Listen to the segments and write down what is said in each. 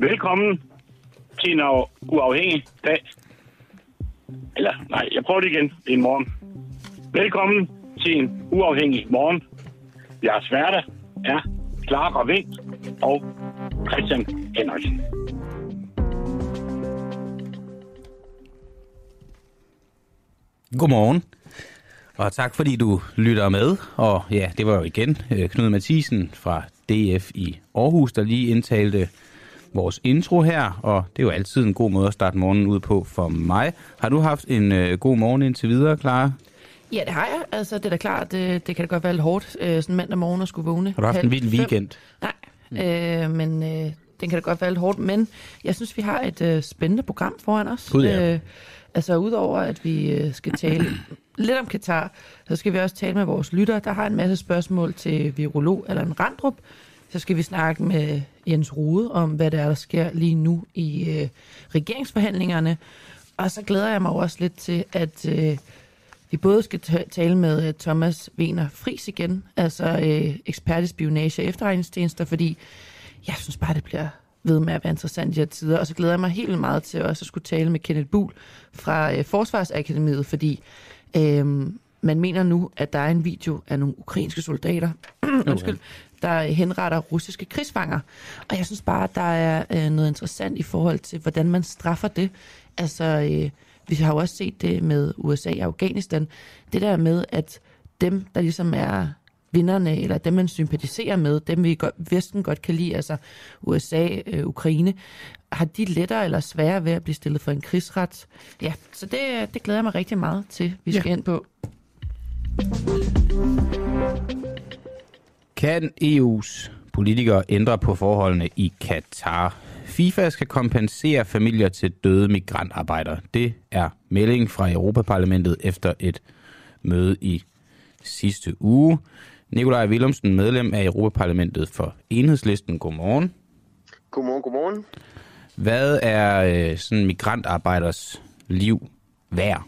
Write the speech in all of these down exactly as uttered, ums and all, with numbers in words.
Velkommen til en uafhængig dag. Eller, nej, jeg prøver det igen. Det er en morgen. Velkommen til en uafhængig morgen. Jeres værter er Clara Vind og Christian Henriksen. Godmorgen, og tak fordi du lytter med. Og ja, det var jo igen Knud Mathisen fra D F i Aarhus, der lige indtalte vores intro her. Og det er jo altid en god måde at starte morgenen ud på for mig. Har du haft en øh, god morgen indtil videre, Clara? Ja, det har jeg. Altså, det er da klart, det, det kan da godt være lidt hårdt, øh, sådan mandag morgen at skulle vågne. Har du haft en vild weekend? Nej, øh, men øh, den kan da godt være lidt hårdt. Men jeg synes, vi har et øh, spændende program foran os. Gud, ja. øh, altså, udover at vi øh, skal tale lidt om Katar, så skal vi også tale med vores lytter, der har en masse spørgsmål til virolog Allan Randrup. Så skal vi snakke med Jens Rohde om, hvad det er, der sker lige nu i øh, regeringsforhandlingerne. Og så glæder jeg mig også lidt til, at øh, vi både skal t- tale med uh, Thomas Wener Friis igen, altså øh, ekspert i spionage og efterretningstjenester, fordi jeg synes bare, det bliver ved med at være interessant i de her tider. Og så glæder jeg mig helt meget til også at skulle tale med Kenneth Buhl fra øh, Forsvarsakademiet, fordi øh, man mener nu, at der er en video af nogle ukrainske soldater, undskyld, der henretter russiske krigsfanger. Og jeg synes bare, at der er øh, noget interessant i forhold til, hvordan man straffer det. Altså, øh, vi har jo også set det med U S A og Afghanistan. Det der med, at dem, der ligesom er vinderne, eller dem, man sympatiserer med, dem vi godt, Vesten godt kan lide, altså U S A, øh, Ukraine, har de lettere eller sværere ved at blive stillet for en krigsret? Ja, så det, det glæder jeg mig rigtig meget til, vi skal ja. ind på. Kan E U's politikere ændre på forholdene i Katar? FIFA skal kompensere familier til døde migrantarbejdere. Det er meldingen fra Europaparlamentet efter et møde i sidste uge. Nikolaj Villumsen, medlem af Europaparlamentet for Enhedslisten. Godmorgen. Godmorgen, godmorgen. Hvad er øh, sådan migrantarbejders liv værd?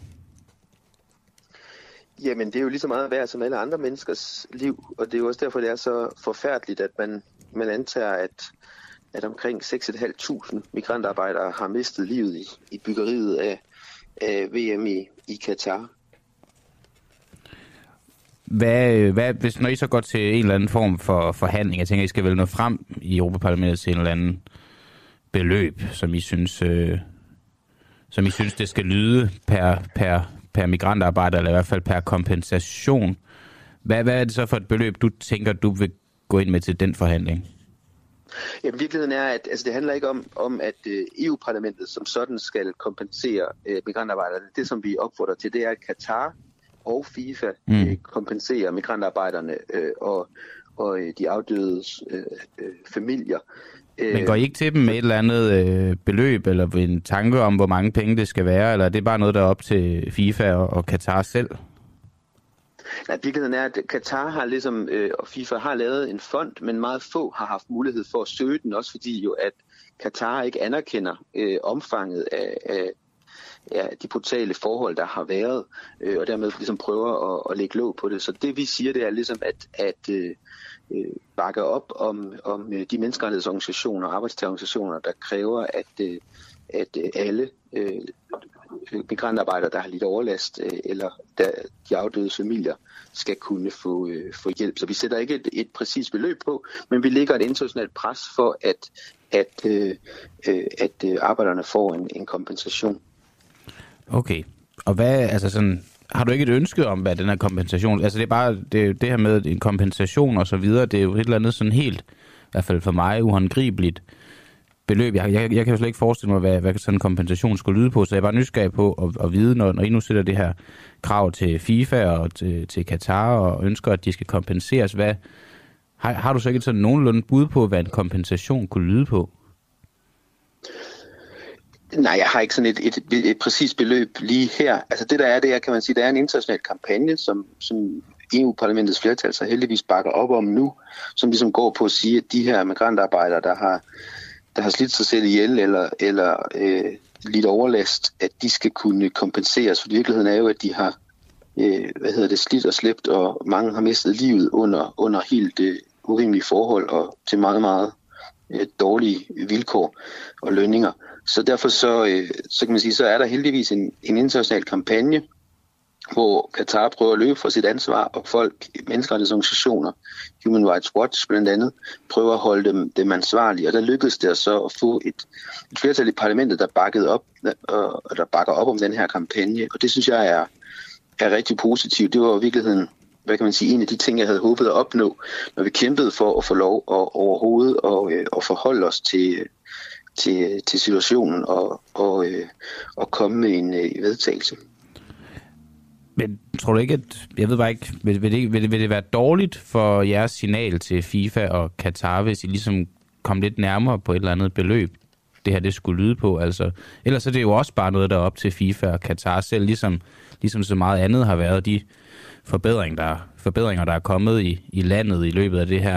Jamen, det er jo lige så meget værd som alle andre menneskers liv, og det er jo også derfor, det er så forfærdeligt, at man, man antager, at, at omkring seks tusind fem hundrede migrantarbejdere har mistet livet i, i byggeriet af, af V M i, i Katar. Hvad, hvad, hvis når I så går til en eller anden form for forhandling, jeg tænker, I skal vel nå frem i Europaparlamentet til en eller anden beløb, som I synes, øh, som I synes det skal lyde per, per, per migrantarbejder, eller i hvert fald per kompensation. Hvad, hvad er det så for et beløb, du tænker, du vil gå ind med til den forhandling? Jamen, virkeligheden er, at altså, det handler ikke om, om at E U-parlamentet som sådan skal kompensere øh, migrantarbejderne. Det, som vi opfordrer til, det er, at Katar og FIFA mm. øh, kompenserer migrantarbejderne øh, og, og øh, de afdødes øh, øh, familier. Men går I ikke til dem med et eller andet øh, beløb, eller en tanke om, hvor mange penge det skal være, eller er det bare noget, der er op til FIFA og, og Katar selv? Nej, virkeligheden er, at Katar har ligesom, øh, og FIFA har lavet en fond, men meget få har haft mulighed for at søge den, også fordi jo, at Katar ikke anerkender øh, omfanget af, af ja, de brutale forhold, der har været, øh, og dermed ligesom prøver at, at lægge låg på det. Så det vi siger, det er ligesom at, at øh, bakke op om, om de menneskerettighedsorganisationer og arbejdstagerorganisationer, der kræver, at, øh, at alle øh, migrantarbejdere, der har lidt overlast, øh, eller der, de afdøde familier, skal kunne få, øh, få hjælp. Så vi sætter ikke et, et præcist beløb på, men vi lægger et internationalt pres for, at, at, øh, at øh, arbejderne får en, en kompensation. Okay. Og hvad, altså sådan, har du ikke et ønske om, hvad den her kompensation, altså det er bare, det, det her med en kompensation og så videre, det er jo et eller andet sådan helt, i hvert fald for mig, uhåndgribeligt beløb. Jeg, jeg, jeg kan jo slet ikke forestille mig, hvad, hvad sådan en kompensation skulle lyde på, så jeg er bare nysgerrig på at, at vide, når, når I nu sætter det her krav til FIFA og til, til Katar og ønsker, at de skal kompenseres. Hvad, har, har du så ikke sådan nogenlunde bud på, hvad en kompensation kunne lyde på? Nej, jeg har ikke sådan et, et, et, et præcist beløb lige her. Altså det der er, det er, kan man sige, der er en international kampagne, som, som E U-parlamentets flertal så heldigvis bakker op om nu, som ligesom går på at sige, at de her migrantarbejdere, der har, der har slidt sig selv ihjel eller, eller øh, lidt overlast, at de skal kunne kompenseres. For virkeligheden er jo, at de har øh, hvad hedder det, slidt og slæbt, og mange har mistet livet under, under helt øh, urimelige forhold og til meget, meget øh, dårlige vilkår og lønninger. Så derfor så, øh, så kan man sige, så er der heldigvis en, en international kampagne, hvor Katar prøver at løbe fra sit ansvar, og folk, menneskerettighedsorganisationer, Human Rights Watch blandt andet, prøver at holde dem, dem ansvarlige. Og der lykkedes det så at få et, et flertal i parlamentet, der bakkede op, og, og der bakker op om den her kampagne. Og det synes jeg er, er rigtig positivt. Det var i virkeligheden, hvad kan man sige, en af de ting, jeg havde håbet at opnå, når vi kæmpede for at få lov at overhovedet og, og forholde os til, til, til situationen og, og, og komme med en vedtagelse. Men tror du ikke, at, jeg ved bare ikke, vil, vil, det, vil, det, vil det være dårligt for jeres signal til FIFA og Katar, hvis I ligesom kom lidt nærmere på et eller andet beløb, det her det skulle lyde på? Altså, ellers er det jo også bare noget, der er op til FIFA og Katar selv, ligesom, ligesom så meget andet har været. De forbedringer, der, forbedringer, der er kommet i, i landet i løbet af det her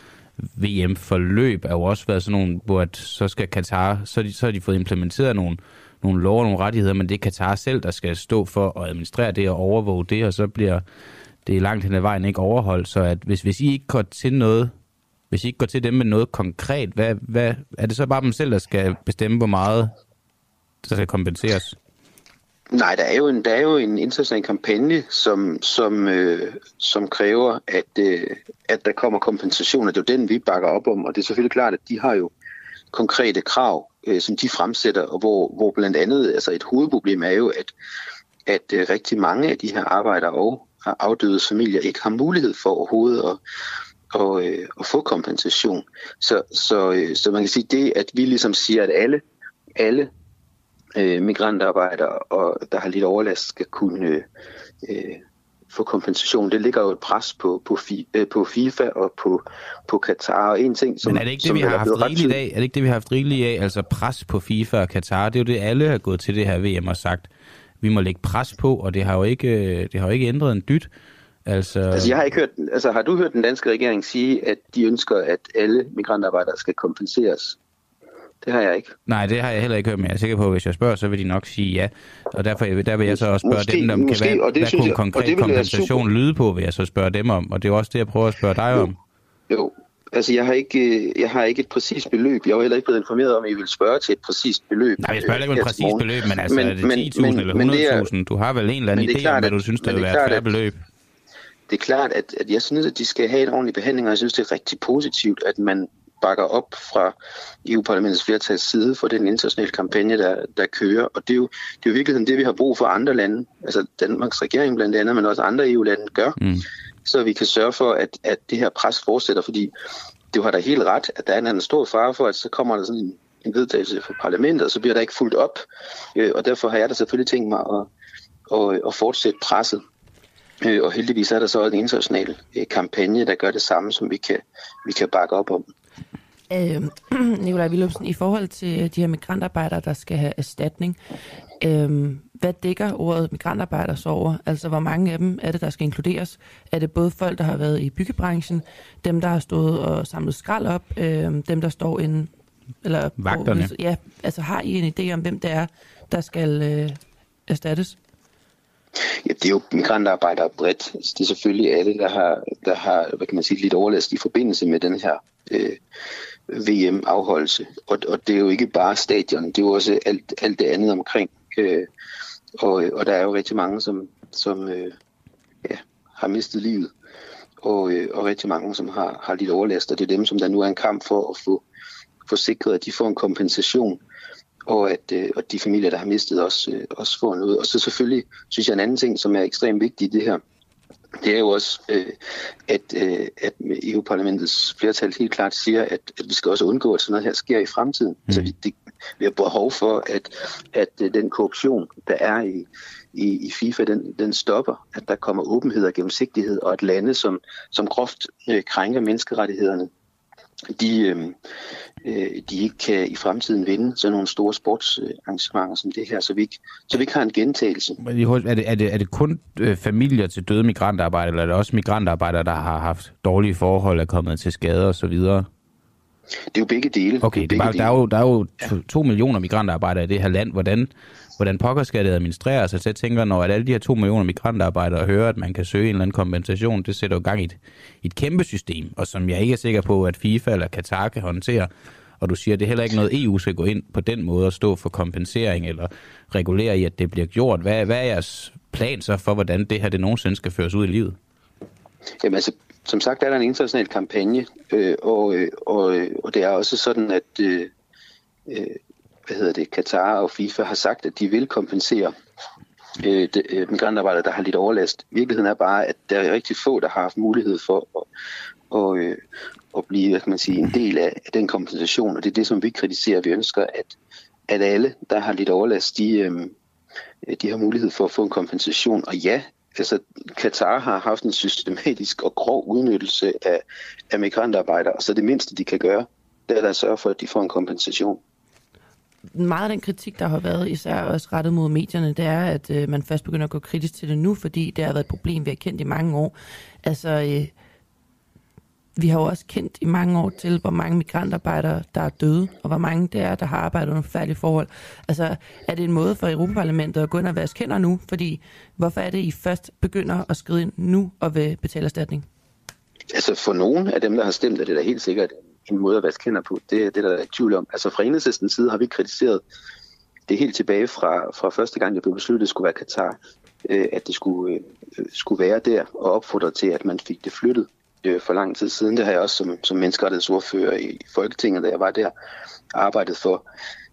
V M-forløb, er jo også været sådan nogle, hvor at, så skal Katar, så, de, så har de fået implementeret nogle nogle lov og nogle rettigheder, men det er Katar selv, der skal stå for at administrere det og overvåge det, og så bliver det langt hen ad vejen ikke overholdt. Så at hvis, hvis I ikke går til noget, hvis I ikke går til dem med noget konkret, hvad, hvad, er det så bare dem selv, der skal bestemme, hvor meget der skal kompenseres? Nej, der er jo en, der er jo en international kampagne, som, som, øh, som kræver, at, øh, at der kommer kompensationer. Det er jo den, vi bakker op om, og det er selvfølgelig klart, at de har jo konkrete krav, øh, som de fremsætter, og hvor, hvor blandt andet, altså et hovedproblem er jo, at, at øh, rigtig mange af de her arbejdere og afdøde familier ikke har mulighed for overhovedet at, og, øh, at få kompensation. Så, så, øh, så man kan sige det, at vi ligesom siger, at alle, alle øh, migrantarbejdere, og der har lidt overlast, skal kunne øh, få kompensation. Det ligger jo et pres på, på, på FIFA og på, på Katar. Og en ting, som, Men er det ikke det, vi har haft rigeligt af? Er det ikke det, vi har haft rigeligt af? Altså pres på FIFA og Katar. Det er jo det, alle har gået til det her V M og sagt, vi må lægge pres på, og det har jo ikke, det har jo ikke ændret en dyt. Altså... altså, jeg har ikke hørt, altså har du hørt den danske regering sige, at de ønsker, at alle migrantarbejdere skal kompenseres? Det har jeg ikke. Nej, det har jeg heller ikke hørt, men jeg er sikker på, at hvis jeg spørger, så vil de nok sige ja. Og derfor der vil jeg så også spørge måske, dem, om måske, kan, hvad, hvad kunne en konkret kompensation lyde på, vil jeg så spørge dem om. Og det er også det, jeg prøver at spørge dig jo, om. Jo, altså jeg har, ikke, jeg har ikke et præcist beløb. Jeg var heller ikke blevet informeret om, at I vil spørge til et præcist beløb. Nej, jeg spørger ikke om et præcist beløb, men altså men, er det ti tusind eller hundrede tusind? Du har vel en eller anden idé klart, om, hvad du synes, der vil være et færre beløb? Det er klart, at, at jeg synes, at de skal have en ordentlig behandling, og jeg synes, det er rigtig positivt, at man bakker op fra E U-parlamentets flertals side for den internationale kampagne, der, der kører. Og det er, jo, det er jo virkelig det, vi har brug for andre lande, altså Danmarks regering blandt andet, men også andre E U-lande gør, mm. så vi kan sørge for, at, at det her pres fortsætter, fordi det har da helt ret, at der er en stor fare for, at så kommer der sådan en, en vedtagelse fra parlamentet, og så bliver der ikke fulgt op. Og derfor har jeg da selvfølgelig tænkt mig at, at, at fortsætte presset. Og heldigvis er der så en international kampagne, der gør det samme, som vi kan, vi kan bakke op om. Øh, Nikolaj Villumsen, i forhold til de her migrantarbejdere, der skal have erstatning, øh, hvad dækker ordet migrantarbejdere så over? Altså, hvor mange af dem er det, der skal inkluderes? Er det både folk, der har været i byggebranchen, dem, der har stået og samlet skrald op, øh, dem, der står inde... Eller vagterne? På, ja, altså har I en idé om, hvem det er, der skal øh, erstattes? Ja, det er jo migrantarbejdere bredt. Det er selvfølgelig alle, der har, der har hvad kan man sige, lidt overlast i forbindelse med den her øh, V M-afholdelse. Og, og det er jo ikke bare stadion, det er jo også alt, alt det andet omkring. Øh, og, og der er jo rigtig mange, som, som øh, ja, har mistet livet. Og, øh, og rigtig mange, som har, har lidt overlast. Og det er dem, som der nu er en kamp for at få, få sikret, at de får en kompensation. Og at øh, og de familier, der har mistet, også, øh, også får noget. Og så selvfølgelig, synes jeg, en anden ting, som er ekstremt vigtig i det her, det er jo også, øh, at, øh, at E U-parlamentets flertal helt klart siger, at, at vi skal også undgå, at sådan noget her sker i fremtiden. Mm. Altså, vi, det, vi har behov for, at, at øh, den korruption, der er i, i, i FIFA, den, den stopper. At der kommer åbenhed og gennemsigtighed, og at lande, som, som groft øh, krænker menneskerettighederne, de, øh, de ikke kan i fremtiden vinde sådan nogle store sportsarrangementer som det her, så vi ikke, så vi ikke har en gentagelse. Er det, er det, er det kun familier til døde migrantarbejdere, eller er det også migrantarbejdere, der har haft dårlige forhold, er kommet til skade og så videre? Det er jo begge dele. Okay, det er bare, der er jo, der er jo to, to millioner migrantarbejdere i det her land. Hvordan, hvordan pokker skal det administreres? Så jeg tænker, når alle de her to millioner migrantarbejdere hører, at man kan søge en eller anden kompensation, det sætter jo gang i et, et kæmpe system, og som jeg ikke er sikker på, at FIFA eller Katar kan håndtere. Og du siger, at det er heller ikke noget, E U skal gå ind på den måde og stå for kompensering eller regulere i, at det bliver gjort. Hvad, hvad er jeres plan så for, hvordan det her det nogensinde skal føres ud i livet? Jamen altså, som sagt er der en international kampagne, øh, og, øh, og, øh, og det er også sådan, at øh, øh, hvad hedder det, Katar og FIFA har sagt, at de vil kompensere øh, de, øh, migrantarbejdere, der har lidt overlast. Virkeligheden er bare, at der er rigtig få, der har haft mulighed for at, og, øh, at blive, hvad kan man sige, en del af, af den kompensation, og det er det, som vi kritiserer. Vi ønsker, at, at alle, der har lidt overlast, de, øh, de har mulighed for at få en kompensation. Og ja, altså, Katar har haft en systematisk og grov udnyttelse af, af migrantarbejdere, og så det mindste, de kan gøre, det er at sørge for, at de får en kompensation. Meget af den kritik, der har været især også rettet mod medierne, det er, at øh, man først begynder at gå kritisk til det nu, fordi det har været et problem, vi har kendt i mange år. Altså, øh, vi har jo også kendt i mange år til, hvor mange migrantarbejdere, der er døde, og hvor mange det er, der har arbejdet under forfærdelige forhold. Altså, er det en måde for Europaparlamentet at gå ind og vaske hænder nu? Fordi, hvorfor er det, I først begynder at skride ind nu og vil betale erstatning? Altså, for nogen af dem, der har stemt, er det da helt sikkert en måde at vaske hænder på. Det, det er der er tvivl om. Altså, fra Enhedslistens side har vi kritiseret det helt tilbage fra, fra første gang, det blev besluttet, at det skulle være Katar, øh, at det skulle, øh, skulle være der, og opfordret til, at man fik det flyttet for lang tid siden. Det har jeg også som, som menneskerettighedsordfører i Folketinget, da jeg var der, arbejdet for.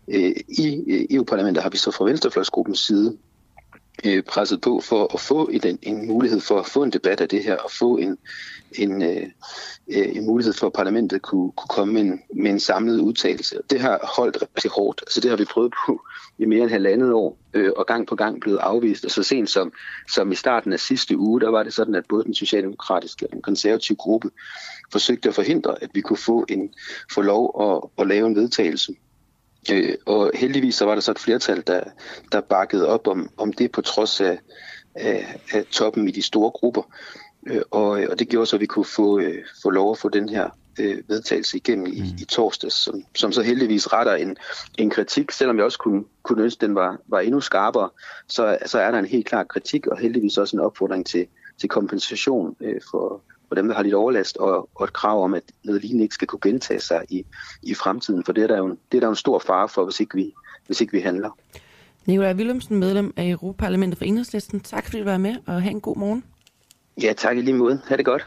I E U-parlamentet har vi så fra Venstrefløjsgruppens side presset på for at få en, en mulighed for at få en debat af det her, og få en, en, en mulighed for, at parlamentet kunne, kunne komme med en, med en samlet udtalelse. Det har holdt rigtig hårdt. Altså, det har vi prøvet på i mere end halvandet år, og gang på gang blevet afvist. Og så sent som, som i starten af sidste uge, der var det sådan, at både den socialdemokratiske og den konservative gruppe forsøgte at forhindre, at vi kunne få, en, få lov at, at lave en vedtagelse. Øh, og heldigvis så var der så et flertal, der, der bakkede op om, om det på trods af, af, af toppen i de store grupper. Øh, og, og det gjorde så, at vi kunne få, øh, få lov at få den her øh, vedtagelse igennem i, i torsdags, som, som så heldigvis retter en, en kritik. Selvom jeg også kunne, kunne ønske, at den var, var endnu skarpere, så, så er der en helt klar kritik, og heldigvis også en opfordring til, til kompensation øh, for for dem, der har lidt overlast, og, og et krav om, at noget lignende ikke skal kunne gentage sig i, i fremtiden, for det er der jo en, det er der jo en stor fare for, hvis ikke vi, hvis ikke vi handler. Nikolaj Villumsen, medlem af Europaparlamentet for Enhedslisten. Tak fordi du var med, og have en god morgen. Ja, tak i lige måde. Ha' det godt.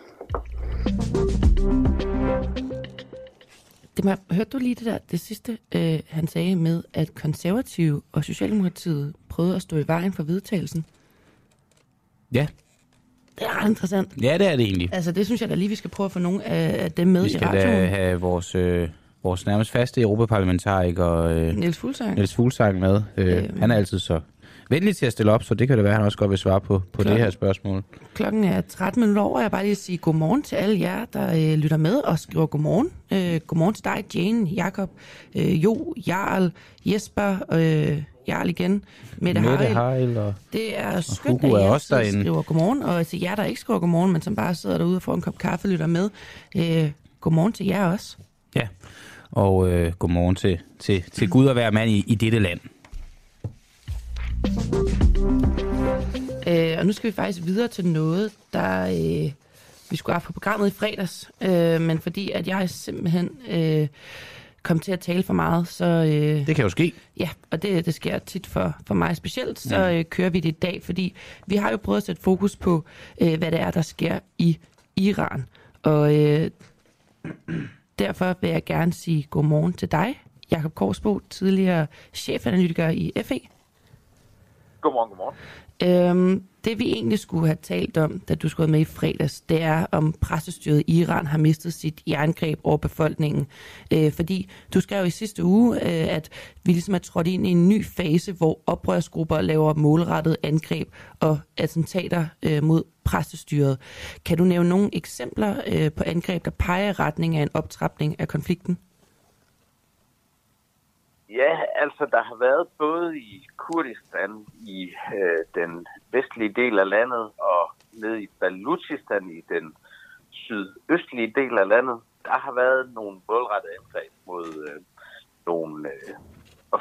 Det må, hørte du lige det der, det sidste, øh, han sagde med, at Konservative og Socialdemokratiet prøvede at stå i vejen for vedtagelsen? Ja. Det er ret interessant. Ja, det er det egentlig. Altså, det synes jeg da lige, vi skal prøve at få nogle af dem med i radioen. Vi skal da have vores, øh, vores nærmest faste europaparlamentariker, øh, Niels Fuglsang. Niels Fuglsang med. Øh, øhm. Han er altid så venlig til at stille op, så det kan det være, han også godt vil svare på, på det her spørgsmål. Klokken er tretten minutter over. Jeg vil bare lige sige godmorgen til alle jer, der øh, lytter med og skriver godmorgen. Øh, godmorgen til dig, Jane, Jakob, øh, Jo, Jarl, Jesper, øh, Jarl igen, Mette Harald. Og, det er skønt, og Hugo at jeg skriver godmorgen. Og til jer, der ikke skriver godmorgen, men som bare sidder derude og får en kop kaffe og lytter med. Øh, godmorgen til jer også. Ja, og øh, godmorgen til, til, til Gud at være mand i, i dette land. Øh, og nu skal vi faktisk videre til noget, der øh, vi skulle have på programmet i fredags, øh, men fordi at jeg simpelthen øh, kom til at tale for meget, så... Øh, det kan jo ske. Ja, og det, det sker tit for, for mig specielt, så øh, kører vi det i dag, fordi vi har jo prøvet at sætte fokus på, øh, hvad det er, der sker i Iran. Og øh, derfor vil jeg gerne sige godmorgen til dig, Jakob Korsbo, tidligere chefanalytiker i F E. Godmorgen, godmorgen. Øhm, det vi egentlig skulle have talt om, da du skulle med i fredags, det er, om præstestyret i Iran har mistet sit jerngreb over befolkningen. Øh, fordi du skrev i sidste uge, øh, at vi ligesom er trådt ind i en ny fase, hvor oprørsgrupper laver målrettede angreb og attentater øh, mod præstestyret. Kan du nævne nogle eksempler øh, på angreb, der peger i retning af en optrapning af konflikten? Ja, altså der har været både i Kurdistan, i øh, den vestlige del af landet, og nede i Baluchistan, i den sydøstlige del af landet, der har været nogle målrettede angreb mod øh, nogle øh,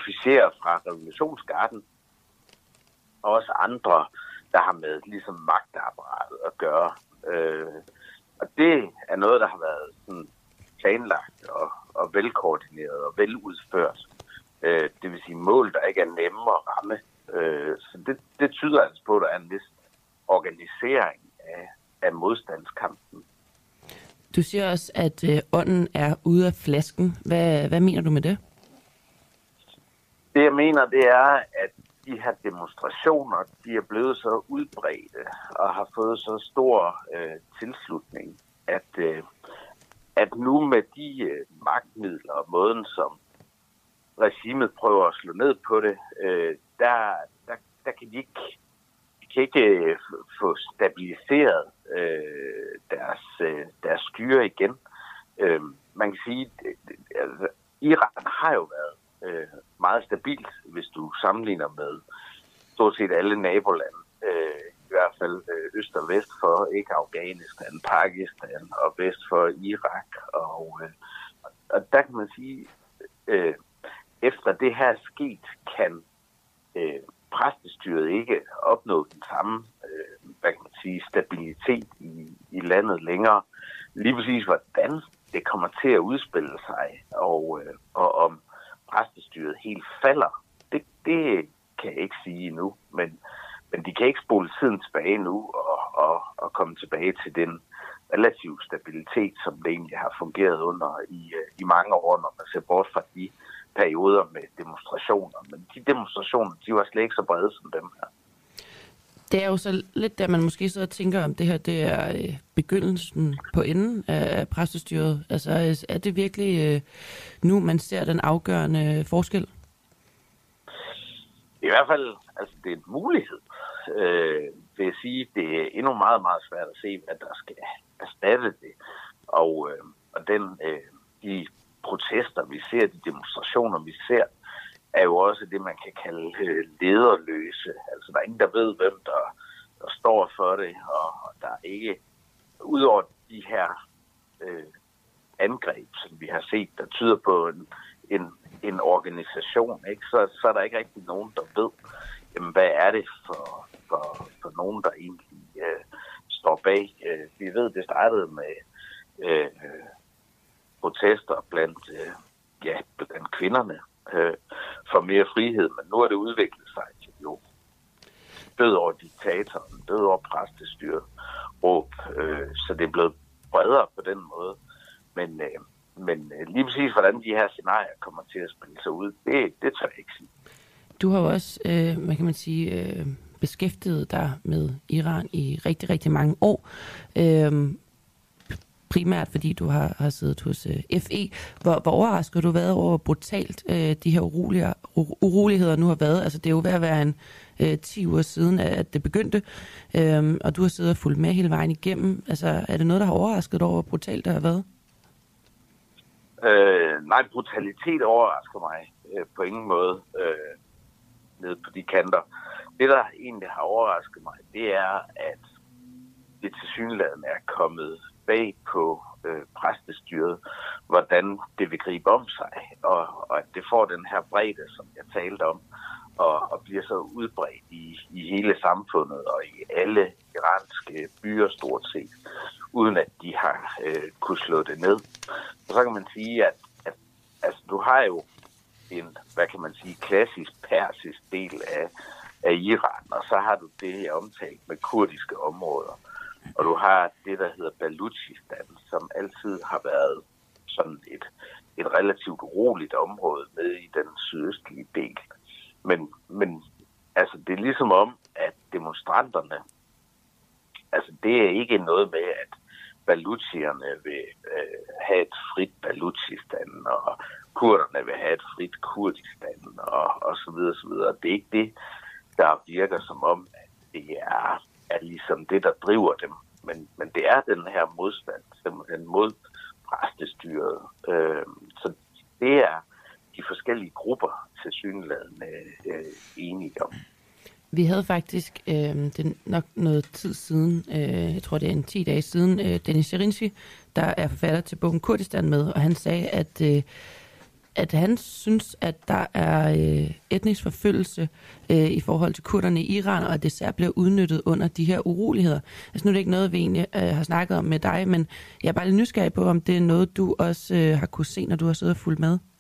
officerer fra revolutionsgarden, og også andre, der har med ligesom magtapparatet at gøre. Øh, og det er noget, der har været sådan planlagt og, og velkoordineret og veludført. Øh, det vil sige mål, der ikke er nemme at ramme. Øh, så det, det tyder altså på, at der er en vis organisering af, af modstandskampen. Du siger også, at øh, ånden er ude af flasken. Hvad, hvad mener du med det? Det, jeg mener, det er, at de her demonstrationer, de er blevet så udbredte og har fået så stor øh, tilslutning, at, øh, at nu med de øh, magtmidler og måden, som regimet prøver at slå ned på det, øh, der, der, der kan de ikke, de kan ikke øh, få stabiliseret øh, deres, øh, deres styre igen. Øh, man kan sige, at altså, Iran har jo været øh, meget stabilt, hvis du sammenligner med stort set alle nabolande, øh, i hvert fald øh, øst og vest for, ikke Afghanistan, Pakistan og vest for Irak. Og, øh, og der kan man sige, øh, efter det her sket, kan øh, præstestyret ikke opnå den samme øh, hvad kan man sige, stabilitet i, i landet længere. Lige præcis hvordan det kommer til at udspille sig, og, øh, og om præstestyret helt falder, det, det kan jeg ikke sige endnu. Men, men de kan ikke spole tiden tilbage nu og, og, og komme tilbage til den relativ stabilitet, som det egentlig har fungeret under i, i mange år, når man ser bort fra de perioder med demonstrationer. Men de demonstrationer, de var slet ikke så brede som dem her. Det er jo så lidt, der man måske så tænker om det her, det er begyndelsen på enden af præstestyret. Altså er det virkelig nu, man ser den afgørende forskel? I hvert fald, altså det er en mulighed. Øh, vil jeg sige, det er endnu meget, meget svært at se, hvad der skal erstatte det. Og, øh, og den, øh, de protester, vi ser, de demonstrationer, vi ser, er jo også det, man kan kalde øh, lederløse. Altså, der er ingen, der ved, hvem der, der står for det, og, og der er ikke, udover de her øh, angreb, som vi har set, der tyder på en, en, en organisation, ikke? Så, så er der ikke rigtig nogen, der ved, jamen, hvad er det for, for, for nogen, der egentlig øh, står bag. Øh, vi ved, det startede med øh, protester blandt, øh, ja, blandt kvinderne øh, for mere frihed, men nu er det udviklet sig til jo død over diktatoren, død over præstestyret, råb, øh, så det er blevet bredere på den måde. Men, øh, men lige præcis, hvordan de her scenarier kommer til at spille sig ud, det, det tør jeg ikke sige. Du har jo også, øh, hvad kan man sige, øh, beskæftiget dig med Iran i rigtig, rigtig mange år. Øh, primært fordi du har, har siddet hos øh, F E. Hvor, hvor overrasket har du været over, hvor brutalt øh, de her uroligheder, uroligheder nu har været? Altså det er jo ved at være en øh, ti uger siden, at det begyndte, øh, og du har siddet og fulgt med hele vejen igennem. Altså er det noget, der har overrasket over, hvor brutalt det har været? Øh, nej, brutalitet overrasker mig øh, på ingen måde øh, nede på de kanter. Det, der egentlig har overrasket mig, det er, at det tilsyneladende er kommet bag på øh, præstestyret, hvordan det vil gribe om sig, og, og at det får den her bredde, som jeg talte om, og, og bliver så udbredt i, i hele samfundet og i alle iranske byer stort set, uden at de har øh, kunne slå det ned. Og så kan man sige, at, at altså, du har jo en, hvad kan man sige, klassisk persisk del af, af Iran, og så har du det, jeg omtalt med kurdiske områder. Og du har det, der hedder Baluchistan, som altid har været sådan et, et relativt roligt område med i den sydøstlige del. Men, men altså, det er ligesom om, at demonstranterne, altså det er ikke noget med, at baluchierne vil øh, have et frit Baluchistan, og kurderne vil have et frit Kurdistan, og, og så videre, så videre. Det er ikke det, der virker som om, at det er, er ligesom det, der driver dem. Men, men det er den her modstand, simpelthen mod præstestyret. Øh, så det er de forskellige grupper tilsyneladende øh, enige om. Vi havde faktisk, øh, det er nok noget tid siden, øh, jeg tror det er en ti dage siden, øh, Dennis Sherinci, der er forfatter til bogen Kurdistan med, og han sagde, at, øh, at han synes, at der er øh, etnisk forfølgelse øh, i forhold til kurderne i Iran, og at det især bliver udnyttet under de her uroligheder. Altså nu er det ikke noget, vi egentlig øh, har snakket om med dig, men jeg er bare lidt nysgerrig på, om det er noget, du også øh, har kunne se, når du har siddet og fulgt med.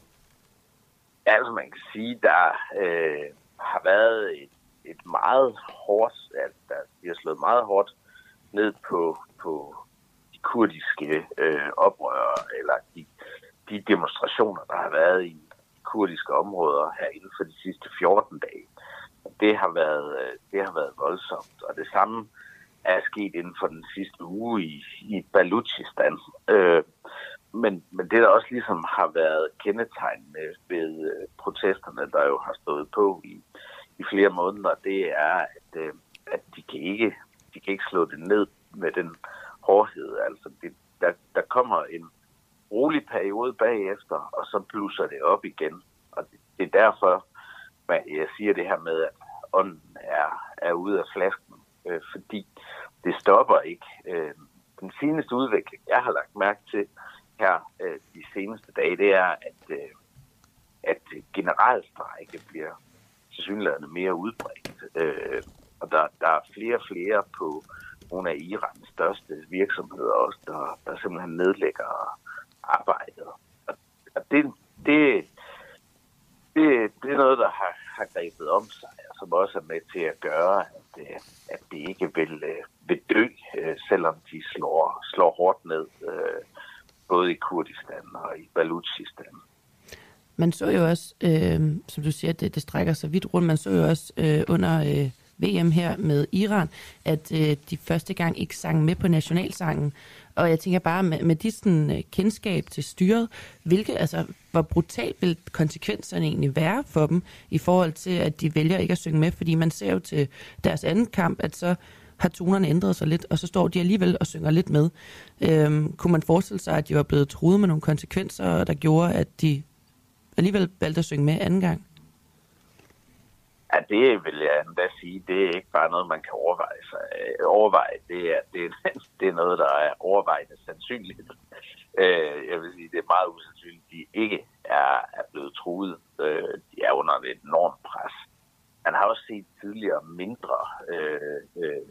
Ja, altså man kan sige, der øh, har været et, et meget hårdt, altså der de har slået meget hårdt ned på, på de kurdiske øh, oprørere, eller de, de demonstrationer, der har været i kurdiske områder her inden for de sidste fjorten dage. Det har været, det har været voldsomt, og det samme er sket inden for den sidste uge i, i Baluchistan. Øh, men, men det, der også ligesom har været kendetegnende ved øh, protesterne, der jo har stået på i, i flere måneder, det er, at, øh, at de, kan ikke, de kan ikke slå det ned med den hårdhed. Altså, det, der, der kommer en rolig periode bagefter, og så blusser det op igen. Og det, det er derfor, at jeg siger det her med, at ånden er, er ude af flasken, øh, fordi det stopper ikke. Øh, den seneste udvikling, jeg har lagt mærke til her øh, de seneste dage, det er, at, øh, at generalstrejke bliver tilsyneladende mere udbredt. Øh, og der, der er flere og flere på nogle af Irans største virksomheder også, der, der simpelthen nedlægger arbejdet. Og det, det, det, det er noget, der har, har grebet om sig, og som også er med til at gøre, at, at det ikke vil, vil dø, selvom de slår, slår hårdt ned, både i Kurdistan og i Baluchistan. Man så jo også, øh, som du siger, det, det strækker sig vidt rundt, man så jo også øh, under øh, V M her med Iran, at øh, de første gang ikke sang med på nationalsangen. Og jeg tænker bare, med, med de sådan, kendskab til styret, hvilke, altså, hvor brutalt vil konsekvenserne egentlig være for dem, i forhold til, at de vælger ikke at synge med, fordi man ser jo til deres anden kamp, at så har tonerne ændret sig lidt, og så står de alligevel og synger lidt med. Øhm, kunne man forestille sig, at de var blevet truet med nogle konsekvenser, der gjorde, at de alligevel valgte at synge med anden gang? Ja, det vil jeg endda sige, det er ikke bare noget, man kan overveje sig. Overveje, det er, det er, det er noget, der er overvejende sandsynligt. Jeg vil sige, det er meget usandsynligt, at de ikke er, er blevet truet. De er under et enormt pres. Man har også set tidligere mindre øh, øh,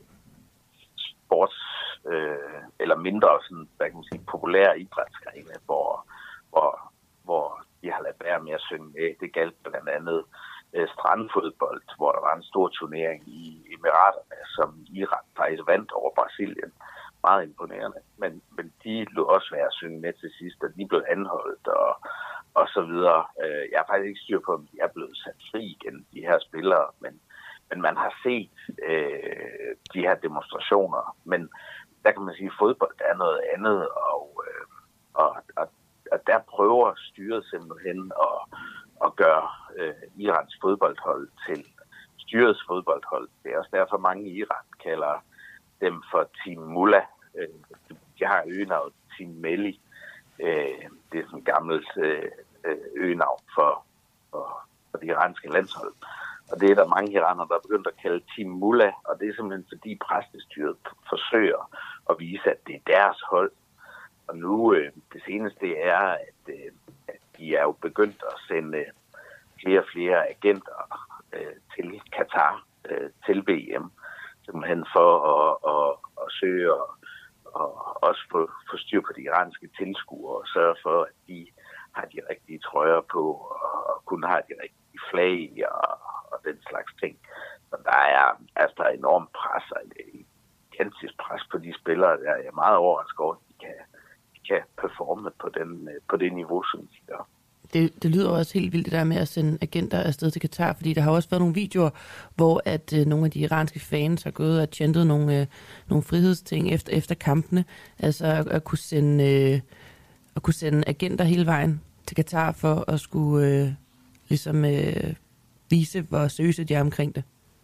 sports, øh, eller mindre sådan, hvad kan man sige, populære idrætsgrene, hvor, hvor, hvor de har ladet være med at synge med. Det galt blandt andet strandfodbold, hvor der var en stor turnering i Emiraterne, som Iran faktisk vandt over Brasilien. Meget imponerende. Men, men de lå også være at synge med til sidst, og de blev anholdt og, og så videre. Jeg har faktisk ikke styr på, om de er blevet sat fri igen, de her spillere, men, men man har set øh, de her demonstrationer. Men der kan man sige, at fodbold er noget andet, og, øh, og, og, og der prøver styret simpelthen at og gøre øh, Irans fodboldhold til styrets fodboldhold. Det er også derfor, mange i Iran kalder dem for Team Mullah. Øh, de har øgenavnet Team Melli. Øh, det er sådan et gammelt øh, øgenavn for, for, for det iranske landshold. Og det er der mange iranere, der er begyndt at kalde Team Mullah, og det er simpelthen fordi præstestyret forsøger at vise, at det er deres hold. Og nu, øh, det seneste er, at øh, de er jo begyndt at sende flere og flere agenter øh, til Katar, øh, til V M, simpelthen for at, at, at søge og, og også få, få styr på de iranske tilskuere og sørge for, at de har de rigtige trøjer på og kun har de rigtige flag og, og den slags ting. Så der er altså der er enormt pres og et gigantisk pres på de spillere, der er meget overrasket over, at de kan kan performe på, den, på det niveau, som de gør. Det, det lyder også helt vildt, det der med at sende agenter afsted til Katar, fordi der har også været nogle videoer, hvor at øh, nogle af de iranske fans har gået og chantet nogle, øh, nogle frihedsting efter, efter kampene. Altså at, at, kunne sende, øh, at kunne sende agenter hele vejen til Katar for at skulle øh, ligesom øh, vise, hvor seriøse de er omkring det.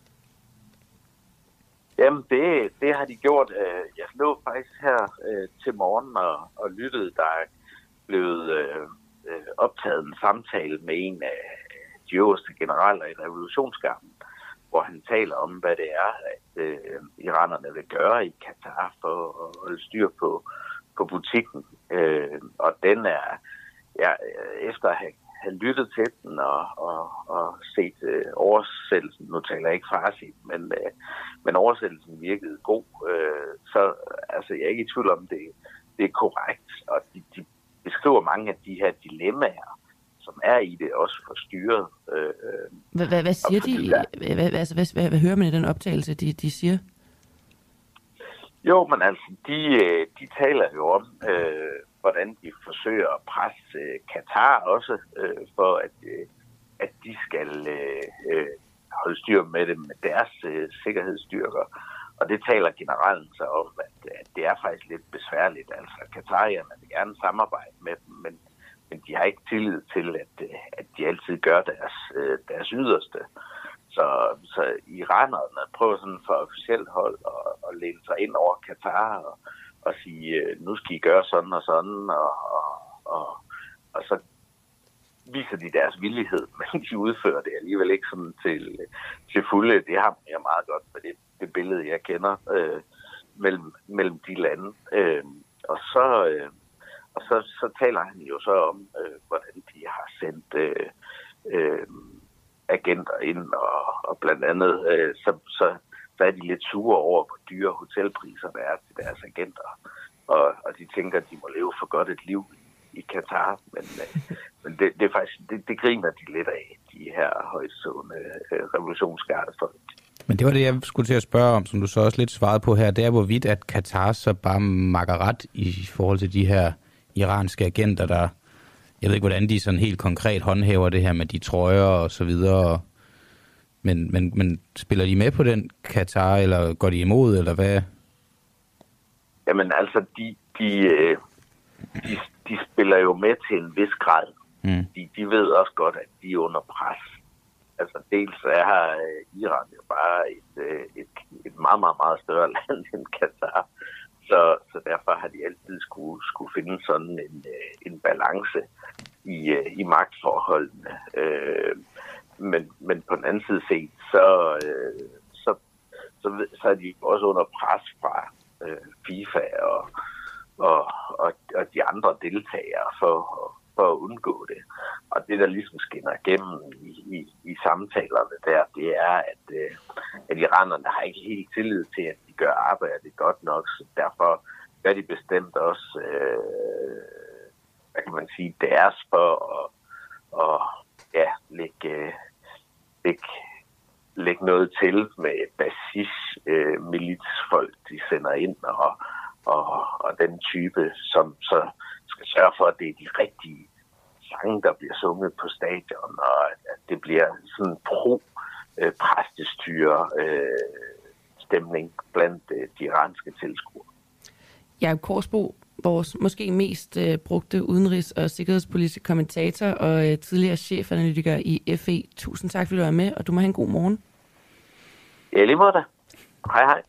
Jamen, det, det har de gjort. Jeg lå faktisk her øh, til morgen og, og lyttede. Der er blevet øh, optaget en samtale med en af de øverste generaler i revolutionsgarden, hvor han taler om, hvad det er, at øh, iranerne vil gøre i Katar for at holde styr på, på butikken. Øh, og den er, ja, efter at have, have lyttet til den og, og, og set øh, oversættelsen. Nu taler jeg ikke farsi, men, øh, men oversættelsen virkede god. Øh, så altså, jeg er ikke i tvivl om, det, det er korrekt. Og de, de beskriver mange af de her dilemmaer, som er i det, også for styret. Øh, hvad, hvad, hvad siger de? Hvad, hvad, altså, hvad, hvad, hvad hører man i den optagelse, de, de siger? Jo, men altså, de, de taler jo om, øh, hvordan de forsøger at presse øh, Katar også, øh, for at, øh, at de skal øh, holde styr med det med deres øh, sikkerhedsstyrker. Og det taler generelt så om, at, at det er faktisk lidt besværligt. Altså, Qatarierne vil gerne samarbejde med dem, men, men de har ikke tillid til, at, at de altid gør deres, øh, deres yderste. Så, så iranerne prøver sådan for officielt hold at, at læne sig ind over Katar og, og sige, nu skal I gøre sådan og sådan, og, og, og, og så viser de deres villighed, men de udfører det alligevel ikke sådan til, til fulde. Det har jeg meget godt med det, det billede, jeg kender øh, mellem, mellem de lande. Øh, og så, øh, og så, så taler han jo så om, øh, hvordan de har sendt øh, øh, agenter ind, og, og blandt andet, øh, så, så, så er de lidt sure over, hvor dyre hotelpriserne er til deres agenter. Og, og de tænker, at de må leve for godt et liv i Katar, men, øh, men det, det er faktisk, det, det griner de lidt af, de her højtstående øh, revolutionsgardefolk. Men det var det, jeg skulle til at spørge om, som du så også lidt svarede på her, det er, hvorvidt at Katar så bare makker ret i forhold til de her iranske agenter, der, jeg ved ikke, hvordan de sådan helt konkret håndhæver det her med de trøjer og så videre, men, men, men spiller de med på den Katar, eller går de imod, eller hvad? Jamen altså, de, de, de, de spiller jo med til en vis grad. Mm. De, de ved også godt, at de er under pres. Altså dels er Iran jo bare et, et, et meget, meget, meget større land end Katar. Så, så derfor har de altid skulle, skulle finde sådan en, en balance i, i magtforholdene. Men, men på den anden side set, så, så, så, så er de også under pres fra FIFA og, og, og, og de andre deltagere for, for at undgå det. Og det, der ligesom skinner igennem i, i, i samtalerne der, det er, at, at iranerne har ikke helt tillid til, at de gør arbejdet godt nok, så derfor gør de bestemt også, øh, hvad kan man sige, deres for at, og, ja, lægge, lægge, lægge noget til med basis-militsfolk, øh, de sender ind, og, og, og den type, som så skal sørge for, at det er de rigtige sange, der bliver sunget på stadion, og at det bliver sådan pro-præstestyre øh, stemning blandt øh, de iranske tilskuere. Jakob Korsbo, vores måske mest øh, brugte udenrigs- og sikkerhedspolitiske kommentator og øh, tidligere chefanalytiker i F E. Tusind tak, fordi du var med, og du må have en god morgen. Ja, lige måde da. Hej, hej.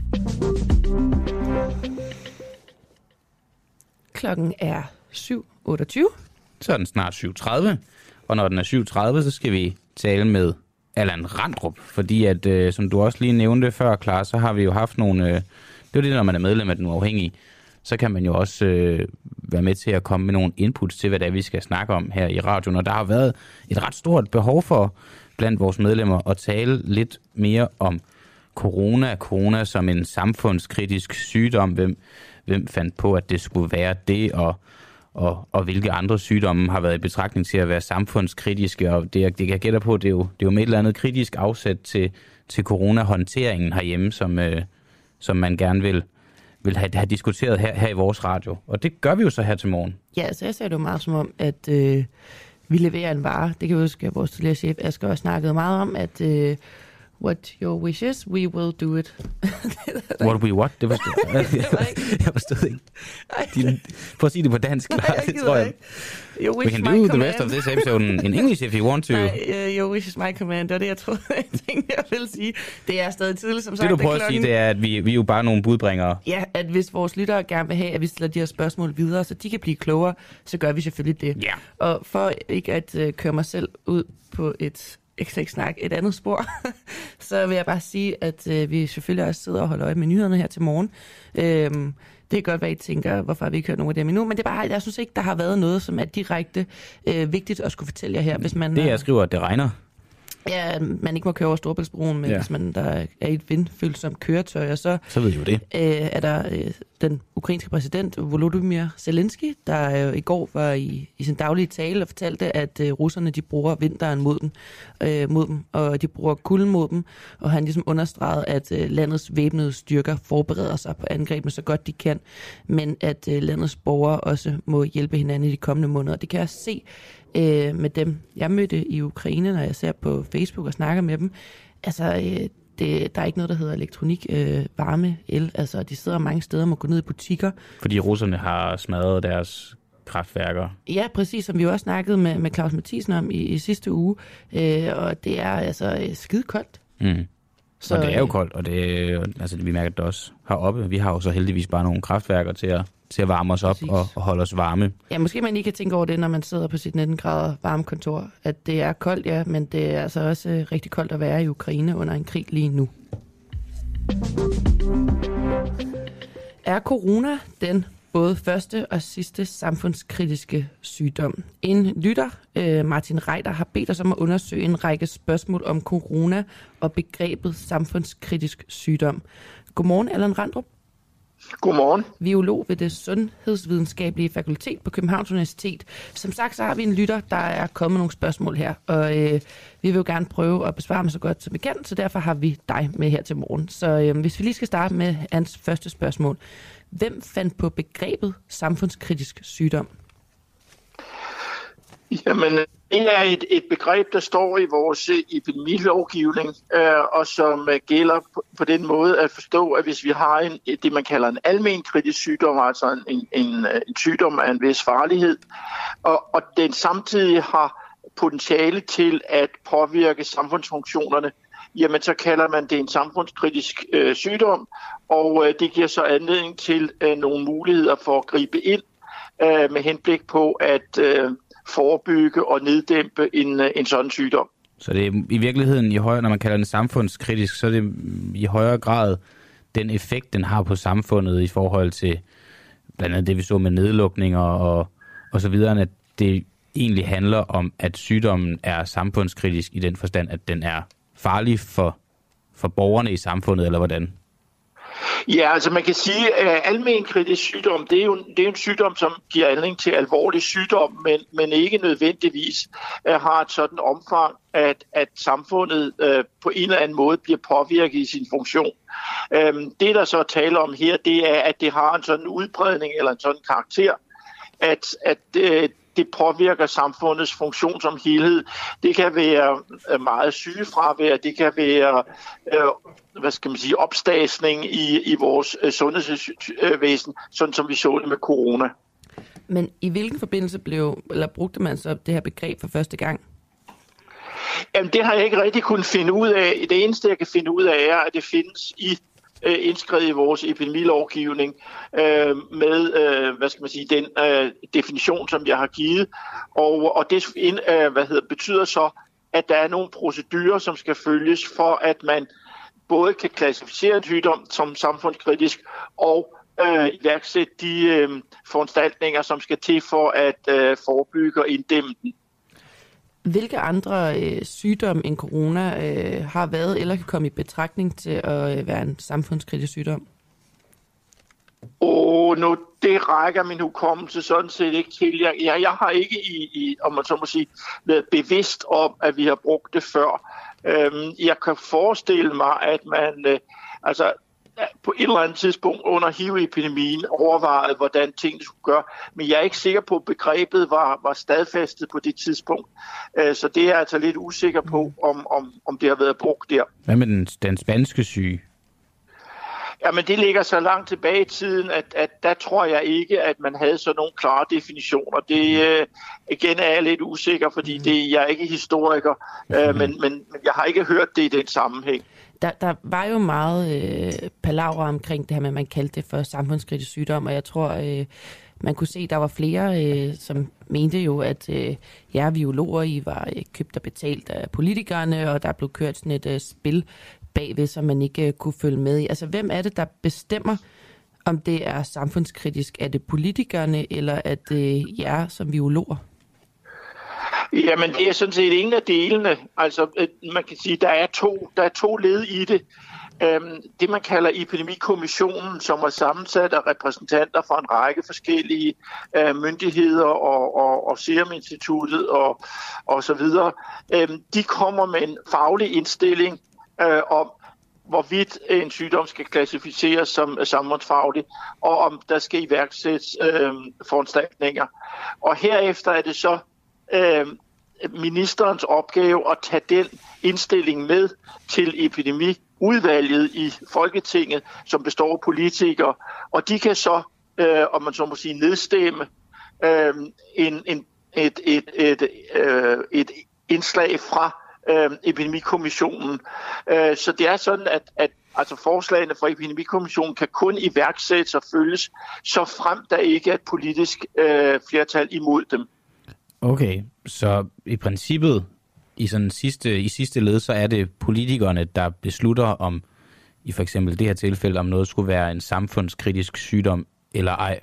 Klokken er syv otteogtyve. Så er den snart syv tredive, og når den er syv tredive, så skal vi tale med Allan Randrup, fordi at, øh, som du også lige nævnte før, Clara, så har vi jo haft nogle, øh, det er det, når man er medlem af Den Uafhængige, så kan man jo også øh, være med til at komme med nogle inputs til, hvad det er, vi skal snakke om her i radioen, og der har været et ret stort behov for blandt vores medlemmer at tale lidt mere om corona, corona som en samfundskritisk sygdom, hvem, hvem fandt på, at det skulle være det, og Og, og hvilke andre sygdomme har været i betragtning til at være samfundskritiske, og det, det kan jeg gætte på, det er, jo, det er jo med et eller andet kritisk afsæt til, til coronahåndteringen herhjemme, som, øh, som man gerne vil, vil have, have diskuteret her, her i vores radio. Og det gør vi jo så her til morgen. Ja, altså jeg sagde det jo meget som om, at øh, vi leverer en vare. Det kan jeg huske, at vores tidligere chef Asger også snakkede meget om, at øh, what your wishes, we will do it. What we what? Det forstod jeg. Jeg forstod ikke. De, prøv at sige det på dansk. Nej, jeg det tror jeg. Your We wish can my do the command. rest of this episode in English if you want to. Nej, uh, your wish is my command. Det var det, jeg troede, jeg tænkte, jeg ville sige. Det er stadig tidligt, som sagt. Det du prøver klokken... at sige, det er, at vi, vi er jo bare nogle budbringere. Ja, at hvis vores lyttere gerne vil have, at vi stiller de her spørgsmål videre, så de kan blive klogere, så gør vi selvfølgelig det. Ja. Og for ikke at uh, køre mig selv ud på et ikke, ikke snakke et andet spor, så vil jeg bare sige, at øh, vi selvfølgelig også sidder og holder øje med nyhederne her til morgen. Øhm, det kan godt være, I tænker, hvorfor har vi ikke hørt nogen af dem endnu, men det er bare, jeg synes ikke, der har været noget, som er direkte øh, vigtigt at skulle fortælle jer her. Hvis man, det jeg skriver, at det regner. Ja, man ikke må køre over Storebæltsbroen, men ja. Hvis man der er i et vindfølsomt køretøj, og så, så ved I jo det. Øh, er der øh, den ukrainske præsident Volodymyr Zelensky, der øh, i går var i, i sin daglige tale og fortalte, at øh, russerne de bruger vinteren mod dem, øh, mod dem, og de bruger kulden mod dem, og han ligesom understregede, at øh, landets væbnede styrker forbereder sig på angrebene så godt de kan, men at øh, landets borgere også må hjælpe hinanden i de kommende måneder. Det kan jeg se øh, med dem, jeg mødte i Ukraine, når jeg ser på Facebook og snakker med dem. Altså, øh, det, der er ikke noget, der hedder elektronik, øh, varme, el. Altså, de sidder mange steder og må gå ned i butikker. Fordi russerne har smadret deres kraftværker. Ja, præcis, som vi jo også snakkede med, med Claus Mathisen om i, i sidste uge. Øh, og det er altså skide koldt. Mm. Så, og det er jo koldt, og det, altså, vi mærker det også heroppe. Vi har jo så heldigvis bare nogle kraftværker til at, til at varme os op og, og holde os varme. Ja, måske man lige kan tænke over det, når man sidder på sit nitten grader varmekontor, at det er koldt, ja, men det er altså også øh, rigtig koldt at være i Ukraine under en krig lige nu. Er corona den både første og sidste samfundskritiske sygdom? En lytter, øh, Martin Reiter, har bedt os om at undersøge en række spørgsmål om corona og begrebet samfundskritisk sygdom. Godmorgen, Allan Randrup. Godmorgen. Biolog ved det Sundhedsvidenskabelige Fakultet på Københavns Universitet. Som sagt, så har vi en lytter, der er kommet nogle spørgsmål her, og øh, vi vil jo gerne prøve at besvare dem så godt som vi kan, så derfor har vi dig med her til morgen. Så øh, hvis vi lige skal starte med hans første spørgsmål. Hvem fandt på begrebet samfundskritisk sygdom? Jamen, det er et, et begreb, der står i vores epidemilovgivning, øh, og som øh, gælder på, på den måde at forstå, at hvis vi har en, det, man kalder en almen kritisk sygdom, altså en, en, en sygdom af en vis farlighed, og, og den samtidig har potentiale til at påvirke samfundsfunktionerne, jamen så kalder man det en samfundskritisk øh, sygdom, og øh, det giver så anledning til øh, nogle muligheder for at gribe ind øh, med henblik på at øh, forebygge og neddæmpe en, en sådan sygdom. Så det er i virkeligheden, i højere, når man kalder den samfundskritisk, så er det i højere grad den effekt, den har på samfundet i forhold til blandt andet det, vi så med nedlukninger og, og så videre, at det egentlig handler om, at sygdommen er samfundskritisk i den forstand, at den er farlig for, for borgerne i samfundet, eller hvordan? Ja, altså man kan sige, at almen kritisk sygdom, det er jo det er en sygdom, som giver anledning til alvorlig sygdom, men, men ikke nødvendigvis uh, har et sådan omfang, at, at samfundet uh, på en eller anden måde bliver påvirket i sin funktion. Um, det, der så taler om her, det er, at det har en sådan udbredning eller en sådan karakter, at, at uh, det påvirker samfundets funktion som helhed. Det kan være meget sygefravær, det kan være øh, hvad skal man sige, opstasning i, i vores øh, sundhedsvæsen, sådan som vi så det med corona. Men i hvilken forbindelse blev, eller brugte man så det her begreb for første gang? Jamen, det har jeg ikke rigtig kunnet finde ud af. Det eneste, jeg kan finde ud af, er, at det findes i øh, indskrevet i vores epidemilovgivning øh, med, øh, hvad skal man sige, den øh, definition, som jeg har givet. Og, og det øh, hvad hedder, betyder så, at der er nogle procedurer, som skal følges for, at man både kan klassificere en sygdom som samfundskritisk og øh, iværksætte de øh, foranstaltninger, som skal til for at øh, forebygge og inddæmme den. Hvilke andre øh, sygdomme end corona øh, har været eller kan komme i betragtning til at øh, være en samfundskritisk sygdom? Og nu, det rækker min hukommelse sådan set ikke til. Jeg, jeg, jeg har ikke, i, i, om man så må sige, været bevidst om, at vi har brugt det før. Øhm, jeg kan forestille mig, at man øh, altså, på et eller andet tidspunkt under H I V-epidemien overvejede, hvordan tingene skulle gøre. Men jeg er ikke sikker på, at begrebet var, var stadfæstet på det tidspunkt. Øh, så det er jeg altså lidt usikker på, om, om, om det har været brugt der. Hvad med den, den spanske syge? Jamen det ligger så langt tilbage i tiden, at, at der tror jeg ikke, at man havde sådan nogle klare definitioner. Det øh, igen er jeg lidt usikker, fordi det, jeg er ikke historiker, øh, men, men, men jeg har ikke hørt det i den sammenhæng. Der, der var jo meget øh, palaver omkring det her med, at man kaldte det for samfundskritisk sygdom, og jeg tror, øh, man kunne se, der var flere, øh, som mente jo, at øh, jer biologer, I var øh, købt og betalt af politikerne, og der blev kørt sådan et øh, spil bagved, som man ikke øh, kunne følge med i. Altså, hvem er det, der bestemmer, om det er samfundskritisk? Er det politikerne, eller er det jer som biologer? Jamen, det er sådan set ingen af delene. Altså, man kan sige, der er to, der er to led i det. Det, man kalder epidemikommissionen, som er sammensat af repræsentanter fra en række forskellige myndigheder og, og, og Serum Instituttet og, og så videre, de kommer med en faglig indstilling om, hvorvidt en sygdom skal klassificeres som samfundsfaglig, og om der skal iværksættes øh, foranstaltninger. Og herefter er det så øh, ministerens opgave at tage den indstilling med til epidemiudvalget i Folketinget, som består af politikere, og de kan så, øh, om man så må sige, nedstemme øh, en, en, et, et, et, øh, et indslag fra Øh, epidemikommissionen. Øh, så det er sådan, at, at altså forslagene fra epidemikommissionen kan kun iværksættes og følges, så frem der ikke er et politisk øh, flertal imod dem. Okay, så i princippet i sådan sidste, i sidste led, så er det politikerne, der beslutter om, i for eksempel det her tilfælde, om noget skulle være en samfundskritisk sygdom eller ej?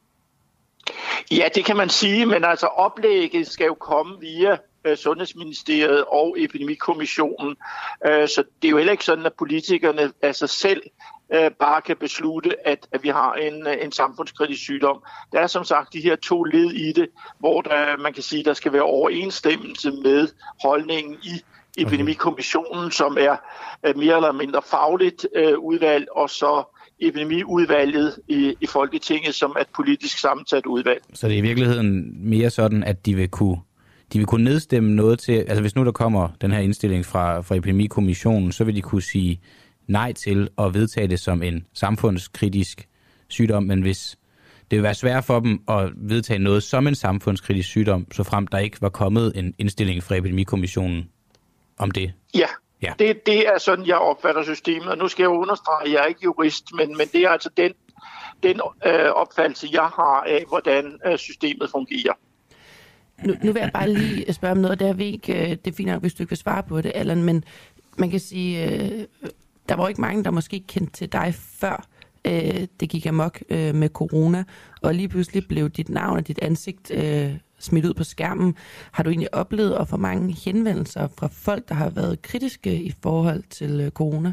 Ja, det kan man sige, men altså oplægget skal jo komme via Sundhedsministeriet og Epidemikommissionen. Så det er jo heller ikke sådan, at politikerne af sig selv bare kan beslutte, at, at vi har en, en samfundskritisk sygdom. Der er som sagt de her to led i det, hvor der, man kan sige, der skal være overensstemmelse med holdningen i Epidemikommissionen, som er mere eller mindre fagligt udvalg, og så epidemiudvalget i, i Folketinget, som er et politisk sammensat udvalg. Så det er i virkeligheden mere sådan, at de vil kunne De vil kunne nedstemme noget til, altså hvis nu der kommer den her indstilling fra, fra Epidemikommissionen, så vil de kunne sige nej til at vedtage det som en samfundskritisk sygdom, men hvis det vil være svært for dem at vedtage noget som en samfundskritisk sygdom, så frem der ikke var kommet en indstilling fra Epidemikommissionen om det. Ja, ja. Det, det er sådan, jeg opfatter systemet, og nu skal jeg understrege, at jeg er ikke jurist, men, men det er altså den, den øh, opfattelse, jeg har af, hvordan øh, systemet fungerer. Nu, nu vil jeg bare lige spørge om noget, der ved ikke, det er fint nok, hvis du ikke vil svare på det, Allan, men man kan sige, øh, der var ikke mange, der måske kendte til dig før øh, det gik amok øh, med corona, og lige pludselig blev dit navn og dit ansigt øh, smidt ud på skærmen. Har du egentlig oplevet at få mange henvendelser fra folk, der har været kritiske i forhold til øh, corona?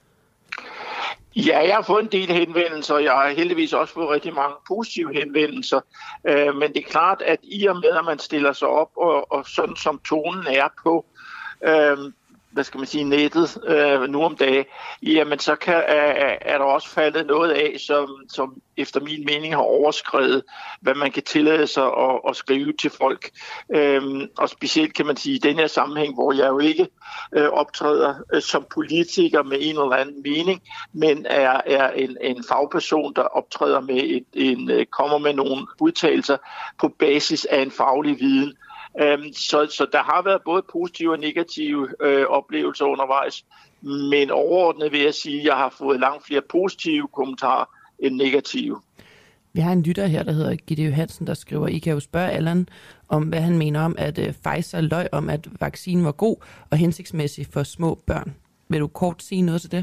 Ja, jeg har fået en del henvendelser, og jeg har heldigvis også fået rigtig mange positive henvendelser. Øh, men det er klart, at i og med, at man stiller sig op, og, og sådan som tonen er på, øh, hvad skal man sige, nettet øh, nu om dagen, jamen så kan, er, er der også faldet noget af, som, som efter min mening har overskredet, hvad man kan tillade sig at, at skrive til folk. Øhm, og specielt kan man sige i den her sammenhæng, hvor jeg jo ikke øh, optræder øh, som politiker med en eller anden mening, men er, er en, en fagperson, der optræder med et, en, øh, kommer med nogle udtalelser på basis af en faglig viden. Um, så, så der har været både positive og negative øh, oplevelser undervejs, men overordnet vil jeg sige, at jeg har fået langt flere positive kommentarer end negative. Vi har en lytter her, der hedder Gitte Johansen, der skriver, I kan jo spørge Allan om, hvad han mener om, at øh, Pfizer løj om, at vaccinen var god og hensigtsmæssig for små børn. Vil du kort sige noget til det?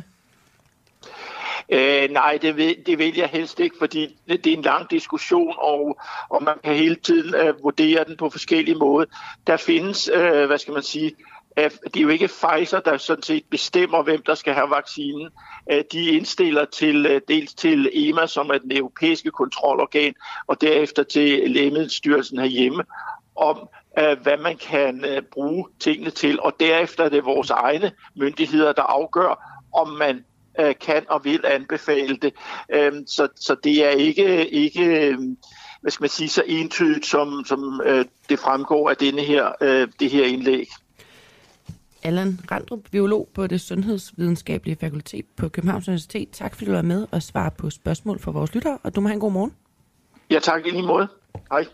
Øh, nej, det vil, det vil jeg helst ikke, fordi det, det er en lang diskussion, og, og man kan hele tiden øh, vurdere den på forskellige måder. Der findes, øh, hvad skal man sige, øh, det er jo ikke Pfizer, der sådan set bestemmer, hvem der skal have vaccinen. Øh, de indstiller til øh, dels til E M A, som er den europæiske kontrolorgan, og derefter til Lægemiddelstyrelsen herhjemme, om øh, hvad man kan øh, bruge tingene til, og derefter er det vores egne myndigheder, der afgør, om man kan og vil anbefale det. Så, så det er ikke, ikke hvad skal man sige, så entydigt, som, som det fremgår af denne her, det her indlæg. Allan Randrup, biolog på det Sundhedsvidenskabelige Fakultet på Københavns Universitet. Tak fordi du var med og svare på spørgsmål fra vores lyttere, og du må have en god morgen. Ja, tak i lige måde. Hej.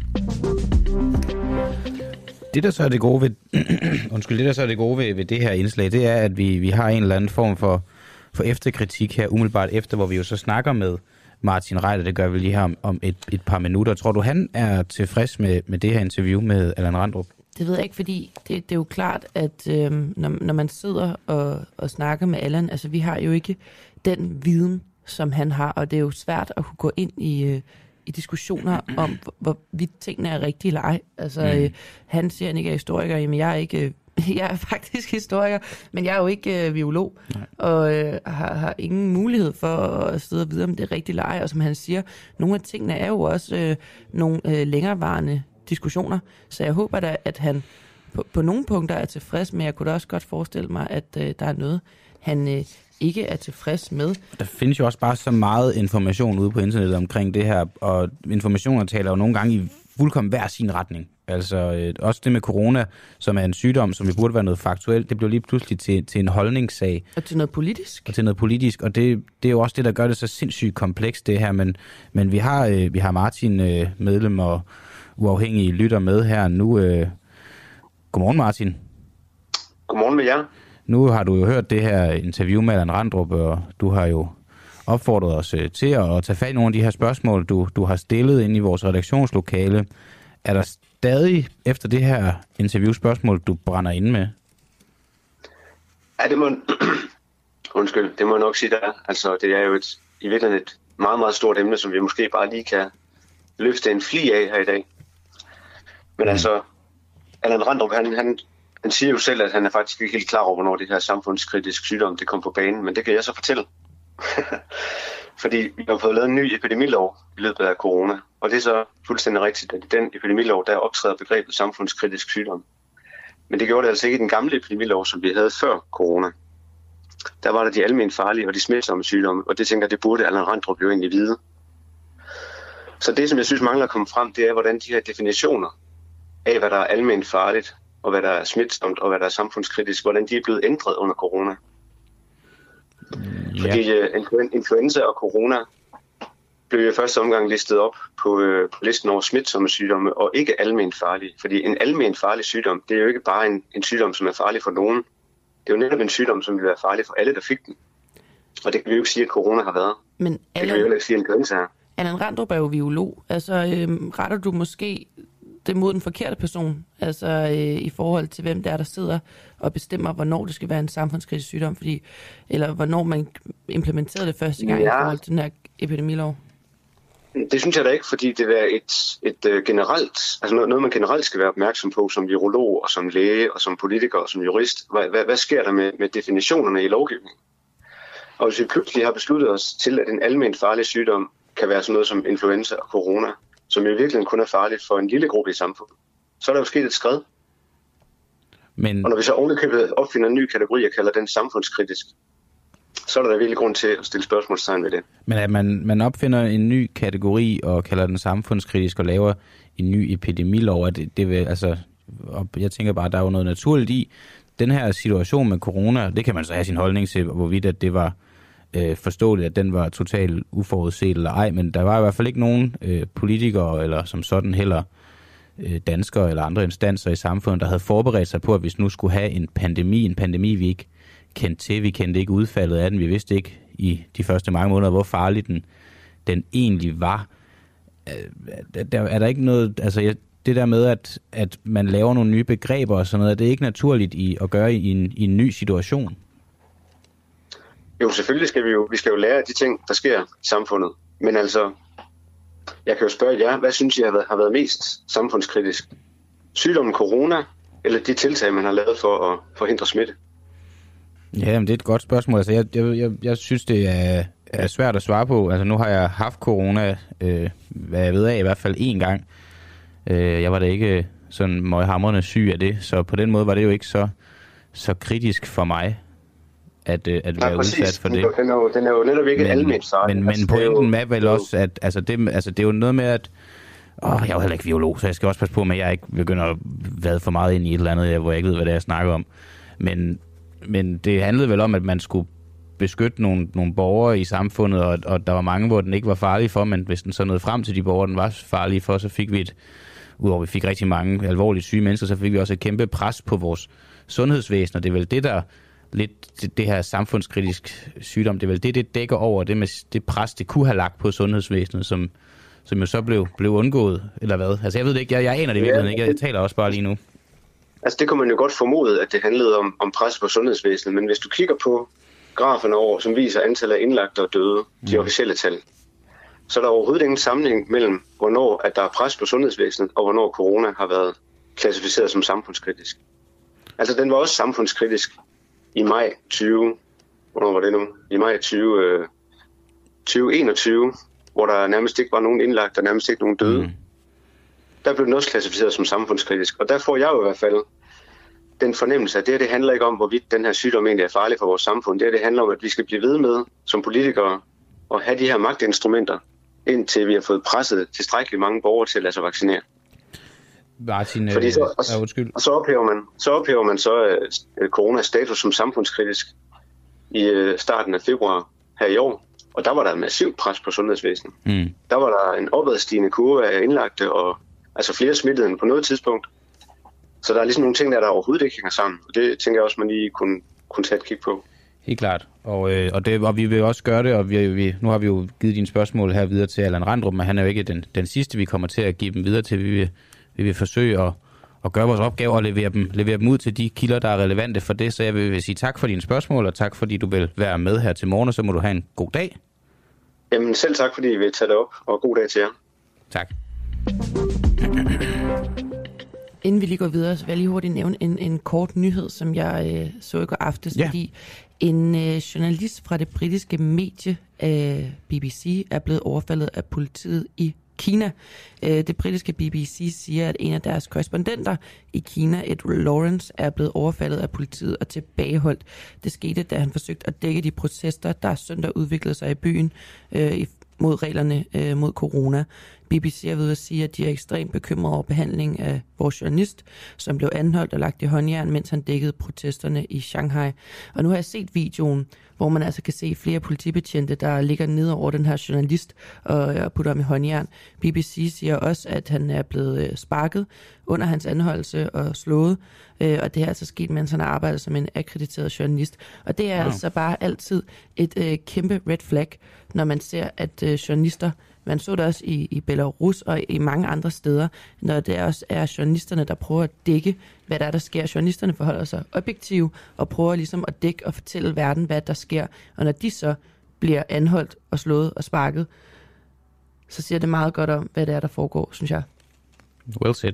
Det der så er det gode ved, undskyld, det der så er det gode ved, ved det her indslag, det er, at vi, vi har en eller anden form for for efterkritik her umiddelbart efter, hvor vi jo så snakker med, Martin Reiter. Det gør vi lige her om, om et, et par minutter. Tror du, han er tilfreds med, med det her interview med Allan Randrup? Det ved jeg ikke, fordi det, det er jo klart, at øh, når, når man sidder og, og snakker med Allan, altså vi har jo ikke den viden, som han har, og det er jo svært at kunne gå ind i, øh, i diskussioner om, hvor, hvorvidt tingene er rigtige eller ej. Altså, mm. øh, han siger, at han ikke er historiker, jamen jeg er ikke... Øh, jeg er faktisk historiker, men jeg er jo ikke øh, biolog, Nej. og øh, har, har ingen mulighed for at sidde og vide, om det er rigtigt eller ej. Og som han siger, nogle af tingene er jo også øh, nogle øh, længerevarende diskussioner, så jeg håber da, at han på, på nogle punkter er tilfreds, men jeg kunne da også godt forestille mig, at øh, der er noget, han øh, ikke er tilfreds med. Der findes jo også bare så meget information ude på internettet omkring det her, og informationer taler jo nogle gange i fuldkommen hver sin retning. Altså øh, også det med corona, som er en sygdom, som vi burde være noget faktuelt, det blev lige pludselig til, til en holdningssag. Og til noget politisk. Og til noget politisk, og det, det er jo også det, der gør det så sindssygt komplekst, det her. Men, men vi, har, øh, vi har Martin, øh, medlem og uafhængige lytter med her nu. Øh. Godmorgen, Martin. Godmorgen med jer. Nu har du jo hørt det her interview med Allan Randrup, og du har jo opfordret os øh, til at, at tage fat i nogle af de her spørgsmål, du, du har stillet inde i vores redaktionslokale. Er der stadig efter det her interviewspørgsmål, du brænder inde med? Ja, det må, undskyld, det må jeg nok sige, der er. Altså, det er jo et, i virkeligheden et meget, meget stort emne, som vi måske bare lige kan løfte en fli af her i dag. Men mm. altså, Allan Randrup, han, han, han siger jo selv, at han er faktisk ikke helt klar over, hvornår det her samfundskritisk sygdom, det kom på banen. Men det kan jeg så fortælle. Fordi vi har fået lavet en ny epidemilov i løbet af corona. Og det er så fuldstændig rigtigt, at i den epidemilov, der optræder begrebet samfundskritisk sygdom. Men det gjorde det altså ikke i den gamle epidemilov, som vi havde før corona. Der var der de almen farlige og de smitsomme sygdomme, og det tænker jeg, det burde Allan Randrup jo egentlig vide. Så det, som jeg synes mangler at komme frem, det er, hvordan de her definitioner af, hvad der er almen farligt, og hvad der er smitsomt, og hvad der er samfundskritisk, hvordan de er blevet ændret under corona. Ja. Fordi uh, influenza og corona blev i første omgang listet op på, uh, på listen over smitsomme sygdomme, og ikke almen farlige. Fordi en almen farlig sygdom, det er jo ikke bare en, en sygdom, som er farlig for nogen. Det er jo netop en sygdom, som vil være farlig for alle, der fik den. Og det kan vi jo ikke sige, at corona har været. Men Allan, det kan vi jo ikke sige, at influenza er. Allan Randrup er jo biolog. Altså, øhm, retter du måske det mod den forkerte person, altså øh, i forhold til hvem det er, der sidder og bestemmer, hvornår det skal være en samfundskritisk sygdom, fordi, eller hvornår man implementerede det første gang ja. i forhold til den her epidemilov? Det synes jeg da ikke, fordi det er et, et uh, generelt, altså noget, noget, man generelt skal være opmærksom på som virolog og som læge og som politiker og som jurist. Hvad, hvad, hvad sker der med, med definitionerne i lovgivningen? Og hvis vi pludselig har besluttet os til, at en almen farlig sygdom kan være sådan noget som influenza og corona, som i virkeligheden kun er farligt for en lille gruppe i samfundet, så er der jo sket et skred. Men... Og når vi så ovenikøbet opfinder en ny kategori og kalder den samfundskritisk, så er der da virkelig grund til at stille spørgsmålstegn ved det. Men at man, man opfinder en ny kategori og kalder den samfundskritisk og laver en ny epidemilov, at det, det vil, altså, jeg tænker bare, at der er jo noget naturligt i den her situation med corona. Det kan man så have sin holdning til, hvorvidt at det var øh, forståeligt, at den var totalt uforudset eller ej, men der var i hvert fald ikke nogen øh, politikere eller som sådan heller øh, danskere eller andre instanser i samfundet, der havde forberedt sig på, at hvis nu skulle have en pandemi, en pandemi vi ikke kendte til, vi kendte ikke udfaldet af den, vi vidste ikke i de første mange måneder, hvor farlig den, den egentlig var. Der, er der ikke noget, altså det der med, at, at man laver nogle nye begreber og sådan noget, er det ikke naturligt i at gøre i en, i en ny situation? Jo, selvfølgelig skal vi jo, vi skal jo lære af de ting, der sker i samfundet. Men altså, jeg kan jo spørge jer, hvad synes I har været, har været mest samfundskritisk? Sygdommen corona, eller de tiltag, man har lavet for at forhindre smitte? Ja, men det er et godt spørgsmål. Altså, jeg, jeg, jeg, jeg synes, det er, er svært at svare på. Altså, nu har jeg haft corona, øh, hvad jeg ved af, i hvert fald én gang. Øh, jeg var da ikke sådan møghamrende syg af det, så på den måde var det jo ikke så, så kritisk for mig, at, at være Nej, udsat for det. Den er jo, den er jo netop ikke alment farlig. Men, men altså, pointen er vel også, at altså, det, altså, det er jo noget med, at åh, jeg er jo heller ikke biolog, så jeg skal også passe på med, at jeg ikke begynder at vade for meget ind i et eller andet, hvor jeg ikke ved, hvad det er, jeg snakker om. Men Men det handlede vel om, at man skulle beskytte nogle, nogle borgere i samfundet, og, og der var mange, hvor den ikke var farlig for, men hvis den så nåede frem til de borgere, den var farlig for, så fik vi et, udover vi fik rigtig mange alvorligt syge mennesker, så fik vi også et kæmpe pres på vores sundhedsvæsen, og det er vel det, der lidt det, det her samfundskritiske sygdom. Det er vel det, det dækker over, det med det pres, det kunne have lagt på sundhedsvæsenet, som, som jo så blev, blev undgået, eller hvad? Altså jeg ved det ikke, jeg, jeg aner det i virkeligheden ikke, jeg taler også bare lige nu. Altså det kunne man jo godt formode, at det handlede om, om pres på sundhedsvæsenet, men hvis du kigger på graferne over, som viser antallet af indlagte og døde, de mm. officielle tal, så er der overhovedet ingen sammenhæng mellem, hvornår at der er pres på sundhedsvæsenet, og hvornår corona har været klassificeret som samfundskritisk. Altså den var også samfundskritisk i maj tyve, hvornår var det nu? I maj tyve, øh, tyve enogtyve, hvor der nærmest ikke var nogen indlagt, og nærmest ikke nogen døde. Mm. Der blev den også klassificeret som samfundskritisk, og der får jeg jo i hvert fald den fornemmelse, at det her, det handler ikke om, hvorvidt den her sygdom egentlig er farlig for vores samfund. Det her, det handler om, at vi skal blive ved med som politikere og have de her magtinstrumenter, indtil vi har fået presset tilstrækkeligt mange borgere til at lade sig vaccinere. Martin, Fordi så, og, øh, undskyld. og så ophæver man så, ophæver man så uh, coronas status som samfundskritisk i uh, starten af februar her i år. Og der var der et massivt pres på sundhedsvæsenet. Mm. Der var der en opadstigende kurve af indlagte, og altså flere smittede end på noget tidspunkt. Så der er ligesom nogle ting, der, der overhovedet ikke hænger sammen. Og det tænker jeg også, man lige kunne, kunne tage et kig på. Helt klart. Og, øh, og, det, og vi vil også gøre det, og vi, vi, nu har vi jo givet dine spørgsmål her videre til Allan Randrup, men han er jo ikke den, den sidste, vi kommer til at give dem videre til. Vi vil, vi vil forsøge at, at gøre vores opgave og levere dem, levere dem ud til de kilder, der er relevante for det. Så jeg vil, vil sige tak for dine spørgsmål, og tak fordi du vil være med her til morgen, og så må du have en god dag. Jamen selv tak, fordi I vil tage det op, og god dag til jer. Tak. Inden vi lige går videre, så vil jeg lige hurtigt nævne en, en kort nyhed, som jeg øh, så i går aftes, ja. Fordi en øh, journalist fra det britiske medie øh, B B C er blevet overfaldet af politiet i Kina. Øh, det britiske B B C siger, at en af deres korrespondenter i Kina, Ed Lawrence, er blevet overfaldet af politiet og tilbageholdt. Det skete, da han forsøgte at dække de protester, der søndag udviklede sig i byen øh, mod reglerne øh, mod corona. B B C er ved at sige, at de er ekstremt bekymrede over behandlingen af vores journalist, som blev anholdt og lagt i håndjern, mens han dækkede protesterne i Shanghai. Og nu har jeg set videoen, hvor man altså kan se flere politibetjente, der ligger ned over den her journalist og, og putter ham i håndjern. B B C siger også, at han er blevet sparket under hans anholdelse og slået, øh, og det er altså sket, mens han har arbejdet som en akkrediteret journalist. Og det er wow. altså bare altid et øh, kæmpe red flag, når man ser, at øh, journalister, man så det også i, i Belarus og i mange andre steder, når det også er journalisterne, der prøver at dække, hvad der er, der sker. Journalisterne forholder sig objektivt og prøver ligesom at dække og fortælle verden, hvad der sker. Og når de så bliver anholdt og slået og sparket, så siger det meget godt om, hvad det er, der foregår, synes jeg. Well said.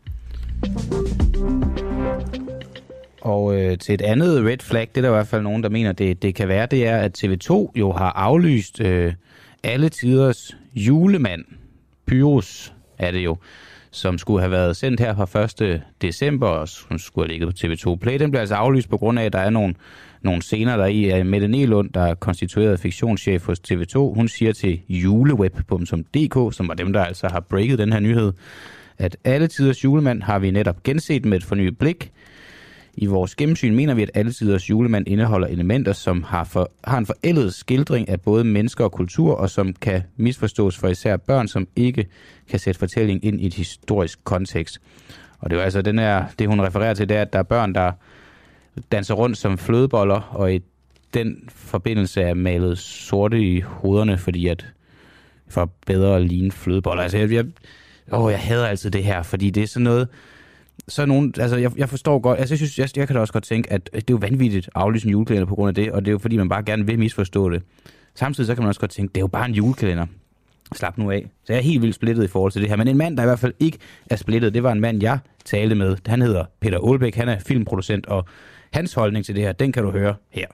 Og øh, til et andet red flag, det er der i hvert fald nogen, der mener, det, det kan være, det er, at T V to jo har aflyst øh, alle tiders julemand, Pyrus er det jo, som skulle have været sendt her fra første december, og som skulle have ligget på T V to Play. Den bliver altså aflyst på grund af, at der er nogle, nogle scener der i. Mette Nelund, der er konstitueret fiktionschef hos T V to, hun siger til juleweb punktum d k, som var dem, der altså har breaket den her nyhed, at alle tiders julemand har vi netop genset med et fornyet blik. I vores gennemsyn mener vi, at alle tiders julemand indeholder elementer, som har, for, har en forældet skildring af både mennesker og kultur, og som kan misforstås for især børn, som ikke kan sætte fortællingen ind i et historisk kontekst. Og det er altså den her, det, hun refererer til, det er, at der er børn, der danser rundt som flødeboller, og i den forbindelse er malet sorte i hovederne, fordi at for bedre at ligne flødeboller. Altså, jeg, jeg, åh, jeg hader altid det her, fordi det er sådan noget. Så nogen, altså jeg, jeg forstår godt, altså jeg synes, jeg, jeg kan da også godt tænke, at det er jo vanvittigt at aflyse en julekalender på grund af det, og det er jo fordi, man bare gerne vil misforstå det. Samtidig så kan man også godt tænke, det er jo bare en julekalender. Slap nu af. Så jeg er helt vildt splittet i forhold til det her. Men en mand, der i hvert fald ikke er splittet, det var en mand, jeg talte med. Han hedder Peter Aalbæk, han er filmproducent, og hans holdning til det her, den kan du høre her.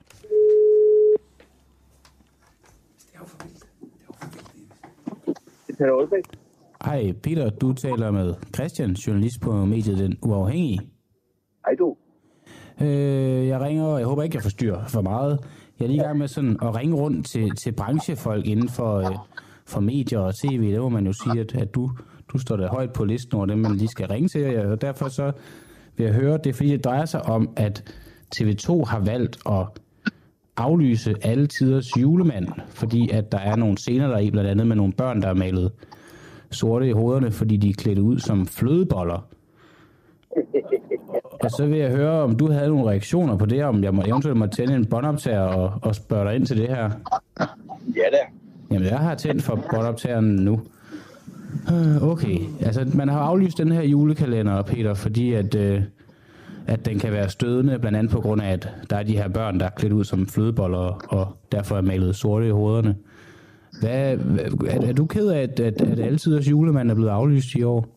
Peter Aalbæk. Hej Peter, du taler med Christian, journalist på mediet Den Uafhængige. Hej du. Øh, jeg ringer, og jeg håber ikke, jeg forstyrrer for meget. Jeg er lige i gang med sådan at ringe rundt til, til branchefolk inden for, øh, for medier og tv. Der må man jo sige, at, at du, du står der højt på listen over dem, man lige skal ringe til. Og derfor så vil jeg høre, det er fordi, det drejer sig om, at T V to har valgt at aflyse alle tiders julemand, fordi at der er nogle scener der i, blandt andet med nogle børn, der er malet sorte i hovederne, fordi de er klædt ud som flødeboller. Og så vil jeg høre, om du havde nogle reaktioner på det, om jeg må, eventuelt må tænde en båndoptager og, og spørge dig ind til det her. Ja da. Jamen, jeg har tændt for båndoptageren nu. Okay, altså man har aflyst den her julekalender, Peter, fordi at, øh, at den kan være stødende, blandt andet på grund af, at der er de her børn, der er klædt ud som flødeboller, og derfor er malet sorte i hovederne. Hvad, er, er du ked af, at, at, at altiders julemand er blevet aflyst i år?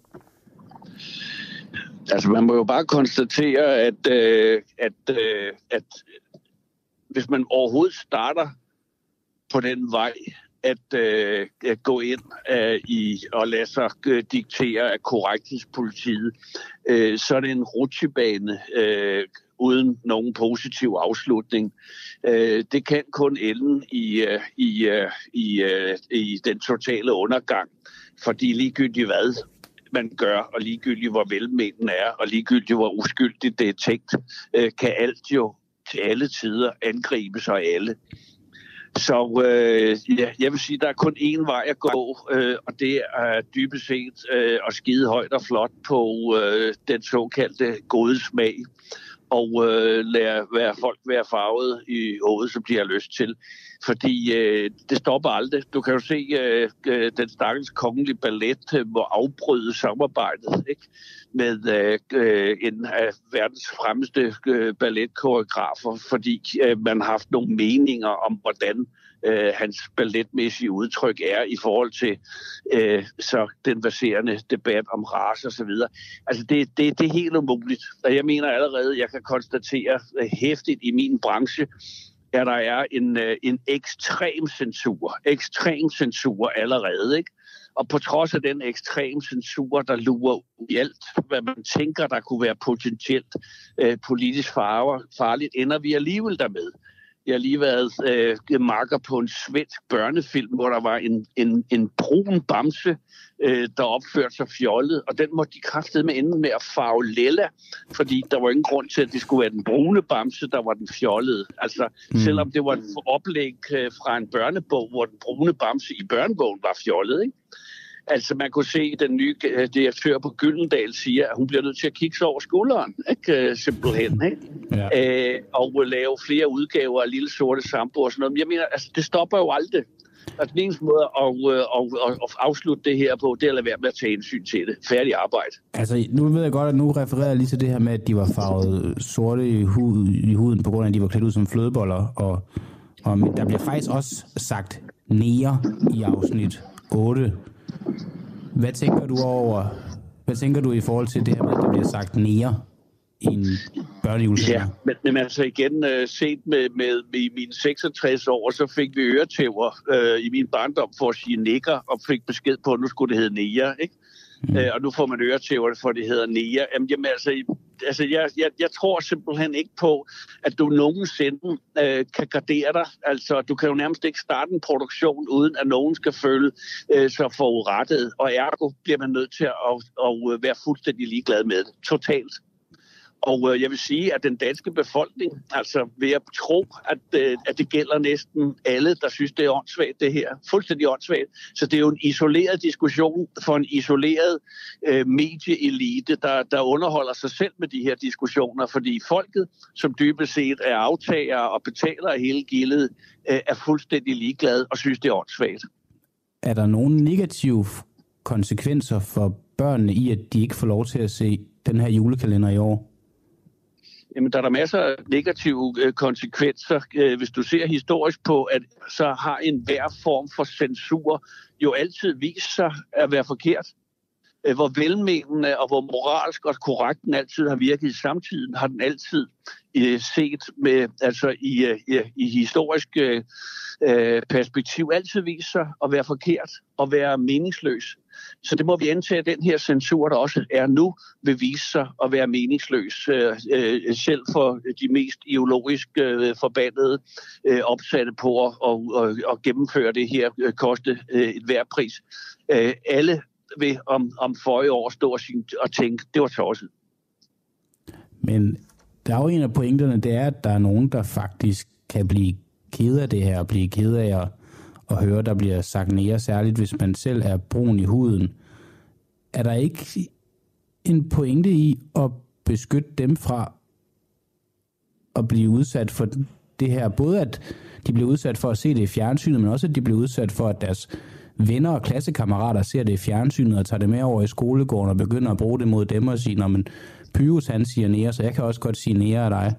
Altså, man må jo bare konstatere, at, øh, at, øh, at hvis man overhovedet starter på den vej, at, øh, at gå ind øh, i og lade sig øh, diktere af korrekthedspolitiet, øh, så er det en rutsjebane øh, uden nogen positiv afslutning. Øh, det kan kun ende i, øh, i, øh, i, øh, i den totale undergang, fordi ligegyldigt hvad man gør, og ligegyldigt hvor velmenen er, og ligegyldigt hvor uskyldigt det er tænkt, øh, kan alt jo til alle tider angribe sig alle. Så øh, ja, jeg vil sige, at der er kun én vej at gå, øh, og det er dybest set øh, at skide højt og flot på øh, den såkaldte gode smag, og øh, lade være, folk være farvet i hovedet, som de har lyst til. Fordi øh, det stopper aldrig. Du kan jo se, øh, den stakkels kongelige ballet øh, må afbryde samarbejdet, ikke? Med øh, en af verdens fremmeste øh, balletkoreografer, fordi øh, man har haft nogle meninger om, hvordan øh, hans balletmæssige udtryk er i forhold til øh, så den verserende debat om race og så videre. Altså det, det, det er helt umuligt. Og jeg mener allerede, jeg kan konstatere øh, hæftigt i min branche, at der er en, en ekstrem censur. Ekstrem censur allerede, ikke? Og på trods af den ekstrem censur, der lurer i alt, hvad man tænker, der kunne være potentielt øh, politisk farver, farligt, ender vi alligevel dermed. Jeg har lige været øh, marker på en svensk børnefilm, hvor der var en, en, en brun bamse, øh, der opførte sig fjollet, og den måtte de kraftedeme ende med at farve lilla, fordi der var ingen grund til, at det skulle være den brune bamse, der var den fjollede. Altså, mm. selvom det var et oplæg øh, fra en børnebog, hvor den brune bamse i børnebogen var fjollet, ikke? Altså, man kunne se, at den nye direktør på Gyldendal siger, at hun bliver nødt til at kigge sig over skulderen, ikke? Simpelthen, ikke? Ja. Æ, og lave flere udgaver af Lille Sorte Sambo og sådan noget. Men jeg mener, altså, det stopper jo aldrig. Altså, den eneste måde at, at, at, at afslutte det her på, det er at lade være med at tage hensyn til det. Færdig arbejde. Altså, nu ved jeg godt, at nu refererer jeg lige til det her med, at de var farvet sorte i, hud, i huden, på grund af, at de var klædt ud som flødeboller. Og, og der bliver faktisk også sagt neger i afsnit otte. Hvad tænker du over, hvad tænker du i forhold til det her med, at der bliver sagt neger i en børnejulekalender? Ja, men, men altså igen, uh, set med, med, med mine seksogtres år, så fik vi øretæver uh, i min barndom for at sige nigger, og fik besked på, at nu skulle det hedde neger, ikke? Mm. Uh, og nu får man øretæver, for det hedder neger. Jamen, jamen altså, altså jeg, jeg, jeg tror simpelthen ikke på, at du nogensinde uh, kan gardere dig. Altså, du kan jo nærmest ikke starte en produktion, uden at nogen skal føle uh, sig forurettet. Og ergo bliver man nødt til at, at, at være fuldstændig ligeglad med det. Totalt. Og øh, jeg vil sige, at den danske befolkning, altså ved at tro, at, øh, at det gælder næsten alle, der synes, det er åndssvagt det her. Fuldstændig åndssvagt. Så det er jo en isoleret diskussion for en isoleret øh, medieelite, der, der underholder sig selv med de her diskussioner. Fordi folket, som dybest set er aftagere og betaler af hele gildet, øh, er fuldstændig ligeglade og synes, det er åndssvagt. Er der nogle negative konsekvenser for børnene i, at de ikke får lov til at se den her julekalender i år? Jamen, der er der masser af negative øh, konsekvenser. Øh, hvis du ser historisk på, at så har en hver form for censur jo altid vist sig at være forkert. Øh, hvor velmenende og hvor moralsk og korrekt den altid har virket i samtiden, har den altid øh, set med, altså i, øh, i historisk øh, perspektiv, altid vist sig at være forkert og være meningsløs. Så det må vi antage, at den her censur, der også er nu, vil vise sig at være meningsløs, øh, øh, selv for de mest ideologisk øh, forbandede øh, opsatte på at og, og, og gennemføre det her, øh, koste øh, et hver pris. Øh, alle vil om, om forrige år stå og, og tænke, det var tosset. Men der er jo en af pointerne, det er, at der er nogen, der faktisk kan blive ked af det her, og blive ked af at og høre, der bliver sagt neger, særligt hvis man selv er brun i huden. Er der ikke en pointe i at beskytte dem fra at blive udsat for det her? Både at de bliver udsat for at se det i fjernsynet, men også at de bliver udsat for, at deres venner og klassekammerater ser det i fjernsynet og tager det med over i skolegården og begynder at bruge det mod dem og sige, når man Pyrus han siger nære, så jeg kan også godt sige nære af dig.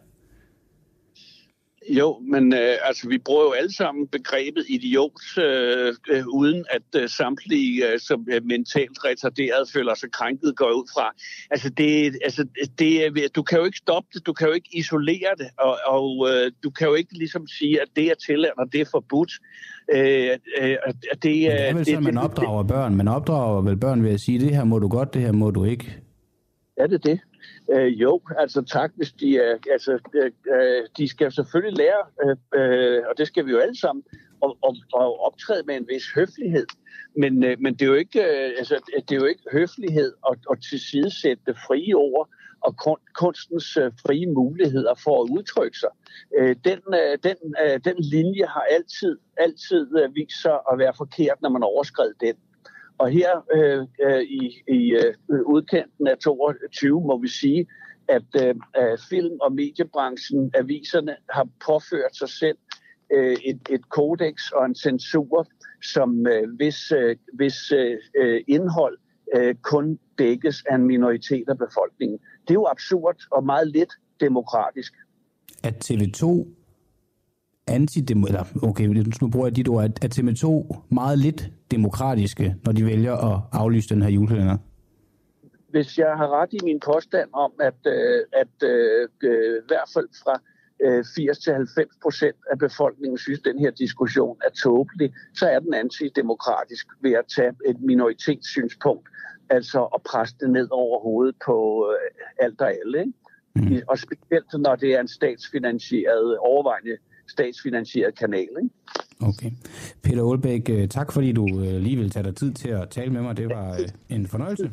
Jo, men øh, altså vi bruger jo alle sammen begrebet idiot, øh, øh, uden at øh, samtlige øh, som er mentalt retarderet føler sig krænket, går ud fra. Altså, det, altså det, du kan jo ikke stoppe det, du kan jo ikke isolere det, og, og øh, du kan jo ikke ligesom sige, at det er tilladt, og det er forbudt. Øh, øh, det, det er vel sådan, man opdrager børn. Man opdrager vel børn ved at sige, det her må du godt, det her må du ikke. Er det det? Øh, jo, altså tak, hvis de er, altså, øh, de skal selvfølgelig lære, øh, og det skal vi jo alle sammen, at, at, at optræde med en vis høflighed. Men, øh, men det er jo ikke, øh, altså, det er jo ikke høflighed at, at tilsidesætte frie ord og kunstens øh, frie muligheder for at udtrykke sig. Øh, den, øh, den, øh, den linje har altid, altid øh, vist sig at være forkert, når man overskred den. Og her øh, øh, i, i øh, udkanten af toogtyve må vi sige, at øh, film- og mediebranchen, aviserne, har påført sig selv øh, et, et kodex og en censur, som øh, hvis, øh, hvis øh, indhold øh, kun dækkes af en minoritet af befolkningen. Det er jo absurd og meget lidt demokratisk. At T V to antidemo, eller okay, nu bruger jeg dit ord, at T V to meget lidt demokratiske, når de vælger at aflyse den her julekalender? Hvis jeg har ret i min påstand om, at, øh, at øh, øh, i hvert fald fra øh, firs til halvfems procent af befolkningen synes, at den her diskussion er tåbelig, så er den antidemokratisk ved at tage et minoritetssynspunkt, altså at presse det ned over hovedet på øh, alt og alle. Ikke? Mm. Og specielt når det er en statsfinansieret, overvejende statsfinansieret kanal. Ikke? Okay. Peter Aalbæk, tak fordi du lige ville tage dig tid til at tale med mig. Det var en fornøjelse.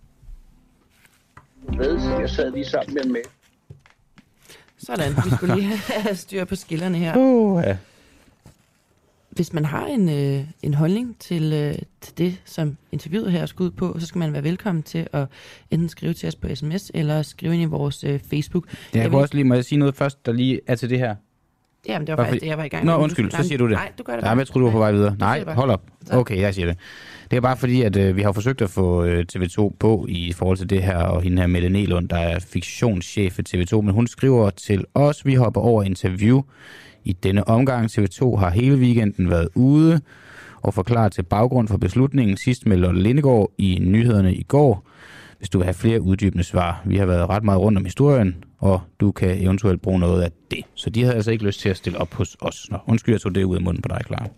Jeg sad lige sammen med en mail. Sådan, vi skulle lige have styr på skillerne her. Uh, ja. Hvis man har en, øh, en holdning til, øh, til det, som interviewet her skal ud på, så skal man være velkommen til at enten skrive til os på sms, eller skrive ind i vores øh, Facebook. Ja, jeg, jeg vil også lige, må jeg sige noget først, der lige er til det her? Jamen, det var faktisk det, jeg var i gang med. Nå, undskyld, så siger du det. Nej, du gør det bare. Ja, men jeg tror, du var på vej videre. Nej, hold op. Okay, jeg siger det. Det er bare fordi, at øh, vi har forsøgt at få øh, T V to på i forhold til det her, og hende her Mette Nelund, der er fiktionschef for T V to, men hun skriver til os, vi hopper over interview i denne omgang. T V to har hele weekenden været ude og forklaret til baggrund for beslutningen sidst med Lotte Lindegaard i nyhederne i går. Hvis du vil have flere uddybende svar. Vi har været ret meget rundt om historien, og du kan eventuelt bruge noget af det. Så de havde altså ikke lyst til at stille op hos os. Nå, undskyld, jeg tog det ud af munden på dig, Clara.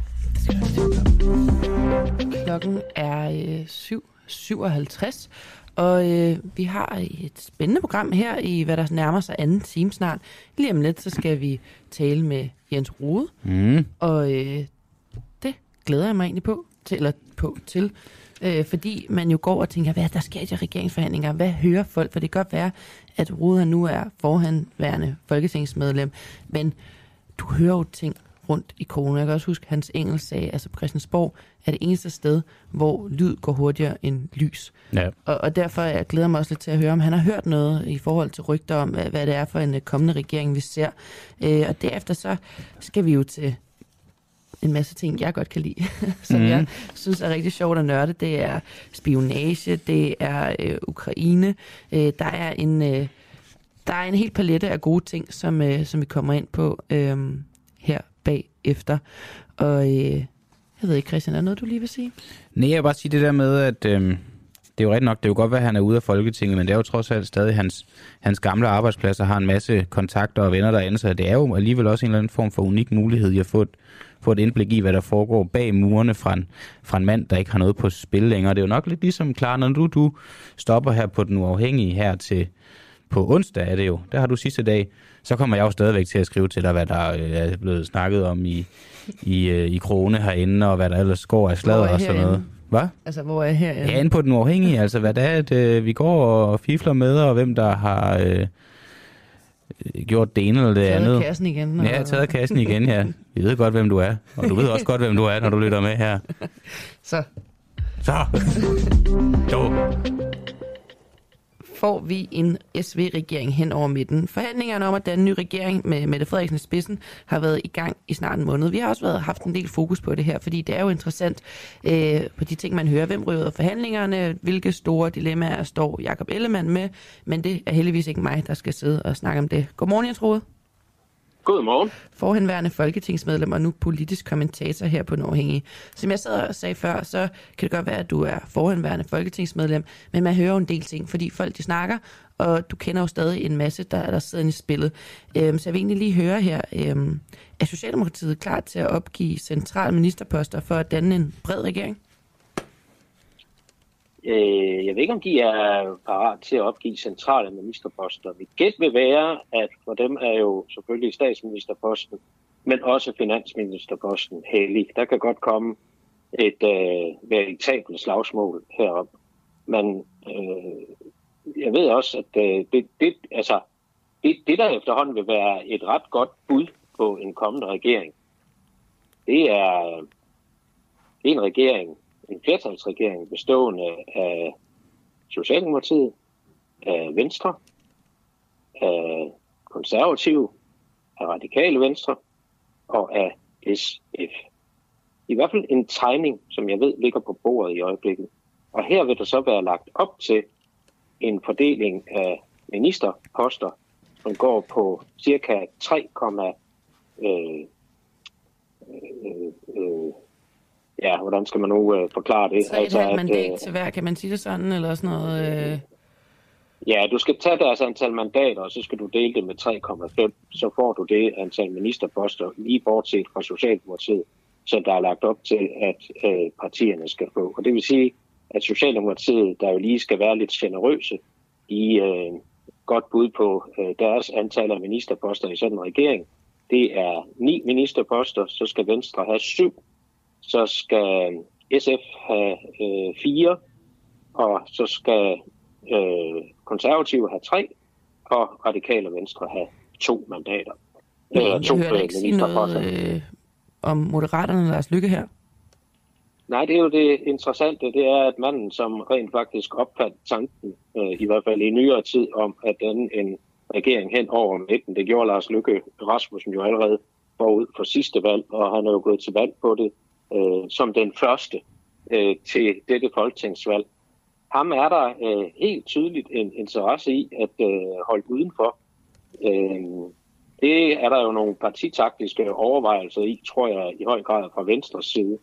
Klokken er øh, syv syvoghalvtreds, og øh, vi har et spændende program her i, hvad der nærmer sig anden time snart. Lige om lidt, så skal vi tale med Jens Rohde, mm. og øh, det glæder jeg mig egentlig på til. Eller på, til øh, fordi man jo går og tænker, hvad der sker i de regeringsforhandlinger, hvad hører folk, for det kan godt være, at Rohde nu er forhenværende folketingsmedlem, men du hører jo ting rundt i kronen. Jeg kan også huske, at Hans Engel sagde, altså på Christiansborg er det eneste sted, hvor lyd går hurtigere end lys. Ja. Og, og derfor jeg glæder mig også lidt til at høre, om han har hørt noget i forhold til rygter om, hvad, hvad det er for en kommende regering, vi ser. Øh, og derefter så skal vi jo til en masse ting, jeg godt kan lide, som mm. jeg synes er rigtig sjovt at nørde. Det er spionage, det er øh, Ukraine. Øh, der er en øh, der er en hel palette af gode ting, som, øh, som vi kommer ind på øh, her bagefter. Og øh, jeg ved ikke, Christian, er der noget, du lige vil sige? Nej, jeg vil bare sige det der med, at øh, det er jo rigtigt nok, det er jo godt være, at han er ude af Folketinget, men det er jo trods alt stadig hans, hans gamle arbejdspladser, har en masse kontakter og venner derinde, så det er jo alligevel også en eller anden form for unik mulighed i at få et, få et indblik i, hvad der foregår bag murene fra en, fra en mand, der ikke har noget på spil længere. Det er jo nok lidt ligesom, klar, når du, du stopper her på Den Uafhængige her til på onsdag, er det jo, der har du sidste dag, så kommer jeg jo stadigvæk til at skrive til dig, hvad der er blevet snakket om i, i, i Krone herinde, og hvad der ellers går af sladder og sådan noget. Hvad? Altså, hvor er jeg her? Ja, inde på Den Uafhængige, altså hvad det er, at øh, vi går og fifler med, og hvem der har øh, gjort det ene eller det taget andet. Taget kassen igen. Og... Ja, taget kassen igen, ja. Vi ved godt, hvem du er, og du ved også godt, hvem du er, når du lytter med her. Så. Så. Jo. får vi en S V-regering hen over midten. Forhandlingerne om at danne en ny regering med Mette Frederiksen i spidsen har været i gang i snart en måned. Vi har også været, haft en del fokus på det her, fordi det er jo interessant øh, på de ting, man hører. Hvem ryger forhandlingerne? Hvilke store dilemmaer står Jakob Ellemann med? Men det er heldigvis ikke mig, der skal sidde og snakke om det. Godmorgen, Jens Rohde. Godmorgen. Forhenværende folketingsmedlem og nu politisk kommentator her på Den Uafhængige. Som jeg sad og sagde før, så kan det godt være, at du er forhenværende folketingsmedlem, men man hører jo en del ting, fordi folk de snakker, og du kender jo stadig en masse, der, der sidder i spillet. Øhm, så jeg vil egentlig lige høre her, øhm, er Socialdemokratiet klar til at opgive centrale ministerposter for at danne en bred regering? Jeg ved ikke, om de er parat til at opgive centrale ministerposter. Mit gæt vil være, at for dem er jo selvfølgelig statsministerposten, men også finansministerposten hellig. Der kan godt komme et øh, veritabelt slagsmål herop. Men øh, jeg ved også, at øh, det, det, altså, det, det, der efterhånden vil være et ret godt bud på en kommende regering, det er, det er en regering, en flertalsregering bestående af Socialdemokratiet, af Venstre, af Konservative, af Radikale Venstre og af S F. I hvert fald en tegning, som jeg ved ligger på bordet i øjeblikket. Og her vil der så være lagt op til en fordeling af ministerposter, som går på cirka tre, øh, øh, øh, ja, hvordan skal man nu øh, forklare det? tre komma fem mandat øh, til hver, kan man sige det sådan, eller sådan noget? Øh... Ja, du skal tage deres antal mandater, og så skal du dele det med tre komma fem, så får du det antal ministerposter, lige bortset fra Socialdemokratiet, så der er lagt op til, at øh, partierne skal få. Og det vil sige, at Socialdemokratiet, der jo lige skal være lidt generøse, i øh, godt bud på øh, deres antal af ministerposter i sådan en regering. Det er ni ministerposter, så skal Venstre have syv, så skal S F have øh, fire, og så skal øh, Konservative have tre, og Radikale Venstre have to mandater. Men jeg to, hører ikke sige noget øh, om Moderaterne Lars Løkke her. Nej, det er jo det interessante, det er, at manden, som rent faktisk opfandt tanken, øh, i hvert fald i nyere tid, om at den en regering hen over midten, det gjorde Lars Løkke Rasmussen jo allerede forud for sidste valg, og han er jo gået til valg på det øh, som den første øh, til dette folketingsvalg. Ham er der øh, helt tydeligt en interesse i at øh, holde udenfor. Øh, det er der jo nogle partitaktiske overvejelser i, tror jeg, i høj grad fra Venstres side.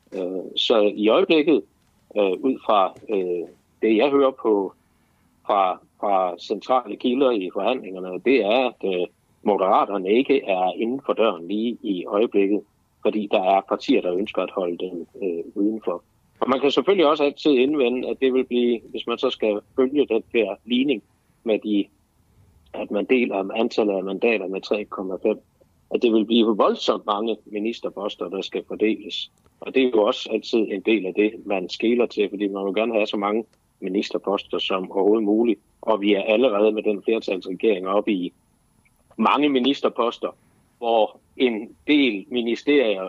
Så i øjeblikket, øh, ud fra øh, det, jeg hører på fra, fra centrale kilder i forhandlingerne, det er, at øh, Moderaterne ikke er inden for døren lige i øjeblikket, fordi der er partier, der ønsker at holde dem øh, udenfor. Og man kan selvfølgelig også altid indvende, at det vil blive, hvis man så skal følge den der ligning med de, at man deler antallet af mandater med tre komma fem, at det vil blive voldsomt mange ministerposter, der skal fordeles. Og det er jo også altid en del af det, man skeler til, fordi man vil gerne have så mange ministerposter som overhovedet muligt. Og vi er allerede med den flertalsregering oppe i mange ministerposter, hvor en del ministerier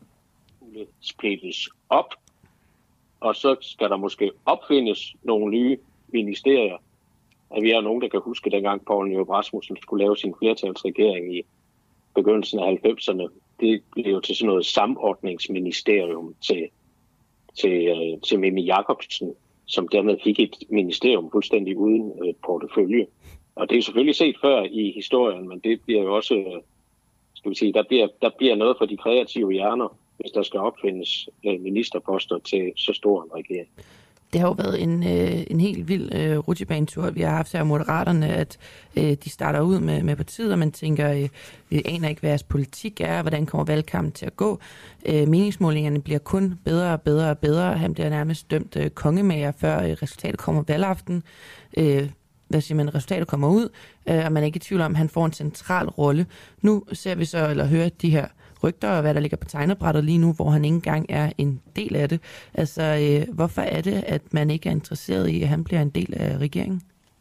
splittes op, og så skal der måske opfindes nogle nye ministerier. Og vi er nogen, der kan huske, dengang Poul Nyrup Rasmussen skulle lave sin flertalsregering i begyndelsen af halvfemserne. Det blev jo til sådan noget samordningsministerium til, til, uh, til Mimi Jakobsen, som dermed fik et ministerium fuldstændig uden uh, portefølje. Og det er selvfølgelig set før i historien, men det bliver jo også, uh, skal vi sige, der bliver, der bliver noget for de kreative hjerner, hvis der skal opfindes uh, ministerposter til så stor en regering. Det har jo været en, øh, en helt vild øh, rutsjebanetur, vi har haft her af Moderaterne, at øh, de starter ud med, med partiet, og man tænker, øh, vi aner ikke, hvad jeres politik er, hvordan kommer valgkampen til at gå. Øh, meningsmålingerne bliver kun bedre og bedre og bedre. Han bliver nærmest dømt øh, kongemager, før øh, resultatet kommer valgaften. Øh, hvad siger man, resultatet kommer ud, øh, og man er ikke i tvivl om, at han får en central rolle. Nu ser vi så, eller hører de her rygter og hvad der ligger på tegnebrættet lige nu, hvor han ikke engang er en del af det. Altså, øh, hvorfor er det, at man ikke er interesseret i, at han bliver en del af regeringen?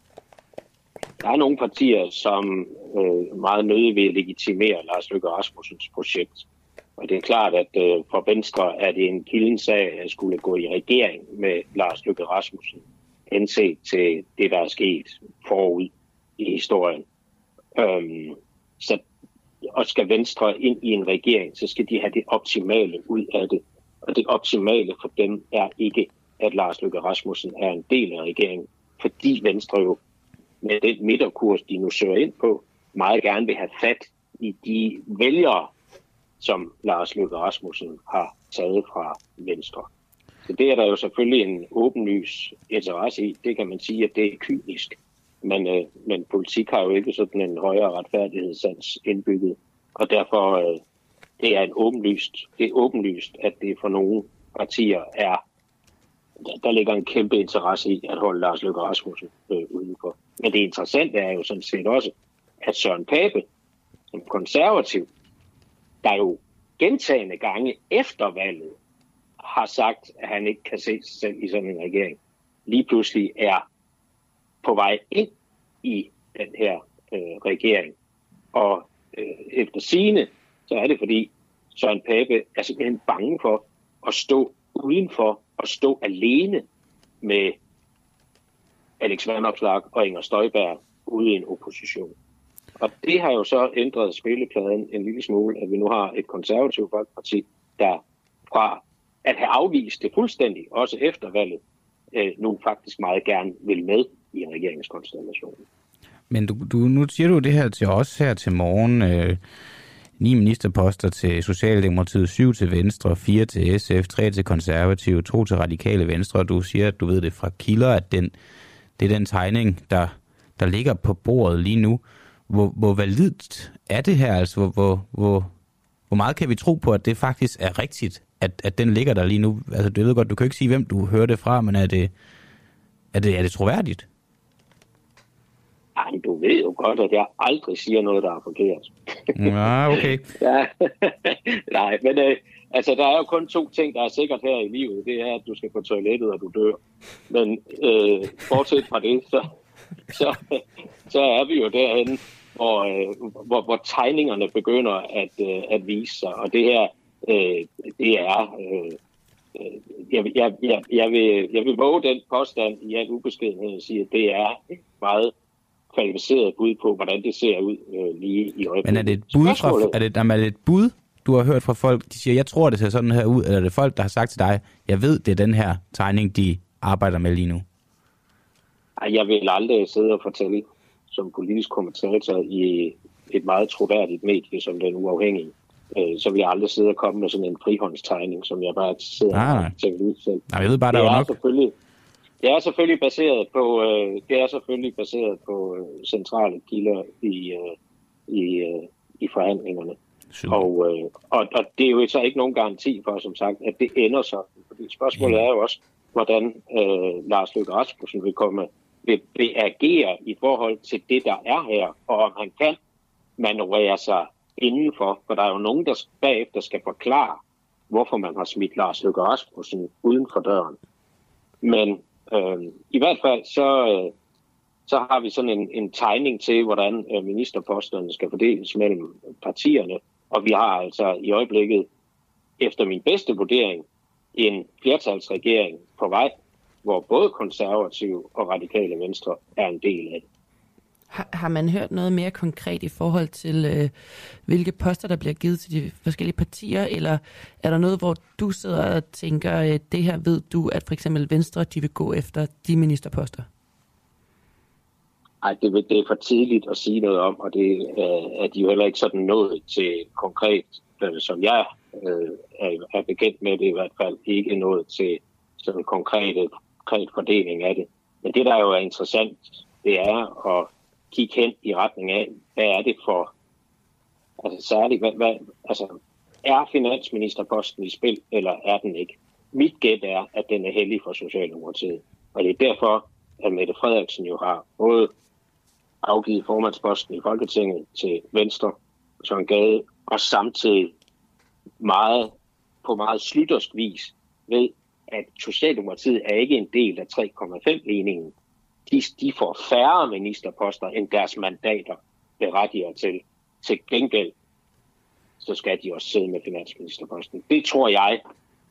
Der er nogle partier, som øh, meget nødig vil legitimere Lars Løkke Rasmussens projekt. Og det er klart, at øh, for Venstre er det en kildens sag at skulle gå i regering med Lars Løkke Rasmussen. henset til det, der er sket forud i historien. Øhm, så, og skal Venstre ind i en regering, så skal de have det optimale ud af det. Og det optimale for dem er ikke, at Lars Løkke Rasmussen er en del af regeringen, fordi Venstre jo med den midterkurs, de nu søger ind på, meget gerne vil have fat i de vælgere, som Lars Løkke Rasmussen har taget fra Venstre. Så det er der jo selvfølgelig en åbenlys interesse i. Det kan man sige, at det er kynisk. Men, øh, men politik har jo ikke sådan en højere retfærdighedssans indbygget. Og derfor øh, det er en åbenlyst, det er åbenlyst, at det for nogle partier er, der, der ligger en kæmpe interesse i at holde Lars Løkke Rasmussen øh, udenfor. Men det interessante er jo sådan set også, at Søren Pape, som konservativ, der jo gentagne gange efter valget har sagt, at han ikke kan se sig selv i sådan en regering, lige pludselig er på vej ind i den her øh, regering. Og øh, efter sigende, så er det fordi Søren Pape er simpelthen bange for at stå udenfor og stå alene med Alex Vanopslagh og Inger Støjberg ude i en opposition. Og det har jo så ændret spillepladen en lille smule, at vi nu har et konservativt folkeparti, der fra at have afvist det fuldstændig, også efter valget, øh, nu faktisk meget gerne vil med i en regeringskonstellation. Men du, du, nu siger du det her til os her til morgen. Øh, ni ministerposter til Socialdemokratiet, syv til Venstre, fire til S F, tre til Konservative, to til Radikale Venstre. Og du siger, at du ved det fra kilder, at den, det er den tegning, der, der ligger på bordet lige nu. Hvor, hvor validt er det her? Altså, hvor, hvor, hvor, hvor meget kan vi tro på, at det faktisk er rigtigt, at, at den ligger der lige nu? Altså, du ved godt, du kan ikke sige, hvem du hører det fra, men er det, er det, er det troværdigt? Ej, du ved jo godt, at jeg aldrig siger noget, der er forkert. Ja, okay. Ja, nej, men øh, altså, der er jo kun to ting, der er sikkert her i livet. Det er, at du skal på toilettet, og du dør. Men øh, bortset fra det, så, så, så er vi jo derhen, hvor, øh, hvor, hvor tegningerne begynder at, øh, at vise sig. Og det her, øh, det er... Øh, jeg, jeg, jeg, jeg, vil, jeg vil våge den påstand i al ubeskedenhed og sige, at det er meget kvalificeret bud på, hvordan det ser ud øh, lige i øjeblikket. Men er det et bud fra, er det, er det et bud, du har hørt fra folk, de siger, jeg tror, det ser sådan her ud, eller er det folk, der har sagt til dig, jeg ved, det er den her tegning, de arbejder med lige nu? Ej, jeg vil aldrig sidde og fortælle som politisk kommentator i et meget troværdigt medie, som Den Uafhængige. Øh, så vil jeg aldrig sidde og komme med sådan en frihåndstegning, som jeg bare sidder ah, og tænker ud selv. Nej, jeg ved bare, der det er er nok. Selvfølgelig, det er selvfølgelig baseret på, øh, det er selvfølgelig baseret på øh, centrale kilder i, øh, i, øh, i forhandlingerne. Og, øh, og, og det er jo så ikke nogen garanti for, som sagt, at det ender så. Fordi spørgsmålet er jo også, hvordan øh, Lars Løkke Rasmussen vil komme, vil, vil agere i forhold til det, der er her, og om han kan manøvrere sig indenfor, for der er jo nogen, der bagefter skal forklare, hvorfor man har smidt Lars Løkke Rasmussen uden for døren. Men øh, i hvert fald så, øh, så har vi sådan en, en tegning til, hvordan øh, ministerposterne skal fordeles mellem partierne, og vi har altså i øjeblikket, efter min bedste vurdering, en flertalsregering på vej, hvor både konservative og radikale venstre er en del af det. Har, har man hørt noget mere konkret i forhold til, øh, hvilke poster, der bliver givet til de forskellige partier, eller er der noget, hvor du sidder og tænker, øh, det her ved du, at for eksempel Venstre, de vil gå efter de ministerposter? Nej, det, det er for tidligt at sige noget om, og det øh, er de jo heller ikke sådan nået til konkret, øh, som jeg øh, er, er bekendt med, det i hvert fald ikke nået til sådan en konkret, konkret fordeling af det. Men det, der jo er interessant, det er at kigge hen i retning af, hvad er det for, altså særligt, hvad, hvad, altså, er finansministerposten i spil, eller er den ikke? Mit gæt er, at den er hellig for Socialdemokratiet. Og det er derfor, at Mette Frederiksen jo har både afgivet formandsposten i Folketinget til Venstre, Søren Gade, og samtidig meget, på meget slyttersk vis ved, at Socialdemokratiet er ikke en del af tre komma fem-ligningen. De, de får færre ministerposter, end deres mandater berettiger til. Til gengæld, så skal de også sidde med finansministerposten. Det tror jeg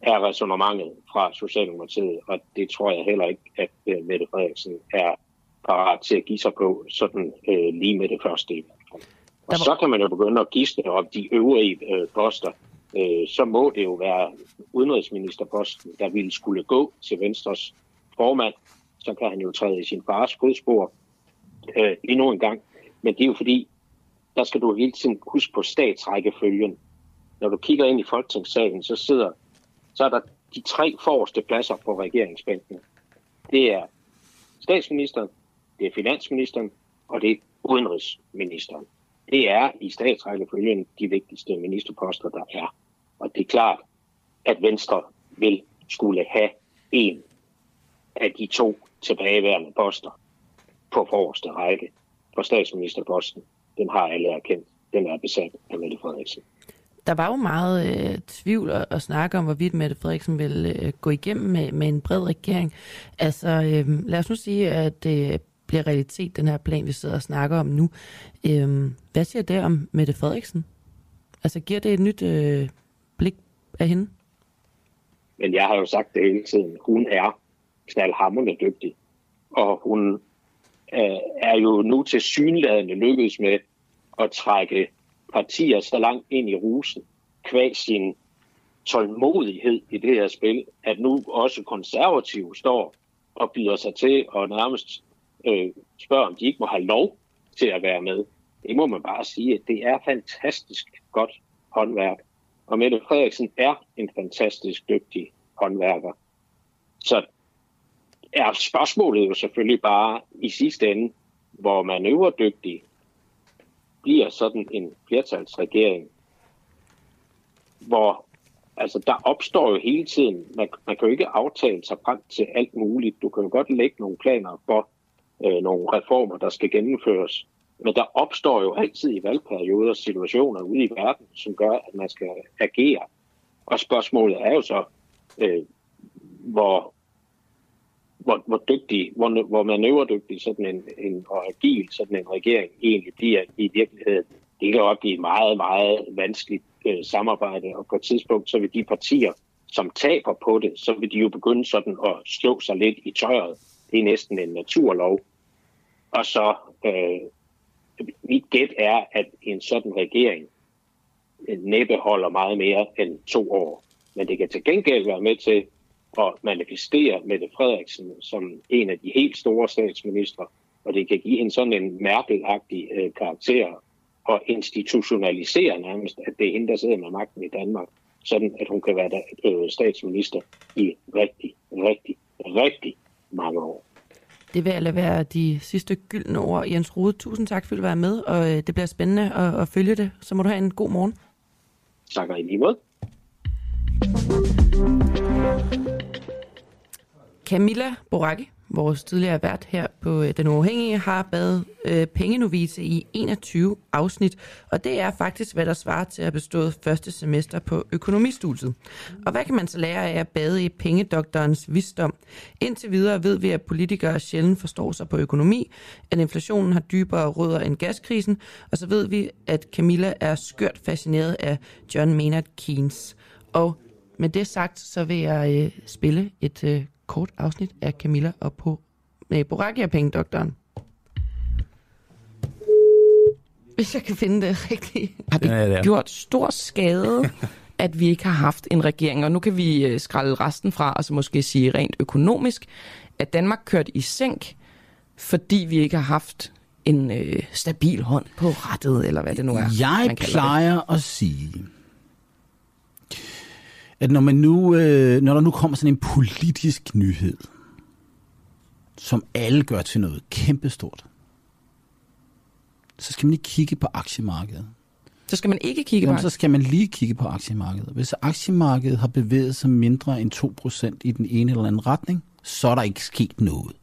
er ræsonnementet fra Socialdemokratiet, og det tror jeg heller ikke, at uh, Mette Frederiksen er parat til at give sig på sådan uh, lige med det første. Og var... så kan man jo begynde at gisne om de øvrige uh, poster. Uh, så må det jo være udenrigsministerposten, der ville skulle gå til Venstres formand. Så kan han jo træde i sin fars fodspor uh, endnu en gang. Men det er jo fordi, der skal du hele tiden huske på statsrækkefølgen. Når du kigger ind i Folketingssalen, så sidder så er der de tre forreste pladser på regeringsbænken. Det er statsministeren, det er finansministeren, og det er udenrigsministeren. Det er i statsrækkefølgen de vigtigste ministerposter, der er. Og det er klart, at Venstre vil skulle have en af de to tilbageværende poster på forreste række. For statsministerposten, den har alle erkendt, den er besat af Mette Frederiksen. Der var jo meget øh, tvivl og, og snakke om, hvorvidt Mette Frederiksen vil øh, gå igennem med, med en bred regering. Altså, øh, lad os nu sige, at det bliver realitet, den her plan, vi sidder og snakker om nu. Øh, hvad siger det om Mette Frederiksen? Altså, giver det et nyt øh, blik af hende? Men jeg har jo sagt det hele tiden. Hun er knaldhamrende dygtig, og hun øh, er jo nu til synlædende lykkedes med at trække partier så langt ind i rusen, kvæg sin tålmodighed i det her spil, at nu også konservative står og byder sig til og nærmest øh, spørger, om de ikke må have lov til at være med. Det må man bare sige, at det er fantastisk godt håndværk. Og Mette Frederiksen er en fantastisk dygtig håndværker. Så er spørgsmålet jo selvfølgelig bare i sidste ende, hvor manøvredygtig bliver sådan en flertalsregering, hvor altså, der opstår jo hele tiden, man, man kan jo ikke aftale sig frem til alt muligt. Du kan jo godt lægge nogle planer for øh, nogle reformer, der skal gennemføres. Men der opstår jo altid i valgperioder situationer ude i verden, som gør, at man skal agere. Og spørgsmålet er jo så, øh, hvor, hvor, hvor dygtig, hvor, hvor manøvredygtig sådan en, en, og agil sådan en regering egentlig bliver i virkeligheden. Det kan jo blive meget, meget vanskeligt øh, samarbejde, og på et tidspunkt, så vil de partier, som taber på det, så vil de jo begynde sådan at slå sig lidt i tøjet. Det er næsten en naturlov. Og så øh, mit gæt er, at en sådan regering næppe holder meget mere end to år. Men det kan til gengæld være med til at manifestere Mette Frederiksen som en af de helt store statsministre, og det kan give hende sådan en Merkel-agtig øh, karakter og institutionalisere nærmest, at det er hende, der sidder med magten i Danmark, sådan at hun kan være der, øh, statsminister i rigtig, rigtig, rigtig mange år. Det vil alle være de sidste gyldne ord. Jens Rohde, tusind tak for at være med, og øh, det bliver spændende at, at følge det. Så må du have en god morgen. Tak og i lige måde. Camilla Boracchi, vores tidligere vært her på Den Uafhængige, har været øh, pengenovise i enogtyve afsnit, og det er faktisk, hvad der svarer til at have bestået første semester på økonomistudiet. Og hvad kan man så lære af at bade i pengedoktorens visdom? Indtil videre ved vi, at politikere sjældent forstår sig på økonomi, at inflationen har dybere rødder end gaskrisen, og så ved vi, at Camilla er skørt fascineret af John Maynard Keynes. Og med det sagt, så vil jeg øh, spille et øh, kort afsnit af Camilla og på med Boracchi og pengedoktoren. Hvis jeg kan finde det rigtigt. Har det ja, ja. gjort stor skade, at vi ikke har haft en regering? Og nu kan vi skralde resten fra, og så måske sige rent økonomisk, at Danmark kørte i sænk, fordi vi ikke har haft en øh, stabil hånd på rattet, eller hvad det nu er. Jeg plejer det. at sige, at når, man nu, øh, når der nu kommer sådan en politisk nyhed, som alle gør til noget kæmpestort, så skal man ikke kigge på aktiemarkedet. Så skal man ikke kigge Jamen, på så skal man lige kigge på aktiemarkedet. Hvis aktiemarkedet har bevæget sig mindre end to procent i den ene eller anden retning, så er der ikke sket noget.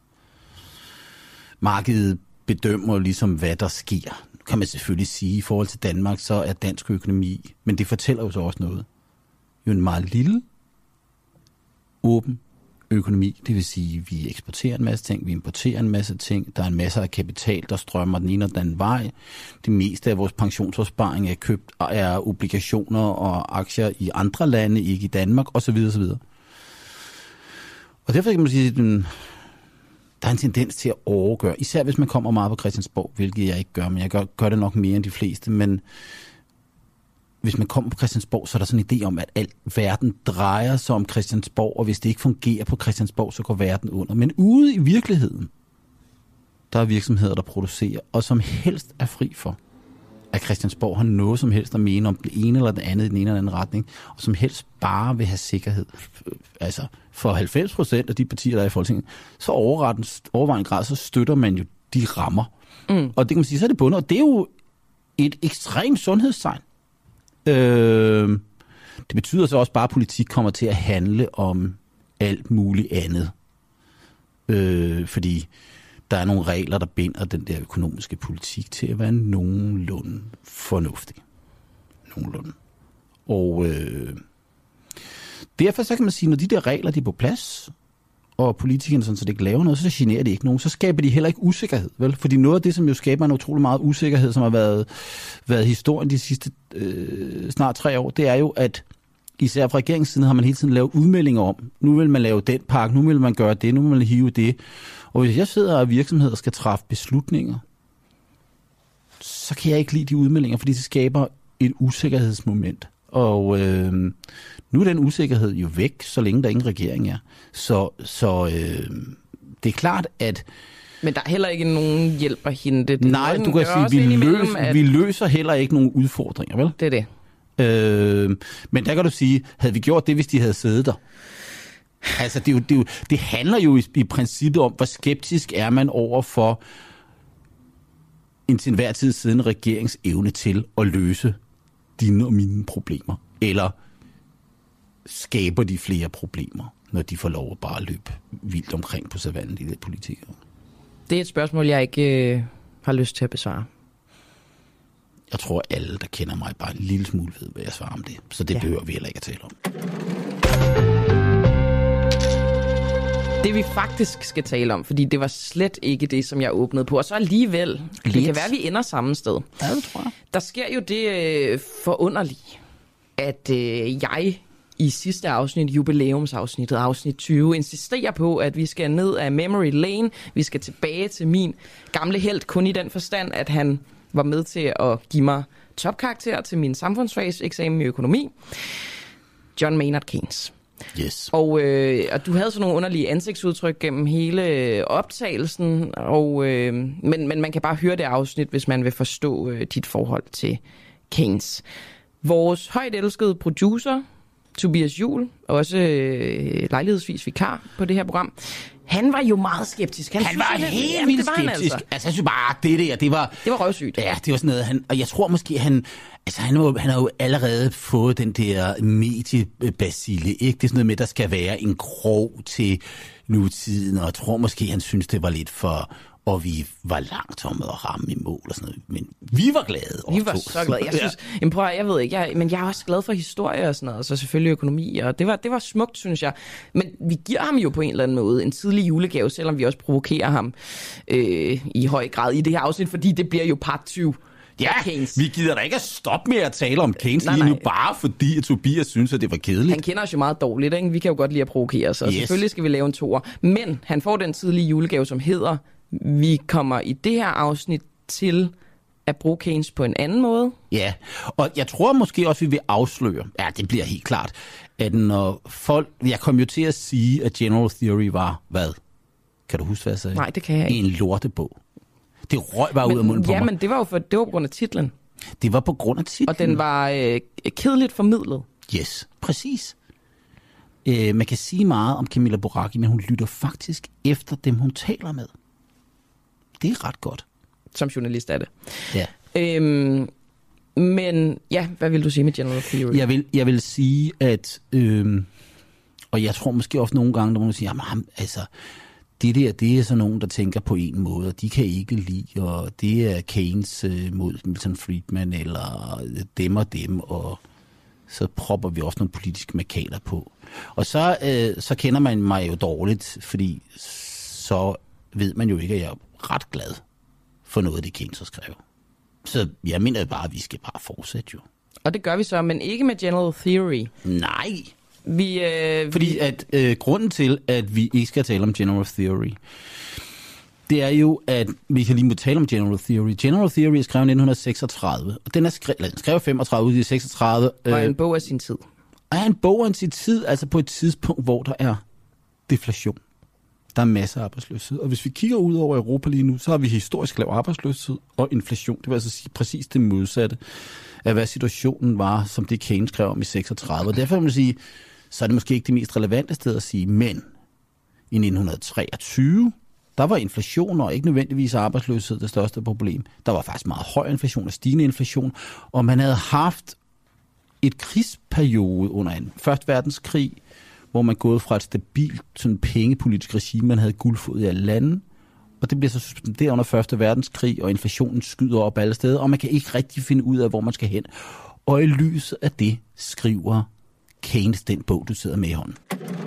Markedet bedømmer ligesom, hvad der sker. Nu kan man selvfølgelig sige, i forhold til Danmark, så er dansk økonomi, men det fortæller jo så også noget. Jo en meget lille, åben økonomi, det vil sige, at vi eksporterer en masse ting, vi importerer en masse ting, der er en masse af kapital, der strømmer den ene og den anden vej. Det meste af vores pensionsopsparing er købt af obligationer og aktier i andre lande, ikke i Danmark, osv. osv. Og derfor kan man sige, at den, der er en tendens til at overgøre, især hvis man kommer meget på Christiansborg, hvilket jeg ikke gør, men jeg gør, gør det nok mere end de fleste, men hvis man kommer på Christiansborg, så er der sådan en idé om, at al verden drejer sig om Christiansborg, og hvis det ikke fungerer på Christiansborg, så går verden under. Men ude i virkeligheden, der er virksomheder, der producerer, og som helst er fri for, at Christiansborg har noget som helst at mene om det ene eller det andet i den ene eller anden retning, og som helst bare vil have sikkerhed. Altså, for halvfems procent af de partier, der er i Folketinget, så overvejende grad, så støtter man jo de rammer. Mm. Og det kan man sige, så er det bundet, og det er jo et ekstremt sundhedstegn. Øh, det betyder så også bare, at politik kommer til at handle om alt muligt andet. Øh, fordi der er nogle regler, der binder den der økonomiske politik til at være nogenlunde fornuftig. Nogenlunde. Og øh, derfor så kan man sige, når de der regler de er på plads, og politikerne sådan, så det ikke laver noget, så generer det ikke nogen. Så skaber de heller ikke usikkerhed, vel? Fordi noget af det, som jo skaber en utrolig meget usikkerhed, som har været, været historien de sidste øh, snart tre år, det er jo, at især fra regeringssiden har man hele tiden lavet udmeldinger om, nu vil man lave den pakke, nu vil man gøre det, nu vil man hive det. Og hvis jeg sidder og virksomheder skal træffe beslutninger, så kan jeg ikke lide de udmeldinger, fordi det skaber et usikkerhedsmoment. Og øh, nu er den usikkerhed jo væk, så længe der ingen regering er. Så, så øh, det er klart, at... Men der er heller ikke nogen hjælp at hente. Det nej, du kan sige, vi, løs, at... vi løser heller ikke nogen udfordringer, vel? Det er det. Øh, men der kan du sige, havde vi gjort det, hvis de havde siddet der? Altså, det, er jo, det, er jo, det handler jo i, i princippet om, hvor skeptisk er man over for en til enhver tid siden regerings evne til at løse dine og mine problemer, eller skaber de flere problemer, når de får lov at bare løbe vildt omkring på savannen, de der politikere? Det er et spørgsmål, jeg ikke øh, har lyst til at besvare. Jeg tror, alle, der kender mig, bare en lille smule ved, hvad jeg svarer om det. Så det ja. behøver vi heller ikke at tale om. Det vi faktisk skal tale om, fordi det var slet ikke det, som jeg åbnede på. Og så alligevel, Lidt. det kan være, at vi ender samme sted. Ja, det tror jeg. Der sker jo det øh, forunderlige, at øh, jeg i sidste afsnit, jubilæumsafsnittet, afsnit tyve, insisterer på, at vi skal ned af memory lane. Vi skal tilbage til min gamle helt, kun i den forstand, at han var med til at give mig topkarakter til min samfundsfagseksamen i økonomi. John Maynard Keynes. Yes. Og, øh, og du havde sådan nogle underlige ansigtsudtryk gennem hele optagelsen, og, øh, men, men man kan bare høre det afsnit, hvis man vil forstå øh, dit forhold til Keynes. Vores højt elskede producer, Tobias Juhl, også øh, lejlighedsvis vikar på det her program, han var jo meget skeptisk. Han, han var synes, helt ja, vildt skeptisk. Altså. altså, jeg synes bare, det der, det var... Det var røvsygt. Ja, det var sådan noget, han, og jeg tror måske, han... Altså, han, var, han har jo allerede fået den der mediebacille, ikke? Det er sådan noget med, der skal være en krog til nutiden, og jeg tror måske, han synes, det var lidt for... Og vi var langt om at ramme i mål og sådan noget. Men vi var glade. Vi var to. så glade. Jeg synes, ja. prøv, jeg ved ikke, jeg, men jeg er også glad for historie og sådan noget, og så selvfølgelig økonomi, og det var, det var smukt, synes jeg. Men vi giver ham jo på en eller anden måde en tidlig julegave, selvom vi også provokerer ham øh, i høj grad i det her afsnit, fordi det bliver jo part tyve. Ja, vi gider da ikke at stoppe med at tale om Keynes nej, lige nu, nej. bare fordi at Tobias synes, at det var kedeligt. Han kender os jo meget dårligt, ikke? Vi kan jo godt lide at provokere os, og yes. selvfølgelig skal vi lave en toer. Men han får den tidlige julegave, som hedder, vi kommer i det her afsnit til at bruge Keynes på en anden måde. Ja, og jeg tror måske også, vi vil afsløre, ja, det bliver helt klart, at når folk, jeg kom jo til at sige, at General Theory var, hvad? Kan du huske, hvad jeg sagde? Nej, det kan jeg ikke. En lortebog. Det røg bare men, ud af munden på ja, mig. Ja, men det var jo for, det var på grund af titlen. Det var på grund af titlen. Og den var øh, kedeligt formidlet. Yes, præcis. Øh, man kan sige meget om Camilla Boracchi, men hun lytter faktisk efter dem, hun taler med. Det er ret godt. Som journalist er det. Ja. Øhm, men ja, hvad vil du sige med General Theory? Jeg vil, jeg vil sige, at... Øhm, og jeg tror måske også nogle gange, der må sige, jamen altså... Det der, det er sådan nogen, der tænker på en måde, og de kan ikke lide, og det er Keynes øh, mod Milton Friedman, eller dem og dem, og så propper vi også nogle politiske markader på. Og så, øh, så kender man mig jo dårligt, fordi så ved man jo ikke, at jeg er ret glad for noget, det Keynes har skrevet. Så jeg mener bare, at vi skal bare fortsætte jo. Og det gør vi så, men ikke med general theory. Nej. Vi, øh, Fordi vi... at øh, grunden til, at vi ikke skal tale om general theory, det er jo, at vi kan lige må tale om general theory. General theory er skrevet i nitten seksogtredive, og den er skrevet, skrevet femogtredive ud i seksogtredive. Og øh, en bog af sin tid. Er en bog af sin tid, altså på et tidspunkt, hvor der er deflation. Der er masser af arbejdsløshed. Og hvis vi kigger ud over Europa lige nu, så har vi historisk lav arbejdsløshed og inflation. Det vil altså sige præcis det modsatte af, hvad situationen var, som det Keynes skrev om i seksogtredive. Og derfor vil man sige, så er det måske ikke det mest relevante sted at sige, men i nitten treogtyve, der var inflation og ikke nødvendigvis arbejdsløshed det største problem. Der var faktisk meget høj inflation og stigende inflation, og man havde haft et krigsperiode under en første verdenskrig, hvor man gået fra et stabilt sådan pengepolitisk regime, man havde guldfod i alle lande, og det bliver så suspenderet under første verdenskrig, og inflationen skyder op alle steder, og man kan ikke rigtig finde ud af, hvor man skal hen. Og i lyset af det skriver Keynes den bog, du sidder med i hånden.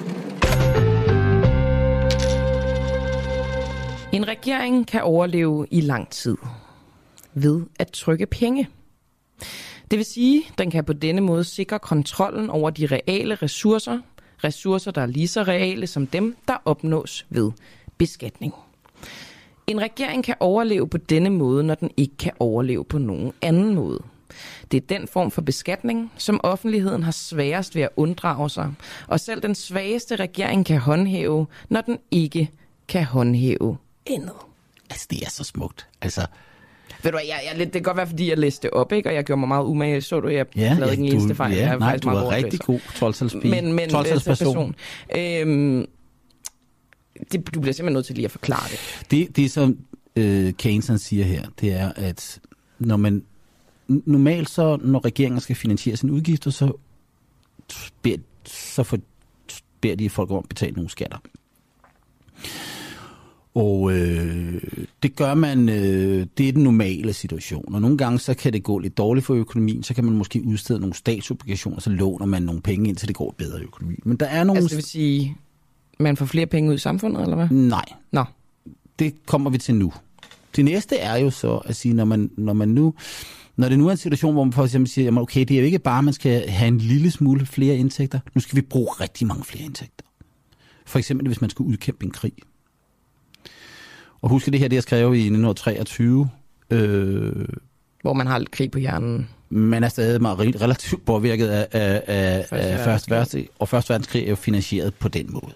En regering kan overleve i lang tid ved at trykke penge. Det vil sige, at den kan på denne måde sikre kontrollen over de reale ressourcer, ressourcer, der er lige så reale som dem, der opnås ved beskatning. En regering kan overleve på denne måde, når den ikke kan overleve på nogen anden måde. Det er den form for beskatning, som offentligheden har sværest ved at unddrage sig, og selv den svageste regering kan håndhæve, når den ikke kan håndhæve andet. Altså, det er så smukt. Altså, ved du hvad, jeg, jeg, det kan godt være, fordi jeg læste det op, ikke? Og jeg gjorde mig meget umage. Så du, jeg ja, lavede ikke en eneste fejl. Ja, jeg nej, du var rigtig god tolv-talspige. Men, men tolv-talsperson. Øhm, det, du bliver simpelthen nødt til lige at forklare det. Det, det som øh, Keynes siger her, det er, at når man normalt så, når regeringen skal finansiere sine udgifter, så beder, så for, beder de folk om at betale nogle skatter. Og øh, det gør man, øh, det er den normale situation. Og nogle gange så kan det gå lidt dårligt for økonomien, så kan man måske udstede nogle statsobligationer, så låner man nogle penge ind, så det går bedre i økonomien. Men der er nogle... Altså det vil sige, man får flere penge ud i samfundet, eller hvad? Nej. Nå. Det kommer vi til nu. Det næste er jo så at sige, når man, når man nu... Når det nu er en situation, hvor man for eksempel siger, jamen okay, det er jo ikke bare, at man skal have en lille smule flere indtægter. Nu skal vi bruge rigtig mange flere indtægter. For eksempel, hvis man skal udkæmpe en krig. Og husk det her, det jeg skrev i nitten treogtyve. Øh, hvor man har lidt krig på hjernen. Man er stadig meget relativt påvirket af, af, af, af første verdenskrig. Og første verdenskrig er jo finansieret på den måde.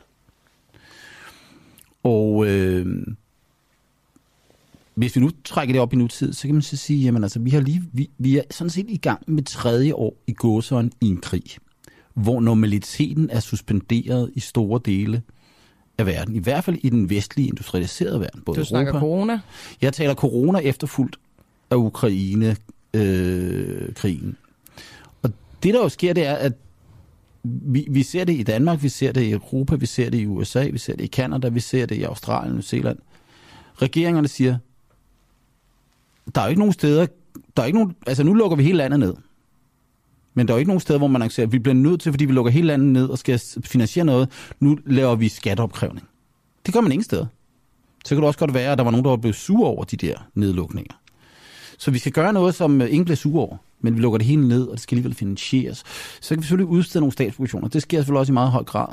Og... Øh, Hvis vi nu trækker det op i nutid, så kan man så sige, jamen altså, vi, har lige, vi, vi er sådan set i gang med tredje år i gåsøjne i en krig, hvor normaliteten er suspenderet i store dele af verden. I hvert fald i den vestlige industrialiserede verden. Både du snakker Europa. Corona? Jeg taler corona efterfulgt af Ukraine-krigen. Øh, og det, der jo sker, det er, at vi, vi ser det i Danmark, vi ser det i Europa, vi ser det i U S A, vi ser det i Canada, vi ser det i Australien og New Zealand. Regeringerne siger, der er jo ikke nogen steder, der er ikke nogen, altså nu lukker vi hele landet ned. Men der er jo ikke nogen steder, hvor man siger, at vi bliver nødt til, fordi vi lukker hele landet ned og skal finansiere noget, nu laver vi skatteopkrævning. Det gør man ingen steder. Så kan det også godt være, at der var nogen, der var blevet sure over de der nedlukninger. Så vi skal gøre noget, som ingen bliver sure over, men vi lukker det hele ned, og det skal alligevel finansieres. Så kan vi selvfølgelig udstede nogle statsobligationer. Det sker selvfølgelig også i meget høj grad.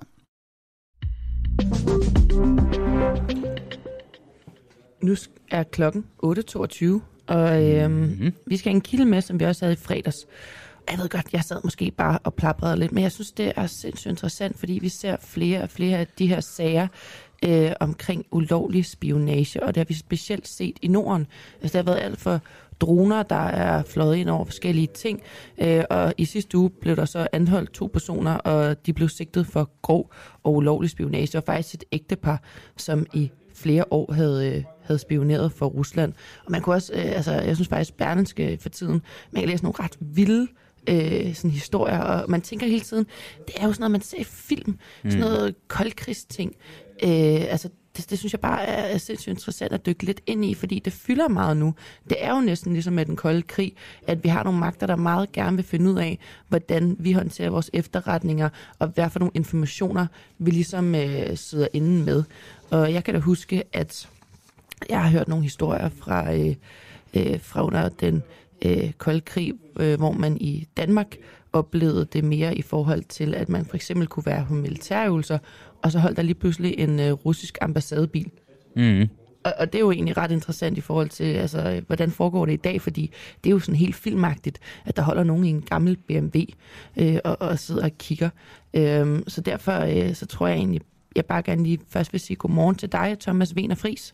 Nu er klokken otte toogtyve, og øhm, mm-hmm. vi skal have en kilde med, som vi også havde i fredags. Jeg ved godt, jeg sad måske bare og plaprede lidt, men jeg synes, det er sindssygt interessant, fordi vi ser flere og flere af de her sager øh, omkring ulovlig spionage, og det har vi specielt set i Norden. Altså, der har været alt for droner, der er fløjet ind over forskellige ting, øh, og i sidste uge blev der så anholdt to personer, og de blev sigtet for grov og ulovlig spionage. Det var faktisk et ægtepar, som i flere år havde, havde spioneret for Rusland. Og man kunne også, øh, altså jeg synes faktisk, Berlingske for tiden, man kan læse nogle ret vilde øh, sådan historier, og man tænker hele tiden, det er jo sådan noget, man ser i film, mm. sådan noget koldkrigsting. Øh, altså, det det, det synes jeg bare er, er sindssygt interessant at dykke lidt ind i, fordi det fylder meget nu. Det er jo næsten ligesom med den kolde krig, at vi har nogle magter, der meget gerne vil finde ud af, hvordan vi håndterer vores efterretninger, og hvad for nogle informationer vi ligesom øh, sidder inde med. Og jeg kan da huske, at jeg har hørt nogle historier fra, øh, øh, fra under den øh, kolde krig, øh, hvor man i Danmark oplevede det mere i forhold til, at man for eksempel kunne være på militærøvelser, og så holdt der lige pludselig en øh, russisk ambassadebil. Mm. Og, og det er jo egentlig ret interessant i forhold til, altså, hvordan foregår det i dag, fordi det er jo sådan helt filmagtigt, at der holder nogen i en gammel B M W øh, og, og sidder og kigger. Øh, så derfor øh, så tror jeg egentlig, jeg bare gerne lige først vil sige godmorgen til dig, Thomas Wener Friis.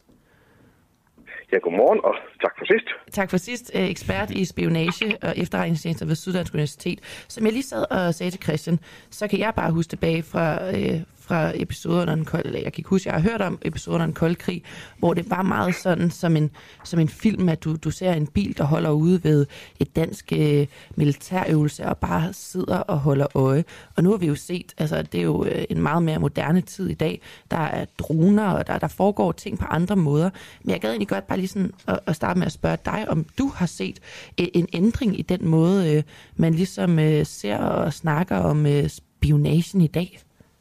Ja, godmorgen, og tak for sidst. Tak for sidst. Ekspert i spionage og efterretningstjenester ved Syddansk Universitet. Som jeg lige sad og sagde til Christian, så kan jeg bare huske tilbage fra, øh, fra episoder under en kold... Jeg kan ikke huske, jeg har hørt om episoder under en kold krig, hvor det var meget sådan som en, som en film, at du, du ser en bil, der holder ude ved et dansk øh, militærøvelse og bare sidder og holder øje. Og nu har vi jo set, altså det er jo øh, en meget mere moderne tid i dag. Der er droner, og der, der foregår ting på andre måder. Men jeg gad egentlig godt bare lige sådan at, at starte med at spørge dig, om du har set øh, en ændring i den måde, øh, man ligesom øh, ser og snakker om øh, spionagen i dag.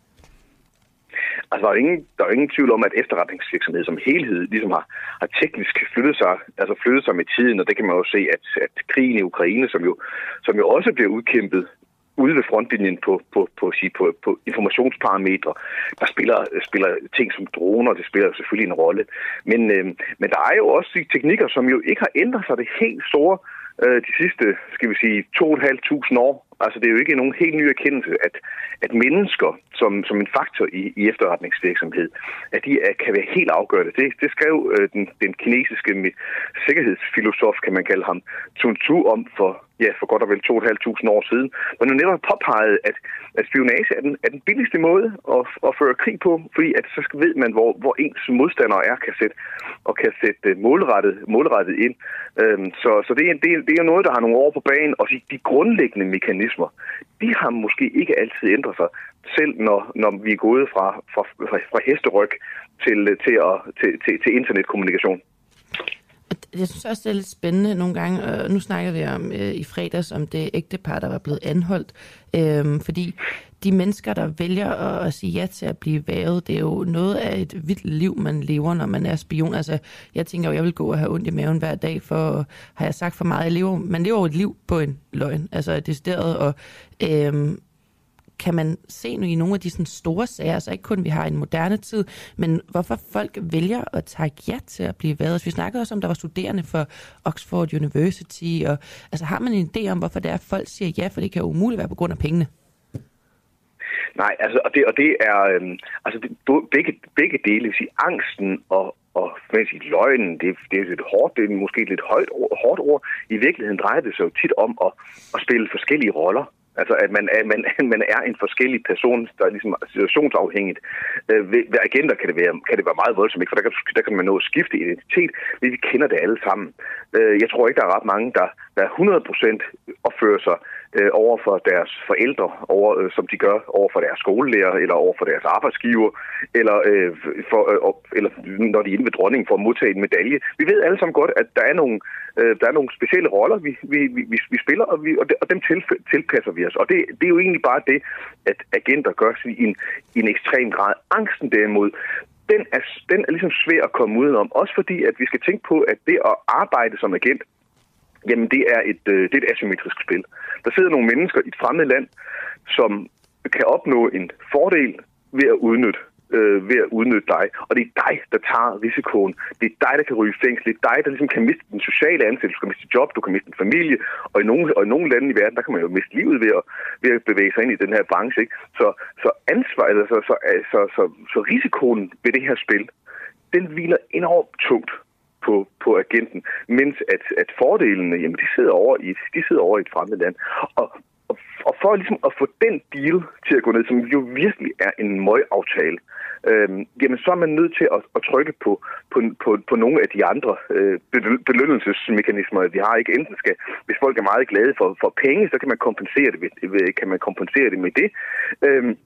Altså, der er, ingen, der er ingen tvivl om, at efterretningsvirksomhed som helhed ligesom har, har teknisk flyttet sig, altså flyttet sig med tiden, og det kan man jo se, at, at krigen i Ukraine, som jo, som jo også bliver udkæmpet ude ved frontlinjen på, på, på, på, på informationsparametre, der spiller, spiller ting som droner, det spiller selvfølgelig en rolle. Men, øh, men der er jo også teknikker, som jo ikke har ændret sig det helt store øh, de sidste, skal vi sige, to og et halvt tusind år. Altså, det er jo ikke nogen helt ny erkendelse, at, at mennesker som, som en faktor i, i efterretningsvirksomhed, at de er, kan være helt afgørende. Det, det skrev øh, den, den kinesiske sikkerhedsfilosof, kan man kalde ham, Sun Tzu om for, ja, for godt og vel to og et halvt tusind år siden, hvor han netop påpegede, at, at spionage er den, er den billigste måde at, at føre krig på, fordi at så ved man, hvor, hvor ens modstandere er, kan sætte, og kan sætte målrettet, målrettet ind. Øhm, så så det, er, det, er, det er noget, der har nogle år på banen, og de grundlæggende mekanismer, de har måske ikke altid ændret sig, selv når, når vi er gået fra, fra, fra, fra hesteryg til, til, at, til, til, til internetkommunikation. Jeg synes også, det er lidt spændende nogle gange, og nu snakker vi om øh, i fredags om det ægtepar, der var blevet anholdt, øh, fordi de mennesker, der vælger at, at sige ja til at blive vævet, det er jo noget af et vildt liv, man lever, når man er spion. Altså, jeg tænker jo, jeg vil gå og have ondt i maven hver dag, for har jeg sagt for meget. Jeg lever, man lever jo et liv på en løgn, altså decideret, og øh, kan man se nu i nogle af de sådan store sager, så ikke kun vi har en moderne tid, men hvorfor folk vælger at tage ja til at blive været. Vi snakkede også om, der var studerende for Oxford University, og altså har man en idé om, hvorfor det er, at folk siger ja, for det kan jo umuligt være på grund af pengene? Nej, altså, og det, og det er, øhm, altså, det, begge, begge dele, vil sige, angsten og, og sige, løgnen, det, det er lidt hårdt, det er måske et lidt højt, hårdt ord. I virkeligheden drejer det sig jo tit om at, at spille forskellige roller. Altså, at man er, man, man er en forskellig person, der er ligesom situationsafhængigt. Øh, ved, ved agenter kan det, være, kan det være meget voldsomt, ikke? For der kan, der kan man nå at skifte identitet, men vi kender det alle sammen. Øh, jeg tror ikke, der er ret mange, der, der hundrede procent opfører sig øh, over for deres forældre, over, øh, som de gør over for deres skolelærer, eller over for deres arbejdsgiver, eller, øh, for, øh, eller når de er inde ved dronningen for at modtage en medalje. Vi ved alle sammen godt, at der er nogle, øh, der er nogle specielle roller, vi, vi, vi, vi spiller, og, vi, og, de, og dem til, tilpasser vi os. Og det, det er jo egentlig bare det, at agenter gør i en, i en ekstrem grad. Angsten derimod, den er, den er ligesom svær at komme udenom. Også fordi, at vi skal tænke på, at det at arbejde som agent, jamen det er et, det er et asymmetrisk spil. Der sidder nogle mennesker i et fremmed land, som kan opnå en fordel ved at udnytte øh, ved at udnytte dig. Og det er dig, der tager risikoen. Det er dig, der kan ryge i fængsel. Det er dig, der ligesom kan miste den sociale ansættelse. Du kan miste job, du kan miste en familie. Og i nogle, og i nogle lande i verden, der kan man jo miste livet ved at, ved at bevæge sig ind i den her branche. Ikke? Så, så ansvar, altså, så, så, så, så, så risikoen ved det her spil, den hviler enormt tungt på, på agenten, mens at, at fordelene, jamen, de sidder over i, de sidder over i et fremmed land. Og, og, og for ligesom at få den deal til at gå ned, som jo virkelig er en møgaftale, øhm, jamen så er man nødt til at, at trykke på, på, på, på nogle af de andre øh, belønnelsesmekanismer, vi har. Ikke enten skal, hvis folk er meget glade for, for penge, så kan man kompensere det, ved, kan man kompensere det med det. Øhm,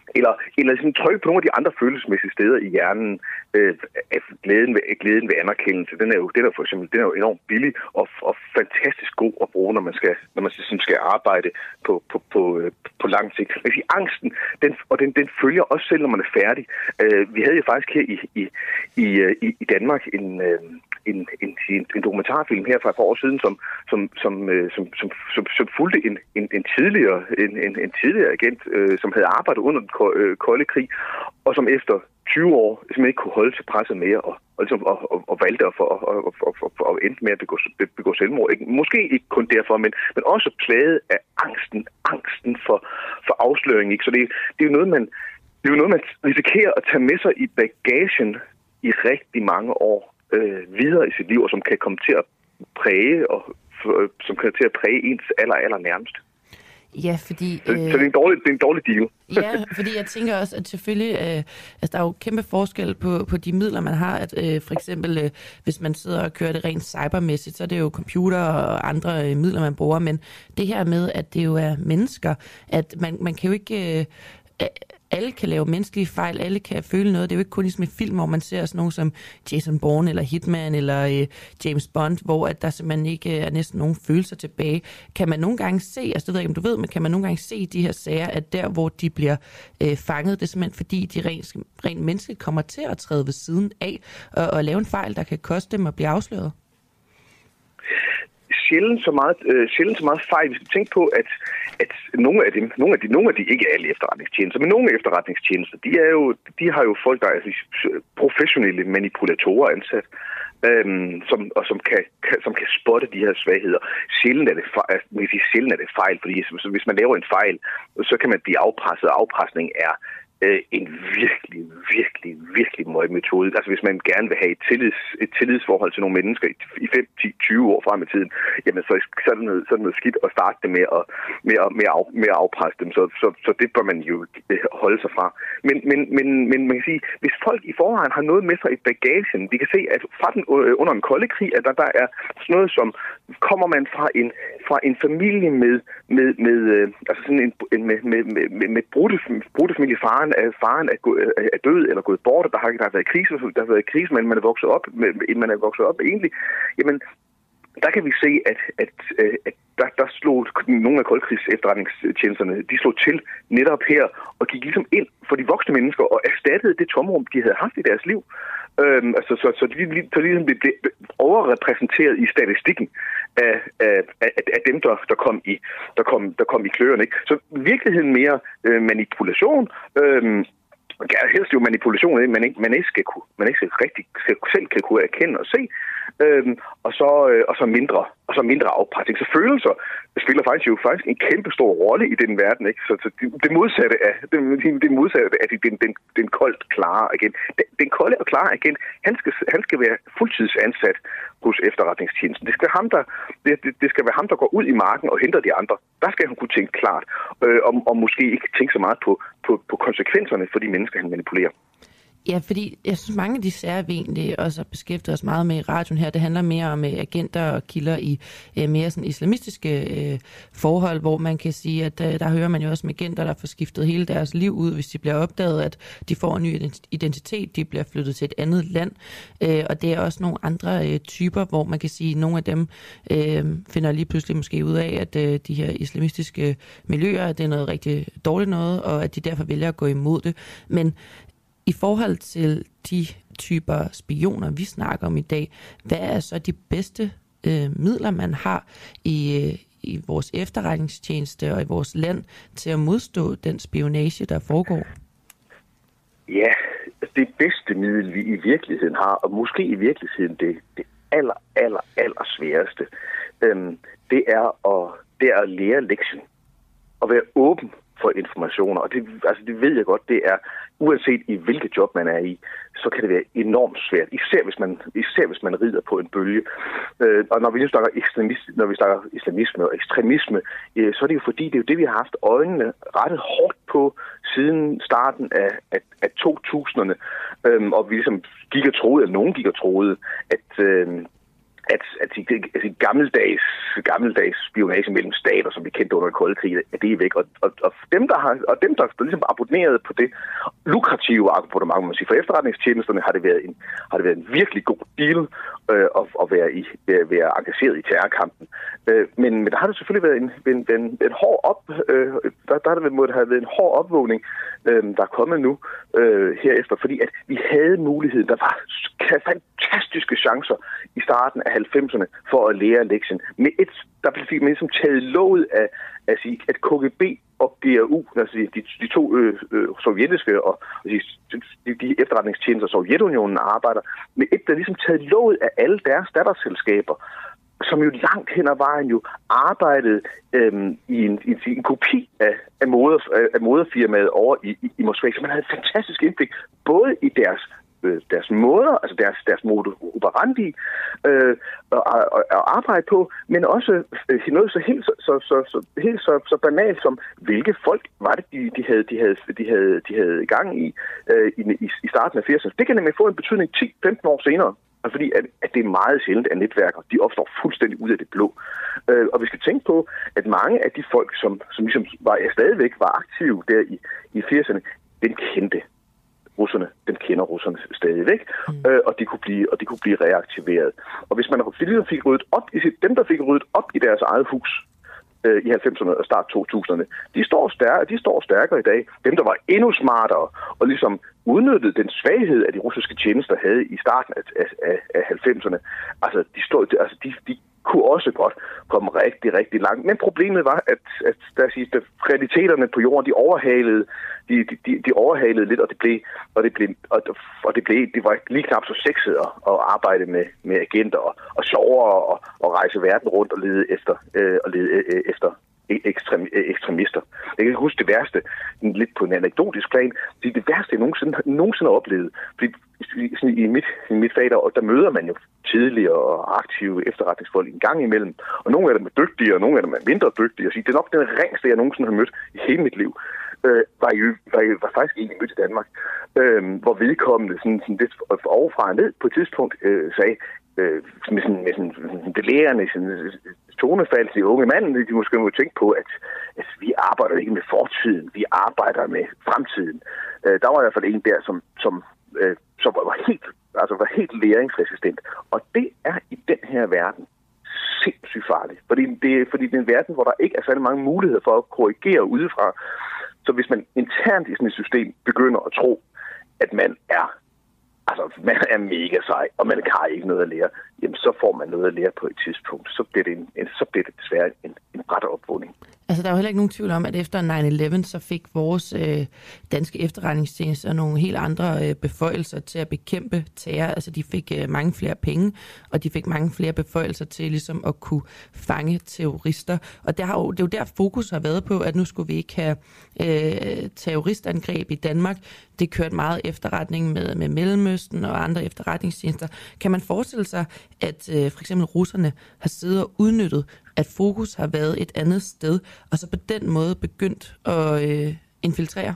eller, eller sådan trykke på nogle af de andre følelsesmæssige steder i hjernen. Øh, glæden, ved, glæden ved anerkendelse, den er jo, den er for eksempel, den er jo enormt billig og, og fantastisk god at bruge, når man skal, når man ligesom skal arbejde på, på, på, på lang sigt. Man kan sige, angsten, den, og den, den følger også selv, når man er færdig. Øh, vi havde jo faktisk her i, i, i, i, i Danmark en, øh, en, en, en, en dokumentarfilm her for et par år siden, som, som, som, som, som, som, som fulgte en, en, en tidligere, en, en, en tidligere agent, øh, som havde arbejdet under den kolde krig, og som efter tyve år simpelthen ikke kunne holde til presset mere, og, og, ligesom, og, og, og valgte at og, og, og, og, og endte med at begå, begå selvmord. Ikke? Måske ikke kun derfor, men, men også plaget af angsten, angsten for, for afsløring. Ikke? Så det, det er jo noget, man, det er jo noget, man risikerer at tage med sig i bagagen i rigtig mange år øh, videre i sit liv, og som kan komme til at præge, og som kan til at præge ens aller, aller nærmest. Ja, fordi... Så, øh, så det, er en dårlig, det er en dårlig deal. Ja, fordi jeg tænker også, at selvfølgelig... Øh, altså, der er jo kæmpe forskel på, på de midler, man har. At øh, for eksempel, øh, hvis man sidder og kører det rent cybermæssigt, så er det jo computer og andre øh, midler, man bruger. Men det her med, at det jo er mennesker, at man, man kan jo ikke... Øh, alle kan lave menneskelige fejl, alle kan føle noget. Det er jo ikke kun ligesom en film, hvor man ser sådan nogen som Jason Bourne, eller Hitman, eller øh, James Bond, hvor at der simpelthen ikke er næsten nogen følelser tilbage. Kan man nogle gange se, altså det ved jeg ikke, om du ved, men kan man nogle gange se de her sager, at der, hvor de bliver øh, fanget, det er simpelthen fordi, de rent, rent menneskeligt kommer til at træde ved siden af, og, og lave en fejl, der kan koste dem at blive afsløret? Sjældent så meget, øh, sjældent så meget fejl. Vi skal tænke på, at, at nogle af dem, nogle af de, nogle af de ikke alle efterretningstjenester, men nogle efterretningstjenester, de er jo, de har jo folk, der er altså, professionelle manipulatorer ansat, øhm, som, og som kan, kan, som kan spotte de her svagheder. Sjældent er det fejl, sjældent er det fejl, fordi hvis man laver en fejl, så kan man blive afpresset. Afpresning er Øh, en virkelig, virkelig, virkelig møg metode. Altså hvis man gerne vil have et, tillids, et tillidsforhold til nogle mennesker i fem, ti, tyve år frem i tiden, jamen så, så, er det noget, så er det noget skidt at starte det med at, med at, med at, af, med at afpresse dem. Så, så, så det bør man jo holde sig fra. Men, men, men, men man kan sige, hvis folk i forvejen har noget med sig i bagagen, vi kan se, at fra den, under en kolde krig, at der, der er sådan noget som, kommer man fra en, fra en familie med, med, med altså sådan en, med, med, med, med, med brudte, brudte familie, faren at faren er, er død eller gået bort, og der har, der har været krise, der har været krise, men man er vokset op, men man er vokset op egentlig. Jamen, der kan vi se, at, at, at der, der slog nogle af koldkrigs efterretningstjenesterne, de slog til netop her, og gik ligesom ind for de voksne mennesker, og erstattede det tomrum, de havde haft i deres liv. Øhm, altså, så, så de, så de ligesom blev overrepræsenteret i statistikken af, af, af, af dem, der, der, kom i, der, kom, der kom i kløerne. Ikke? Så virkeligheden mere øh, manipulation, øh, helst jo manipulation, man ikke, man ikke skal kunne, man ikke skal rigtig skal, selv kan kunne erkende og se, øhm, og så øh, og så mindre og så mindre afpresning. Så følelser spiller faktisk jo faktisk en kæmpe stor rolle i den verden, ikke? Så, så det, det modsatte af det, det modsatte af den den den koldt klare agent. Den, den kolde og klare agent, han skal han skal være fuldtidsansat hos efterretningstjenesten. Det skal ham der det, det skal være ham der går ud i marken og henter de andre. Der skal han kunne tænke klart, øh, og, og måske ikke tænke så meget på på på konsekvenserne for de mennesker han manipulerer. Ja, fordi jeg synes, mange af de sager, vi egentlig også har beskæftiget os meget med i radioen her, det handler mere om uh, agenter og kilder i uh, mere sådan islamistiske uh, forhold, hvor man kan sige, at uh, der hører man jo også om agenter, der får skiftet hele deres liv ud, hvis de bliver opdaget, at de får en ny identitet, de bliver flyttet til et andet land. Uh, og det er også nogle andre uh, typer, hvor man kan sige, at nogle af dem uh, finder lige pludselig måske ud af, at uh, de her islamistiske miljøer, det er noget rigtig dårligt noget, og at de derfor vælger at gå imod det. Men i forhold til de typer spioner, vi snakker om i dag, hvad er så de bedste øh, midler, man har i, øh, i vores efterretningstjeneste og i vores land til at modstå den spionage, der foregår? Ja, det bedste middel, vi i virkeligheden har, og måske i virkeligheden det, det aller, aller, aller sværeste, øhm, det er at, det er at lære lektien og være åben for informationer. Og det, altså det ved jeg godt, det er, uanset i hvilket job man er i, så kan det være enormt svært, især hvis man, især hvis man rider på en bølge. Øh, og når vi nu snakker islamisme, når vi snakker islamisme og ekstremisme, øh, så er det jo fordi, det er jo det, vi har haft øjnene rettet hårdt på siden starten af, af, af to tusinderne, øh, og vi ligesom gik og troede, eller nogen gik og troede, at, øh, at, at, at, at gammeldags, gammeldags spionage mellem stater, som vi kendte under kolde krig, at det er væk. Og, og, og dem, der har, og dem, der ligesom abonneret på det lukrative abonnement, man siger, for efterretningstjenesterne har det været en, har det været en virkelig god deal øh, at, at være, i, være, være engageret i terrorkampen. Øh, men, men der har det selvfølgelig været en, en, en, en hård op, øh, der, der har det været, have været en hård opvågning, øh, der er kommet nu øh, herefter, fordi at vi havde muligheden, der var fantastiske chancer i starten af halvfemserne for at lære lektien. Med et, der blev man ligesom taget låget af, af sige, at K G B og G R U, altså de, de to øh, øh, sovjetiske og de, de efterretningstjenester, Sovjetunionen arbejder, med et, der ligesom taget låget af alle deres datterselskaber, som jo langt hen ad vejen jo arbejdede øhm, i, en, i en kopi af, af, moder, af moderfirmaet over i, i, i Moskva. Så man havde et fantastisk indblik, både i deres øh, deres måder, altså deres, deres modus operandi øh, at, at, at arbejde på, men også øh, noget så helt så, så, så, så, helt så, så banalt som, hvilke folk var det, de, de, havde, de, havde, de, havde, de havde gang i, øh, i i starten af firserne. Det kan nemlig få en betydning ti til femten år senere. Fordi at, at det er meget sjældent, at netværker de opstår fuldstændig ud af det blå. Øh, og vi skal tænke på, at mange af de folk, som, som ligesom var, stadigvæk var aktive der i, i firserne, dem kendte russerne, dem kender russerne stadigvæk, mm. øh, og, de kunne blive, og de kunne blive reaktiveret. Og hvis man fik ryddet op i sit, dem, der fik ryddet op i deres eget hus øh, i halvfemserne og start to tusinderne, de står, stærkere, de står stærkere i dag. Dem, der var endnu smartere og ligesom udnyttede den svaghed, at de russiske tjenester havde i starten af, af, af halvfemserne, altså de, stod, altså de, de kunne også godt komme rigtig, rigtig langt. Men problemet var, at, at der siger, at realiteterne på jorden, de overhalede, de, de, de overhalede lidt, og det blev, og det blev, og, og det blev, det var lige knap så sexet at, at arbejde med, med agenter og, og sjovere og, og rejse verden rundt og lede efter, øh, og lede øh, efter ekstrem, ekstremister. Jeg kan huske det værste, lidt på en anekdotisk plan, det er det værste, jeg nogensinde, nogensinde har oplevet. Fordi i mit, i mit fag, der, der møder man jo tidligere og aktive efterretningsfolk en gang imellem. Og nogle af dem er dygtige, og nogle af dem er mindre dygtige. Det er nok den ringste, jeg nogensinde har mødt i hele mit liv. Øh, var, jo, var, var faktisk egentlig mødt i Danmark, øh, hvor vedkommende sådan, sådan lidt overfra og ned på et tidspunkt øh, sagde, øh, med sådan, med sådan, sådan det lærende sådan, tonefald til unge manden, de måske må tænke på, at, at vi arbejder ikke med fortiden, vi arbejder med fremtiden. Øh, der var i hvert fald en der, som, som, øh, som var helt, altså var helt læringsresistent. Og det er i den her verden sindssygt farligt. Fordi det, fordi det er en verden, hvor der ikke er særlig mange muligheder for at korrigere udefra. Så hvis man internt i sådan et system begynder at tro, at man er, altså man er mega sej, og man har ikke noget at lære, jamen så får man noget at lære på et tidspunkt. Så bliver det, en, en, så bliver det desværre en, en brat opvågning. Altså, der er jo heller ikke nogen tvivl om, at efter nine eleven, så fik vores øh, danske efterretningstjenester nogle helt andre øh, beføjelser til at bekæmpe terror. Altså, de fik øh, mange flere penge, og de fik mange flere beføjelser til ligesom at kunne fange terrorister. Og det, har jo, det er jo der, fokus har været på, at nu skulle vi ikke have øh, terroristangreb i Danmark. Det kørte meget efterretning med, med Mellemøsten og andre efterretningstjenester. Kan man forestille sig, at øh, for eksempel russerne har siddet og udnyttet, at fokus har været et andet sted, og så på den måde begyndt at øh, infiltrere?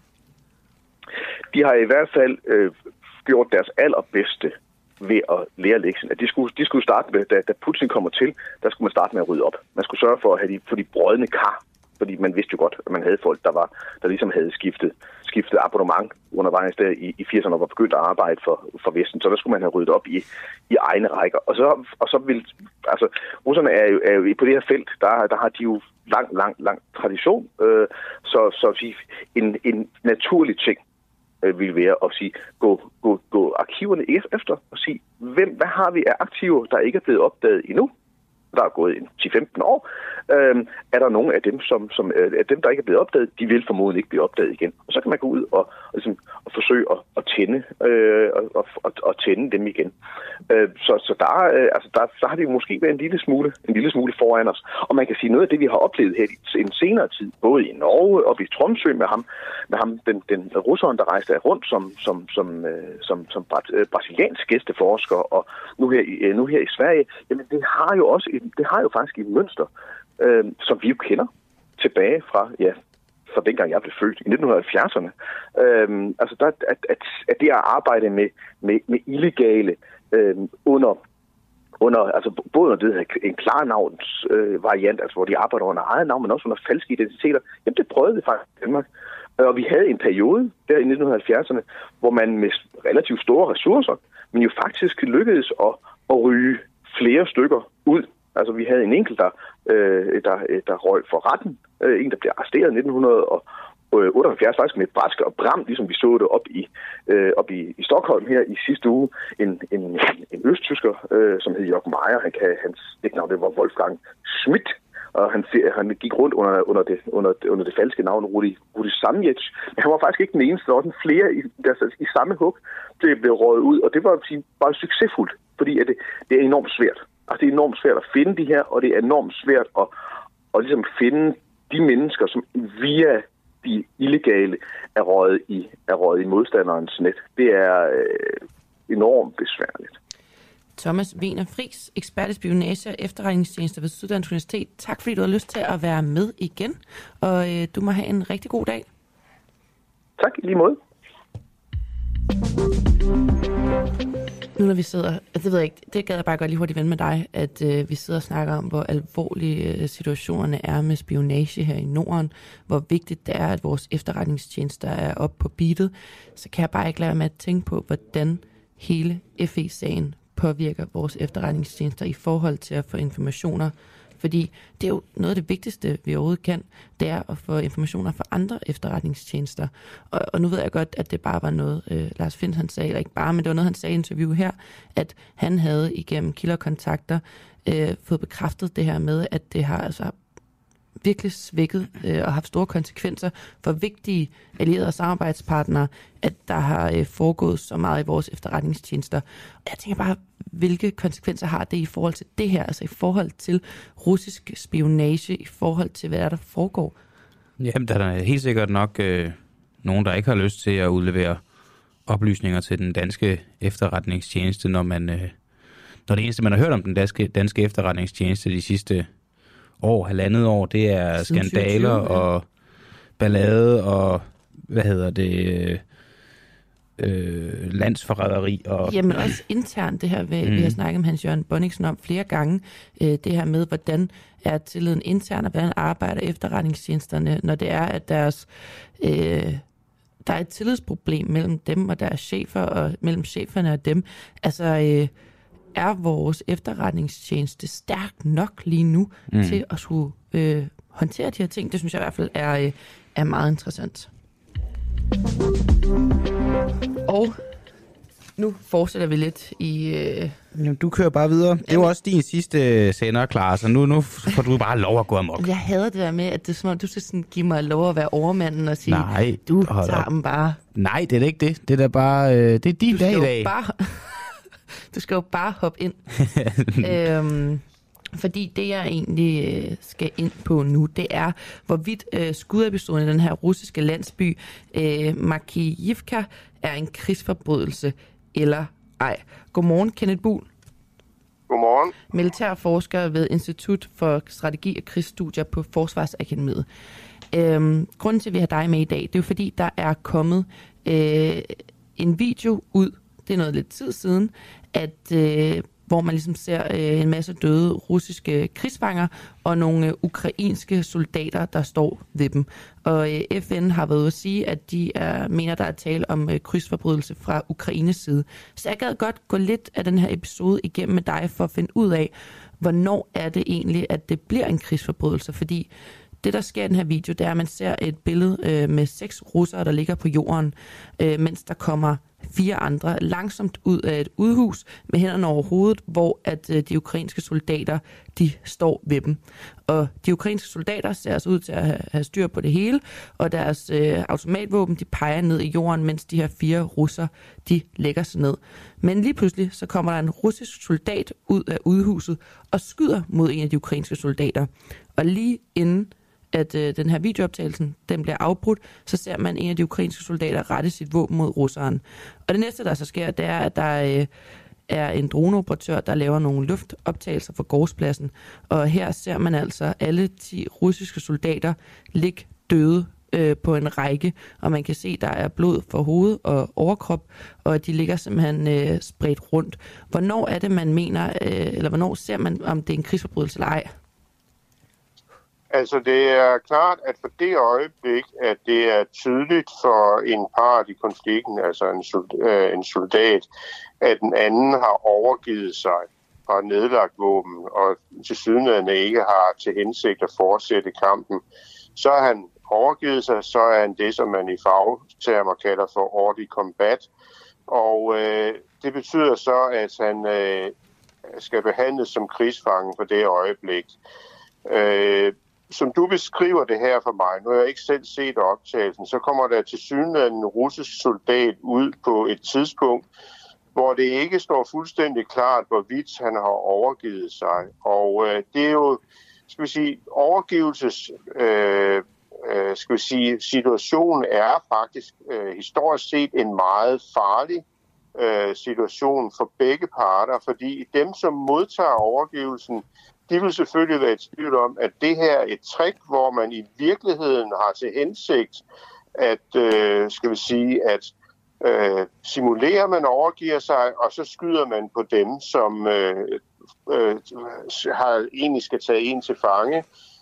De har i hvert fald øh, gjort deres allerbedste ved at lære lektien. At de skulle, de skulle starte med, da, da Putin kommer til, der skulle man starte med at rydde op. Man skulle sørge for at have de, for de brødne kar, fordi man vidste jo godt, at man havde folk, der var der ligesom havde skiftet, skiftet abonnement undervejs der i, i firserne og var begyndt at arbejde for, for Vesten. Så der skulle man have ryddet op i, i egne rækker. Og så, og så vil, altså, russerne er jo, er jo på det her felt, der, der har de jo lang, lang, lang tradition. Øh, så så en, en naturlig ting øh, vil være at sige, gå, gå, gå arkiverne efter og sige, hvem, hvad har vi af aktiver, der ikke er blevet opdaget endnu? Der er gået en ti til femten år, øhm, er der nogle af dem, som, som øh, dem, der ikke er blevet opdaget, de vil formodentlig ikke blive opdaget igen. Og så kan man gå ud og, og, ligesom, og forsøge at, at tænde øh, og, og, og tænde dem igen. Øh, så så der, øh, altså der, der har det jo måske været en lille smule, en lille smule foran os. Og man kan sige, noget af det, vi har oplevet her i en senere tid, både i Norge og i Tromsø med ham, med ham den, den russeren, der rejste rundt som, som, som, øh, som, som brasiliansk gæsteforsker, og nu her, i, nu her i Sverige, jamen det har jo også et det har jo faktisk et mønster, øh, som vi jo kender tilbage fra, ja, fra dengang jeg blev født, i nitten halvfjerdserne. Øh, altså, der, at, at, at det at arbejde med, med, med illegale øh, under, under, altså både under det her en klarnavns øh, variant, altså hvor de arbejder under eget navn, men også under falske identiteter. Jamen det prøvede vi faktisk i Danmark. Og vi havde en periode der i nitten halvfjerdserne, hvor man med relativt store ressourcer, men jo faktisk lykkedes at, at ryge flere stykker ud. Altså vi havde en enkelt, der, øh, der, der røg for retten. Øh, en, der blev arresteret i nitten otteoghalvfjerds, faktisk med brask og bram, ligesom vi så det op i, øh, op i, i Stockholm her i sidste uge. En, en, en østtysker, øh, som hed Jörg Meier, han kan, hans dæknavn, det var Wolfgang Schmidt. Og han, han gik rundt under, under, det, under, under det falske navn Rudi, Rudi Samjic. Men han var faktisk ikke den eneste. Der var sådan flere i, der, i samme hug, det blev røget ud. Og det var bare succesfuldt, fordi at det, det er enormt svært. Altså det er enormt svært at finde de her, og det er enormt svært at, at ligesom finde de mennesker, som via de illegale er røget i, er røget i modstanderens net. Det er øh, enormt besværligt. Thomas Wiener Friis, ekspert i spionage og efterretningstjenester ved Syddansk Universitet. Tak fordi du har lyst til at være med igen, og øh, du må have en rigtig god dag. Tak, i lige måde. Nu når vi sidder, det ved jeg ikke, det gad jeg bare godt lige hurtigt vende med dig, at øh, vi sidder og snakker om, hvor alvorlige øh, situationerne er med spionage her i Norden, hvor vigtigt det er, at vores efterretningstjenester er oppe på beatet, så kan jeg bare ikke lade være med at tænke på, hvordan hele F E-sagen påvirker vores efterretningstjenester i forhold til at få informationer. Fordi det er jo noget af det vigtigste, vi overhovedet kan, det er at få informationer fra andre efterretningstjenester. Og, og nu ved jeg godt, at det bare var noget, øh, Lars Findsen han sagde, eller ikke bare, men det var noget, han sagde i interview her, at han havde igennem kilderkontakter øh, fået bekræftet det her med, at det har altså virkelig svækket øh, og haft store konsekvenser for vigtige allierede og samarbejdspartnere, at der har øh, foregået så meget i vores efterretningstjenester. Og jeg tænker bare, hvilke konsekvenser har det i forhold til det her, altså i forhold til russisk spionage, i forhold til, hvad der, der foregår? Jamen, der er helt sikkert nok øh, nogen, der ikke har lyst til at udlevere oplysninger til den danske efterretningstjeneste, når man øh, når det eneste, man har hørt om den danske, danske efterretningstjeneste de sidste år, halvandet år, det er skandaler tyve, ja. Og ballade og, hvad hedder det, øh, landsforræderi. Og jamen også internt det her, vi, mm. vi har snakket med Hans Jørgen Bonniksen om flere gange, øh, det her med, hvordan er tilliden intern, og hvordan arbejder efterretningstjenesterne, når det er, at deres, øh, der er et tillidsproblem mellem dem og deres chefer, og mellem cheferne og dem. Altså, øh, er vores efterretningstjeneste stærk nok lige nu mm. til at skulle øh, håndtere de her ting? Det synes jeg i hvert fald er, øh, er meget interessant. Og nu fortsætter vi lidt i... Øh... Jamen, du kører bare videre. Det er jo også din sidste sender, klar, så nu, nu får du bare lov at gå amok. Jeg hader det der med, at det er som om, du skal sådan give mig lov at være overmanden og sige, nej, du tager dem bare. Nej, det er ikke det. Det er da bare... Øh, det er din dag i dag. Bare... Du skal jo bare hoppe ind. øhm, fordi det, jeg egentlig øh, skal ind på nu, det er, hvorvidt øh, skudepisoden i den her russiske landsby, øh, Makijivka, er en krigsforbrydelse eller ej. Godmorgen, Kenneth Buhl. Godmorgen. Militærforsker ved Institut for Strategi og Krigsstudier på Forsvarsakademiet. Øhm, grunden til, at vi har dig med i dag, det er jo fordi, der er kommet øh, en video ud, det er noget lidt tid siden, at øh, hvor man ligesom ser øh, en masse døde russiske krigsfanger og nogle øh, ukrainske soldater, der står ved dem. Og øh, F N har været ude at sige, at de er, mener, der er tale om øh, krigsforbrydelse fra Ukraines side. Så jeg gad godt gå lidt af den her episode igennem med dig for at finde ud af, hvornår er det egentlig, at det bliver en krigsforbrydelse. Fordi det, der sker i den her video, det er, at man ser et billede øh, med seks russere, der ligger på jorden, øh, mens der kommer fire andre langsomt ud af et udhus med hænderne over hovedet, hvor at øh, de ukrainske soldater, de står ved dem. Og de ukrainske soldater ser altså ud til at have, have styr på det hele, og deres øh, automatvåben, de peger ned i jorden, mens de her fire russer, de lægger sig ned. Men lige pludselig, så kommer der en russisk soldat ud af udhuset og skyder mod en af de ukrainske soldater. Og lige inden at øh, den her videooptagelsen, den bliver afbrudt, så ser man en af de ukrainske soldater rette sit våben mod russeren. Og det næste, der så sker, det er, at der øh, er en droneoperatør, der laver nogle luftoptagelser fra gårdspladsen. Og her ser man altså alle ti russiske soldater ligge døde øh, på en række, og man kan se, der er blod for hoved og overkrop, og de ligger simpelthen øh, spredt rundt. Hvornår er det, man mener, øh, eller hvornår ser man, om det er en krigsforbrydelse eller ej? Altså, det er klart, at for det øjeblik, at det er tydeligt for en part i konflikten, altså en soldat, en soldat, at den anden har overgivet sig og nedlagt våben, og tilsyneladende ikke har til hensigt at fortsætte kampen, så er han overgivet sig, så er han det, som man i fagtermer kalder for hors combat. Og øh, det betyder så, at han øh, skal behandles som krigsfange for det øjeblik. Øh, Som du beskriver det her for mig, nu har jeg ikke selv set optagelsen, så kommer der tilsyneladende en russisk soldat ud på et tidspunkt, hvor det ikke står fuldstændig klart, hvorvidt han har overgivet sig. Og øh, det er jo, skal vi sige, overgivelses, øh, øh, skal vi sige, situationen er faktisk øh, historisk set en meget farlig øh, situation for begge parter, fordi dem, som modtager overgivelsen, de vil selvfølgelig være i tvivl om, at det her er et trick, hvor man i virkeligheden har til hensigt at, øh, skal vi sige, at øh, simulere, man overgiver sig, og så skyder man på dem, som øh, øh, har egentlig skal tage en til fange.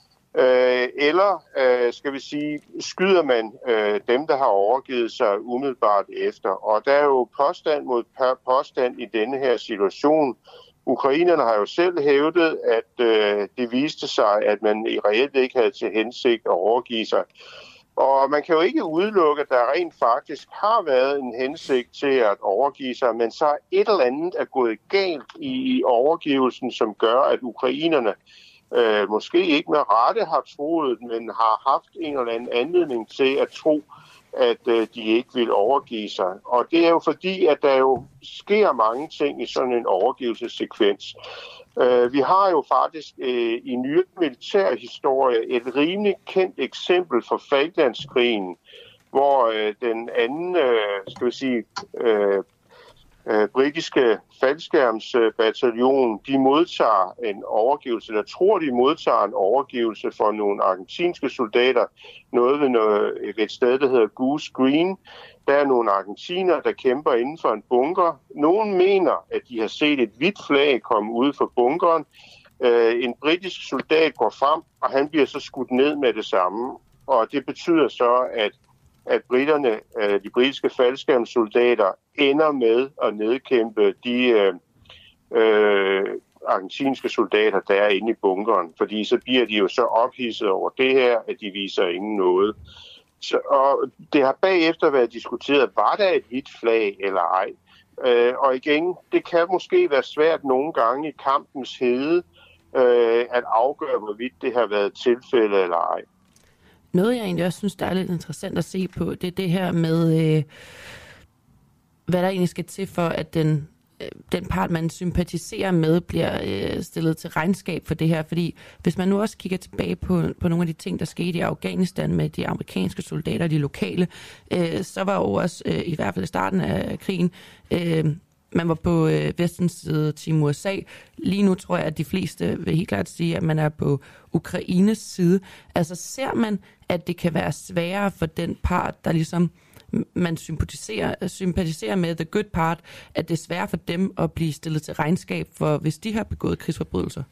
Øh, eller, øh, skal vi sige, skyder man øh, dem, der har overgivet sig umiddelbart efter. Og der er jo påstand mod påstand i denne her situation. Ukrainerne har jo selv hævdet, at øh, det viste sig, at man i reelt ikke havde til hensigt at overgive sig. Og man kan jo ikke udelukke, at der rent faktisk har været en hensigt til at overgive sig, men så et eller andet er gået galt i overgivelsen, som gør, at ukrainerne øh, måske ikke med rette har troet, men har haft en eller anden anledning til at tro, at øh, de ikke vil overgive sig. Og det er jo fordi, at der jo sker mange ting i sådan en overgivelsessekvens. Uh, vi har jo faktisk uh, i nyere militærhistorie et rimelig kendt eksempel fra Falklandskrigen, hvor uh, den anden, uh, skal vi sige, uh, uh, britiske faldskærmsbataljon, de modtager en overgivelse, eller tror, de modtager en overgivelse for nogle argentinske soldater, noget ved, noget, ved et sted, der hedder Goose Green. Der er nogle argentiner, der kæmper inden for en bunker. Nogen mener, at de har set et hvidt flag komme ud fra bunkeren. Uh, en britisk soldat går frem, og han bliver så skudt ned med det samme. Og det betyder så, at, at britterne, uh, de britiske faldskærmssoldater ender med at nedkæmpe de uh, uh, argentinske soldater, der er inde i bunkeren. Fordi så bliver de jo så ophidset over det her, at de viser ingen noget. Så, og det har bagefter været diskuteret, var der et hvidt flag eller ej? Øh, og igen, det kan måske være svært nogle gange i kampens hede øh, at afgøre, hvorvidt det har været tilfælde eller ej. Noget, jeg egentlig også synes, der er lidt interessant at se på, det er det her med, øh, hvad der egentlig skal til for, at den den part, man sympatiserer med, bliver øh, stillet til regnskab for det her. Fordi hvis man nu også kigger tilbage på, på nogle af de ting, der skete i Afghanistan med de amerikanske soldater, de lokale, øh, så var jo også, øh, i hvert fald i starten af krigen, øh, man var på øh, vestens side, Team U S A. Lige nu tror jeg, at de fleste vil helt klart sige, at man er på Ukraines side. Altså ser man, at det kan være sværere for den part, der ligesom man sympatiserer, sympatiserer med the good part, at det er svært for dem at blive stillet til regnskab for, hvis de har begået krigsforbrydelser?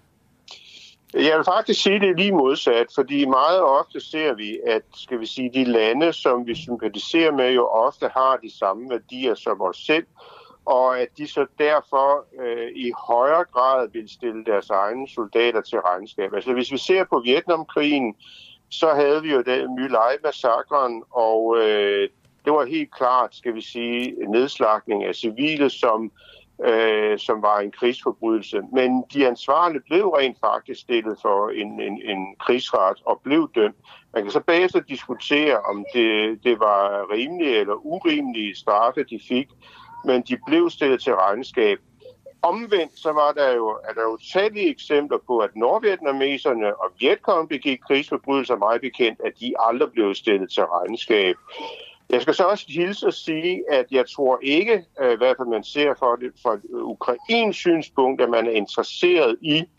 Jeg vil faktisk sige, det er lige modsat, fordi meget ofte ser vi, at skal vi sige, de lande, som vi sympatiserer med, jo ofte har de samme værdier som os selv, og at de så derfor øh, i højere grad vil stille deres egne soldater til regnskab. Altså hvis vi ser på Vietnamkrigen, så havde vi jo den My Lai-massakren, og øh, det var helt klart, skal vi sige, nedslagning af civile, som, øh, som var en krigsforbrydelse. Men de ansvarlige blev rent faktisk stillet for en, en, en krigsret og blev dømt. Man kan så bagefter diskutere, om det, det var rimelige eller urimelige straffe, de fik, men de blev stillet til regnskab. Omvendt så var der jo, er der jo tallige eksempler på, at nordvietnameserne og Vietcong begik krigsforbrydelser meget bekendt, at de aldrig blev stillet til regnskab. Jeg skal så også hilse at sige, at jeg tror ikke, i hvert fald man ser for det fra Ukrains synspunkt, at man er interesseret i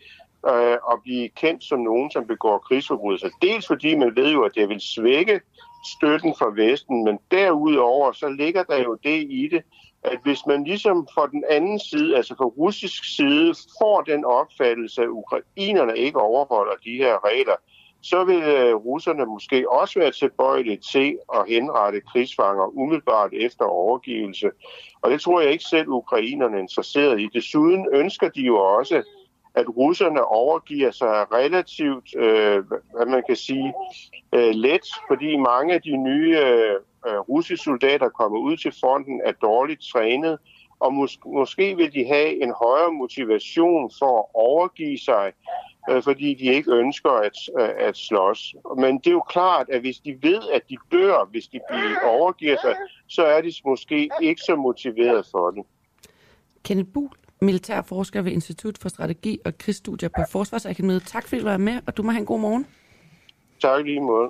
øh, at blive kendt som nogen, som begår krigsforbrydelser. Dels fordi man ved jo, at det vil svække støtten fra Vesten, men derudover så ligger der jo det i det, at hvis man ligesom fra den anden side, altså fra russisk side, får den opfattelse, at ukrainerne ikke overholder de her regler, så vil russerne måske også være tilbøjelige til at henrette krigsfanger umiddelbart efter overgivelse. Og det tror jeg ikke selv ukrainerne er interesseret i. Desuden ønsker de jo også, at russerne overgiver sig relativt, øh, hvad man kan sige, øh, let, fordi mange af de nye øh, russiske soldater kommer ud til fronten er dårligt trænet, og mås- måske vil de have en højere motivation for at overgive sig, øh, fordi de ikke ønsker at, øh, at slås. Men det er jo klart, at hvis de ved, at de dør, hvis de overgiver sig, så er de måske ikke så motiveret for det. Kenneth Buhl, militærforsker ved Institut for Strategi og Krigsstudier på Forsvarsakademiet. Tak fordi du var med, og du må have en god morgen. Tak lige måde.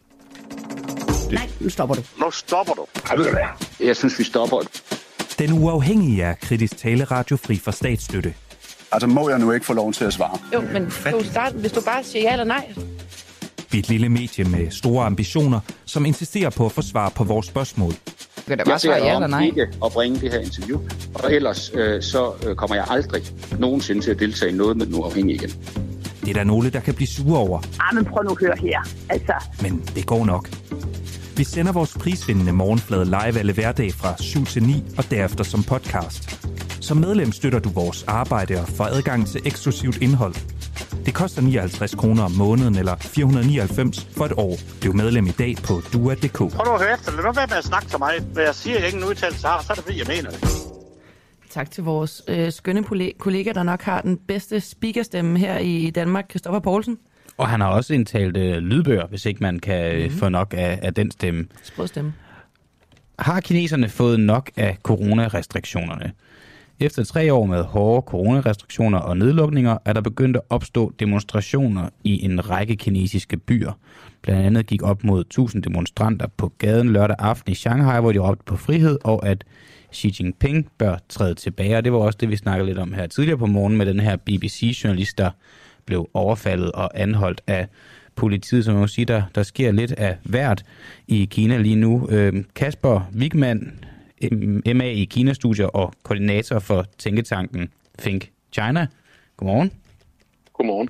Nej, nu stopper du. Nu stopper du. Jeg synes, vi stopper. Den Uafhængige er kritisk taleradio fri for statsstøtte. Altså, må jeg nu ikke få lov til at svare? Jo, men du start, hvis du bare siger ja eller nej. Vi er et lille medie med store ambitioner, som insisterer på at få svar på vores spørgsmål. Jeg beder ja om nej. ikke at bringe det her interview, og ellers øh, så øh, kommer jeg aldrig nogensinde til at deltage i noget med Den Uafhængige igen. Det er der nogle, der kan blive sure over. Ah, men prøv nu at høre her. Altså. Men det går nok. Vi sender vores prisvindende morgenflade live alle hverdag fra syv til ni og derefter som podcast. Som medlem støtter du vores arbejde og får adgang til eksklusivt indhold. Det koster nioghalvtreds kroner om måneden eller fire hundrede nioghalvfems for et år. Bliv medlem i dag på dua punktum d k. Prøv nu at høre efter. Lad nu være med at snakke til mig. Hvad jeg siger, jeg ikke en udtalelse har, så er det fordi, jeg mener det. Tak til vores øh, skønne kollega, der nok har den bedste speakerstemme her i Danmark, Christoffer Poulsen. Og han har også indtalt øh, lydbøger, hvis ikke man kan mm-hmm. få nok af, af den stemme. Sprød stemme. Har kineserne fået nok af coronarestriktionerne? Efter tre år med hårde coronarestriktioner og nedlukninger, er der begyndt at opstå demonstrationer i en række kinesiske byer. Blandt andet gik op mod tusind demonstranter på gaden lørdag aften i Shanghai, hvor de råbte på frihed og at Xi Jinping bør træde tilbage. Og det var også det, vi snakkede lidt om her tidligere på morgen med den her B B C-journalist, der blev overfaldet og anholdt af politiet, som man må sige, der, der sker lidt af hvert i Kina lige nu. Øh, Kasper Wigman, M A i Kina-studier og koordinator for tænketanken Think China. Godmorgen. Godmorgen.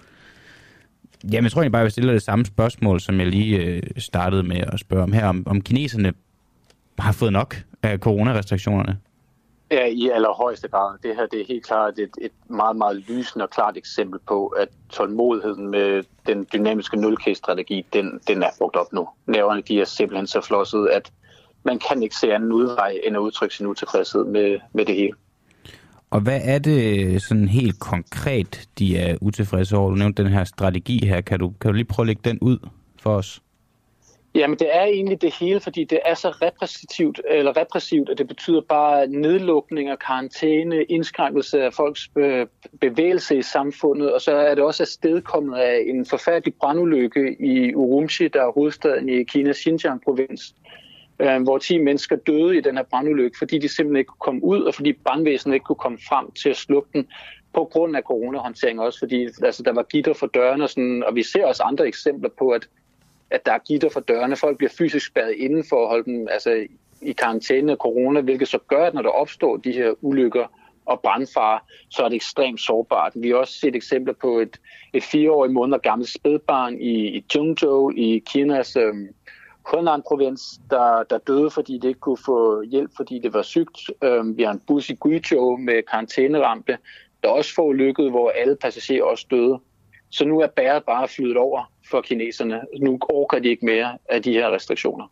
Jamen, jeg tror egentlig bare, at jeg stiller det samme spørgsmål, som jeg lige øh, startede med at spørge om her, om, om kineserne har fået nok af coronarestriktionerne. Ja, i allerhøjeste grad. Det her det er helt klart et, et meget, meget lysende og klart eksempel på, at tålmodigheden med den dynamiske nul-case-strategi, den, den er brugt op nu. Nerverne de er simpelthen så flosset, at man kan ikke se anden udvej end at udtrykke sin utilfredshed med, med det hele. Og hvad er det sådan helt konkret, de er utilfredse over? Du nævnte den her strategi her. Kan du, kan du lige prøve at lægge den ud for os? Jamen, det er egentlig det hele, fordi det er så repressivt, eller repressivt, at det betyder bare nedlukninger, karantæne, indskrænkelse af folks bevægelse i samfundet, og så er det også afstedkommet af en forfærdelig brandulykke i Urumqi, der er hovedstaden i Kinas Xinjiang-provins, hvor ti mennesker døde i den her brandulykke, fordi de simpelthen ikke kunne komme ud, og fordi brandvæsenet ikke kunne komme frem til at slukke den, på grund af coronahåndtering også, fordi altså, der var gitter for dørene, og, sådan, og vi ser også andre eksempler på, at at der er gitter for dørene. Folk bliver fysisk spærret inden for at holde dem altså, i karantæne af corona, hvilket så gør, at når der opstår de her ulykker og brandfare, så er det ekstremt sårbart. Vi har også set eksempler på et, et fireårigt måneder gammelt spædbarn i, i Zhengzhou i Kinas øhm, Hunan-provins, der, der døde, fordi det ikke kunne få hjælp, fordi det var sygt. Øhm, vi har en bus i Guizhou med karantænerampe, der også forulykket, hvor alle passagerer også døde. Så nu er bæret bare flyttet over for kineserne. Nu orker de ikke mere af de her restriktioner.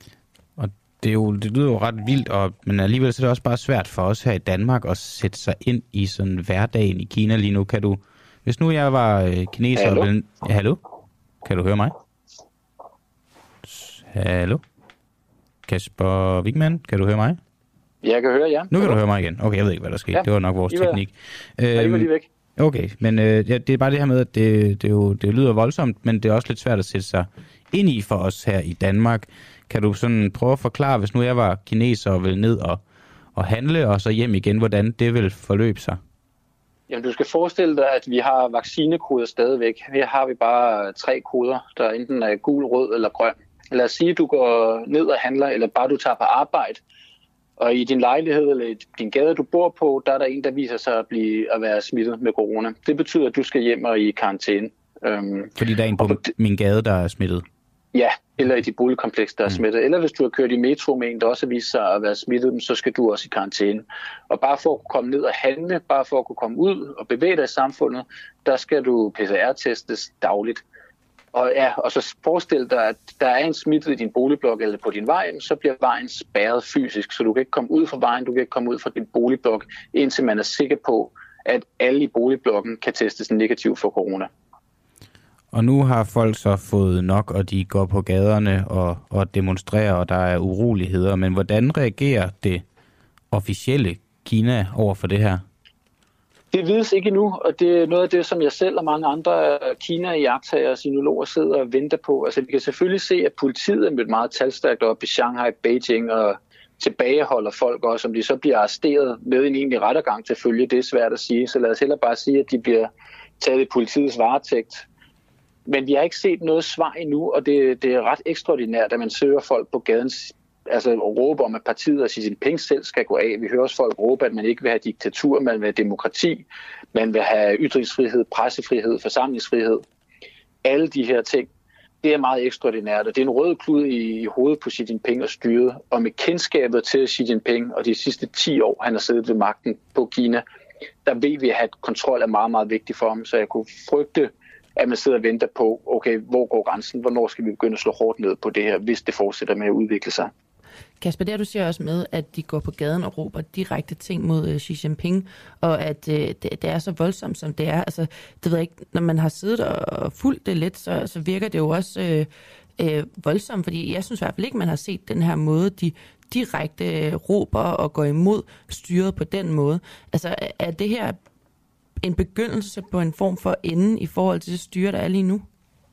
Og det, er jo, det lyder jo ret vildt, og, men alligevel så er det også bare svært for os her i Danmark at sætte sig ind i sådan hverdagen i Kina lige nu. Kan du, hvis nu jeg var øh, kineser... Hallo? Vil, hallo? Kan du høre mig? Hallo? Kasper Wigman, kan du høre mig? Jeg kan høre, ja. Nu kan du høre mig igen. Okay, jeg ved ikke, hvad der skete. Ja. Det var nok vores I var, teknik. Ja, I var lige væk. Okay, men øh, ja, det er bare det her med, at det, det, jo, det lyder voldsomt, men det er også lidt svært at sætte sig ind i for os her i Danmark. Kan du sådan prøve at forklare, hvis nu jeg var kineser og ville ned og, og handle, og så hjem igen, hvordan det vil forløbe sig? Jamen, du skal forestille dig, at vi har vaccinekoder stadigvæk. Her har vi bare tre koder, der enten er gul, rød eller grøn. Lad os sige, at du går ned og handler, eller bare du tager på arbejde, og i din lejlighed eller i din gade, du bor på, der er der en, der viser sig at, blive, at være smittet med corona. Det betyder, at du skal hjem og i karantæne. Øhm, Fordi der er en på, på min gade, der er smittet? Ja, eller i dit boligkompleks, der er smittet. Mm. Eller hvis du har kørt i metro med en, der også viser sig at være smittet, så skal du også i karantæne. Og bare for at kunne komme ned og handle, bare for at kunne komme ud og bevæge dig i samfundet, der skal du P C R-testes dagligt. Og, ja, og så forestil dig, at der er en smittet i din boligblok eller på din vej, så bliver vejen spærret fysisk, så du kan ikke komme ud fra vejen, du kan ikke komme ud fra din boligblok, indtil man er sikker på, at alle i boligblokken kan testes negativt for corona. Og nu har folk så fået nok, og de går på gaderne og, og demonstrerer, og der er uroligheder. Men hvordan reagerer det officielle Kina over for det her? Det vides ikke endnu, og det er noget af det, som jeg selv og mange andre Kina-iagttagere og sinologer sidder og venter på. Altså, vi kan selvfølgelig se, at politiet er mødt meget talstærkt op i Shanghai, Beijing og tilbageholder folk også, om de så bliver arresteret med en egentlig rettergang til følge. Det er svært at sige, så lad os hellere bare sige, at de bliver taget i politiets varetægt. Men vi har ikke set noget svar endnu, og det, det er ret ekstraordinært, at man søger folk på gaden, altså råber om, at partiet og Xi Jinping selv skal gå af. Vi hører også folk råbe, at man ikke vil have diktatur, man vil have demokrati, man vil have ytringsfrihed, pressefrihed, forsamlingsfrihed. Alle de her ting, det er meget ekstraordinært, og det er en rød klud i, i hovedet på Xi Jinping og styret. Og med kendskabet til Xi Jinping og de sidste ti år, han har siddet ved magten på Kina, der ved vi, at kontrol er meget, meget vigtigt for ham, så jeg kunne frygte, at man sidder og venter på, okay, hvor går grænsen, hvornår skal vi begynde at slå hårdt ned på det her, hvis det fortsætter med at udvikle sig. Kasper, der du siger også med, at de går på gaden og råber direkte ting mod uh, Xi Jinping, og at uh, det, det er så voldsomt, som det er. Altså, det ved jeg ikke, når man har siddet og fulgt det lidt, så, så virker det jo også uh, uh, voldsomt, fordi jeg synes i hvert fald ikke, man har set den her måde, de direkte uh, råber og går imod styret på den måde. Altså, er det her en begyndelse på en form for ende i forhold til det styre, der er lige nu?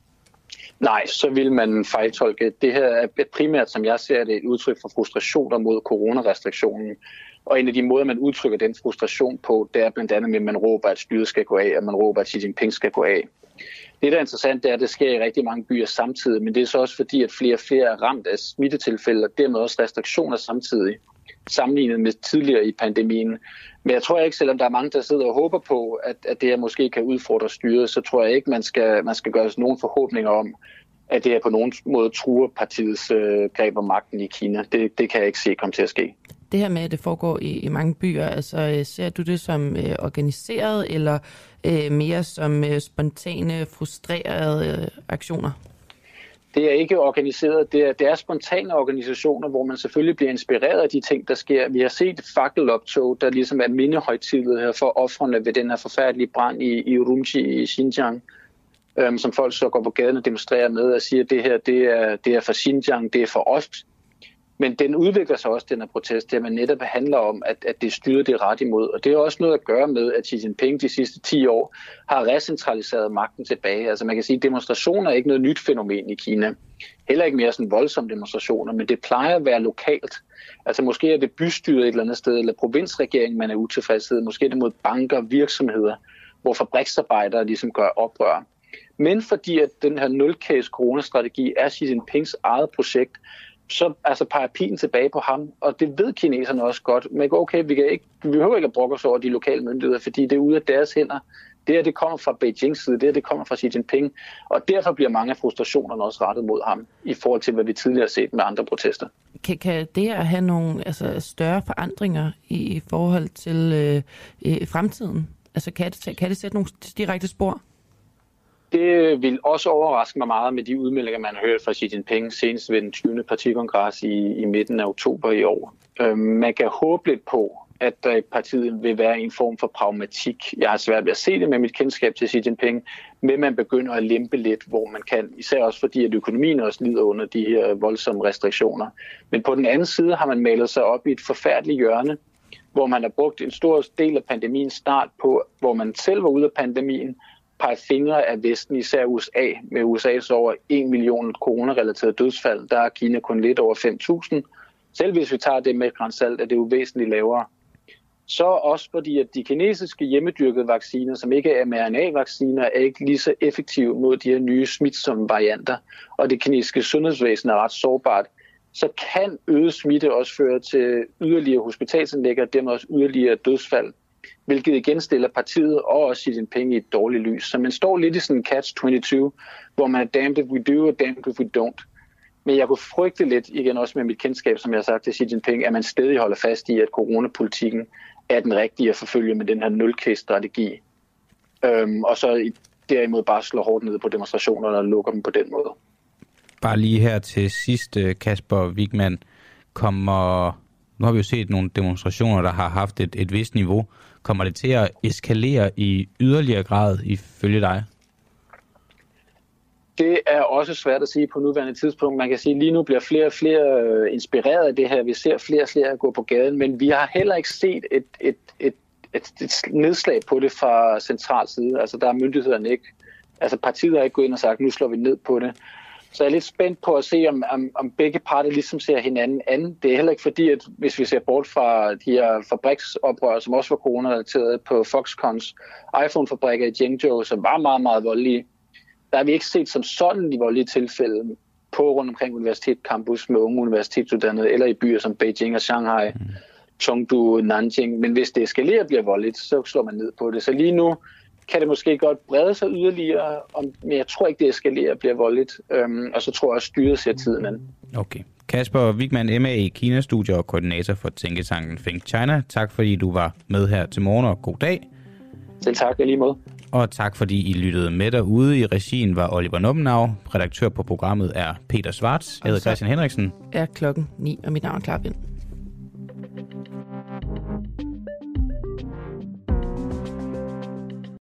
Nej, så vil man fejltolke. Det her er primært, som jeg ser det, et udtryk for frustrationer mod coronarestriktionen. Og en af de måder, man udtrykker den frustration på, det er blandt andet med, at man råber, at styret skal gå af, og man råber, at Xi Jinping skal gå af. Det, der er interessant, det er, at det sker i rigtig mange byer samtidig, men det er så også fordi, at flere og flere er ramt af smittetilfælde, og dermed også restriktioner samtidig, sammenlignet med tidligere i pandemien. Men jeg tror ikke, selvom der er mange, der sidder og håber på, at, at det her måske kan udfordre styret, så tror jeg ikke, man skal, man skal gøre sig nogen forhåbninger om, at det her på nogen måde truer partiets øh, greb om magten i Kina. Det, det kan jeg ikke se komme til at ske. Det her med, at det foregår i, i mange byer, altså ser du det som øh, organiseret, eller øh, mere som øh, spontane, frustrerede øh, aktioner? Det er ikke organiseret, det er, det er spontane organisationer, hvor man selvfølgelig bliver inspireret af de ting, der sker. Vi har set fakkeloptog, der ligesom er mindehøjtideligt her for ofrene ved den her forfærdelige brand i, i Urumqi i Xinjiang, øhm, som folk så går på gaden og demonstrerer med og siger, at det her det er, det er for Xinjiang, det er for os. Men den udvikler sig også, den her protest, det man netop handler om, at, at det styrer det ret imod. Og det har også noget at gøre med, at Xi Jinping de sidste ti år har recentraliseret magten tilbage. Altså man kan sige, at demonstrationer er ikke noget nyt fænomen i Kina. Heller ikke mere sådan voldsomme demonstrationer, men det plejer at være lokalt. Altså måske er det bystyret et eller andet sted, eller provinsregeringen, man er utilfredshed. Måske er det mod banker og virksomheder, hvor fabriksarbejdere ligesom gør oprør. Men fordi at den her nul-case coronastrategi er Xi Jinpings eget projekt, så altså peger pilen tilbage på ham, og det ved kineserne også godt. Men okay, vi, kan ikke, vi behøver ikke at brokke os over de lokale myndigheder, fordi det er ude af deres hænder. Det her, det kommer fra Beijings side, det her, det kommer fra Xi Jinping, og derfor bliver mange af frustrationerne også rettet mod ham, i forhold til, hvad vi tidligere har set med andre protester. Kan, kan det her have nogle altså, større forandringer i, i forhold til øh, i fremtiden? Altså kan det, kan det sætte nogle direkte spor? Det vil også overraske mig meget med de udmeldinger, man har hørt fra Xi Jinping senest ved den tyvende partikongres i, i midten af oktober i år. Øh, man kan håbe lidt på, at der i partiet vil være en form for pragmatik. Jeg har svært ved at se det med mit kendskab til Xi Jinping, men man begynder at lempe lidt, hvor man kan. Især også fordi, at økonomien også lider under de her voldsomme restriktioner. Men på den anden side har man malet sig op i et forfærdeligt hjørne, hvor man har brugt en stor del af pandemiens start på, hvor man selv var ude af pandemien, pege fingre af Vesten, især U S A, med U S A's over en million corona-relaterede dødsfald. Der er Kina kun lidt over fem tusind. Selv hvis vi tager det med grænsalt, er det jo væsentligt lavere. Så også fordi, at de kinesiske hjemmedyrkede vacciner, som ikke er M R N A-vacciner, er ikke lige så effektive mod de her nye smitsomme varianter, og det kinesiske sundhedsvæsen er ret sårbart, så kan øget smitte også føre til yderligere hospitalsindlægger og dermed også yderligere dødsfald, hvilket igen stiller partiet og også Xi Jinping i et dårligt lys. Så man står lidt i sådan en catch tyve, hvor man er damned if we do og damned if we don't. Men jeg kunne frygte lidt, igen også med mit kendskab, som jeg har sagt til Xi Jinping, at man stadig holder fast i, at coronapolitikken er den rigtige at forfølge med den her nul-case-strategi. Øhm, og så derimod bare slå hårdt ned på demonstrationerne og lukker dem på den måde. Bare lige her til sidst, Kasper Wigman, kommer... Nu har vi jo set nogle demonstrationer, der har haft et, et vist niveau. Kommer det til at eskalere i yderligere grad ifølge dig? Det er også svært at sige på nuværende tidspunkt. Man kan sige, at lige nu bliver flere og flere inspireret af det her. Vi ser flere og flere gå på gaden, men vi har heller ikke set et, et, et, et, et nedslag på det fra central side. Altså der er myndighederne ikke. Altså partiet har ikke gået ind og sagt, nu slår vi ned på det. Så jeg er lidt spændt på at se, om, om, om begge parter ligesom ser hinanden an. Det er heller ikke fordi, at hvis vi ser bort fra de her fabriksoprør, som også var corona-relateret på Foxconns iPhone-fabrikker i Zhengzhou, som var meget, meget voldelige, der har vi ikke set som sådan de voldelige tilfælde på rundt omkring universitetscampus med unge universitetsuddannede, eller i byer som Beijing og Shanghai, mm. Chengdu, Nanjing. Men hvis det eskalerer og bliver voldeligt, så slår man ned på det. Så lige nu kan det måske godt brede sig yderligere, men jeg tror ikke, det eskalerer og bliver voldeligt. Øhm, og så tror jeg også, styret ser tiden an. Okay. Kasper Wigman, M A i Kina-studier og koordinator for tænketanken Think China. Tak fordi du var med her til morgen, og god dag. Selv tak, lige måde. Og tak fordi I lyttede med derude. I regien var Oliver Nummenau. Redaktør på programmet er Peter Schwartz. Jeg hedder Christian Henriksen. Er klokken ni, og mit navn er Clara Vind.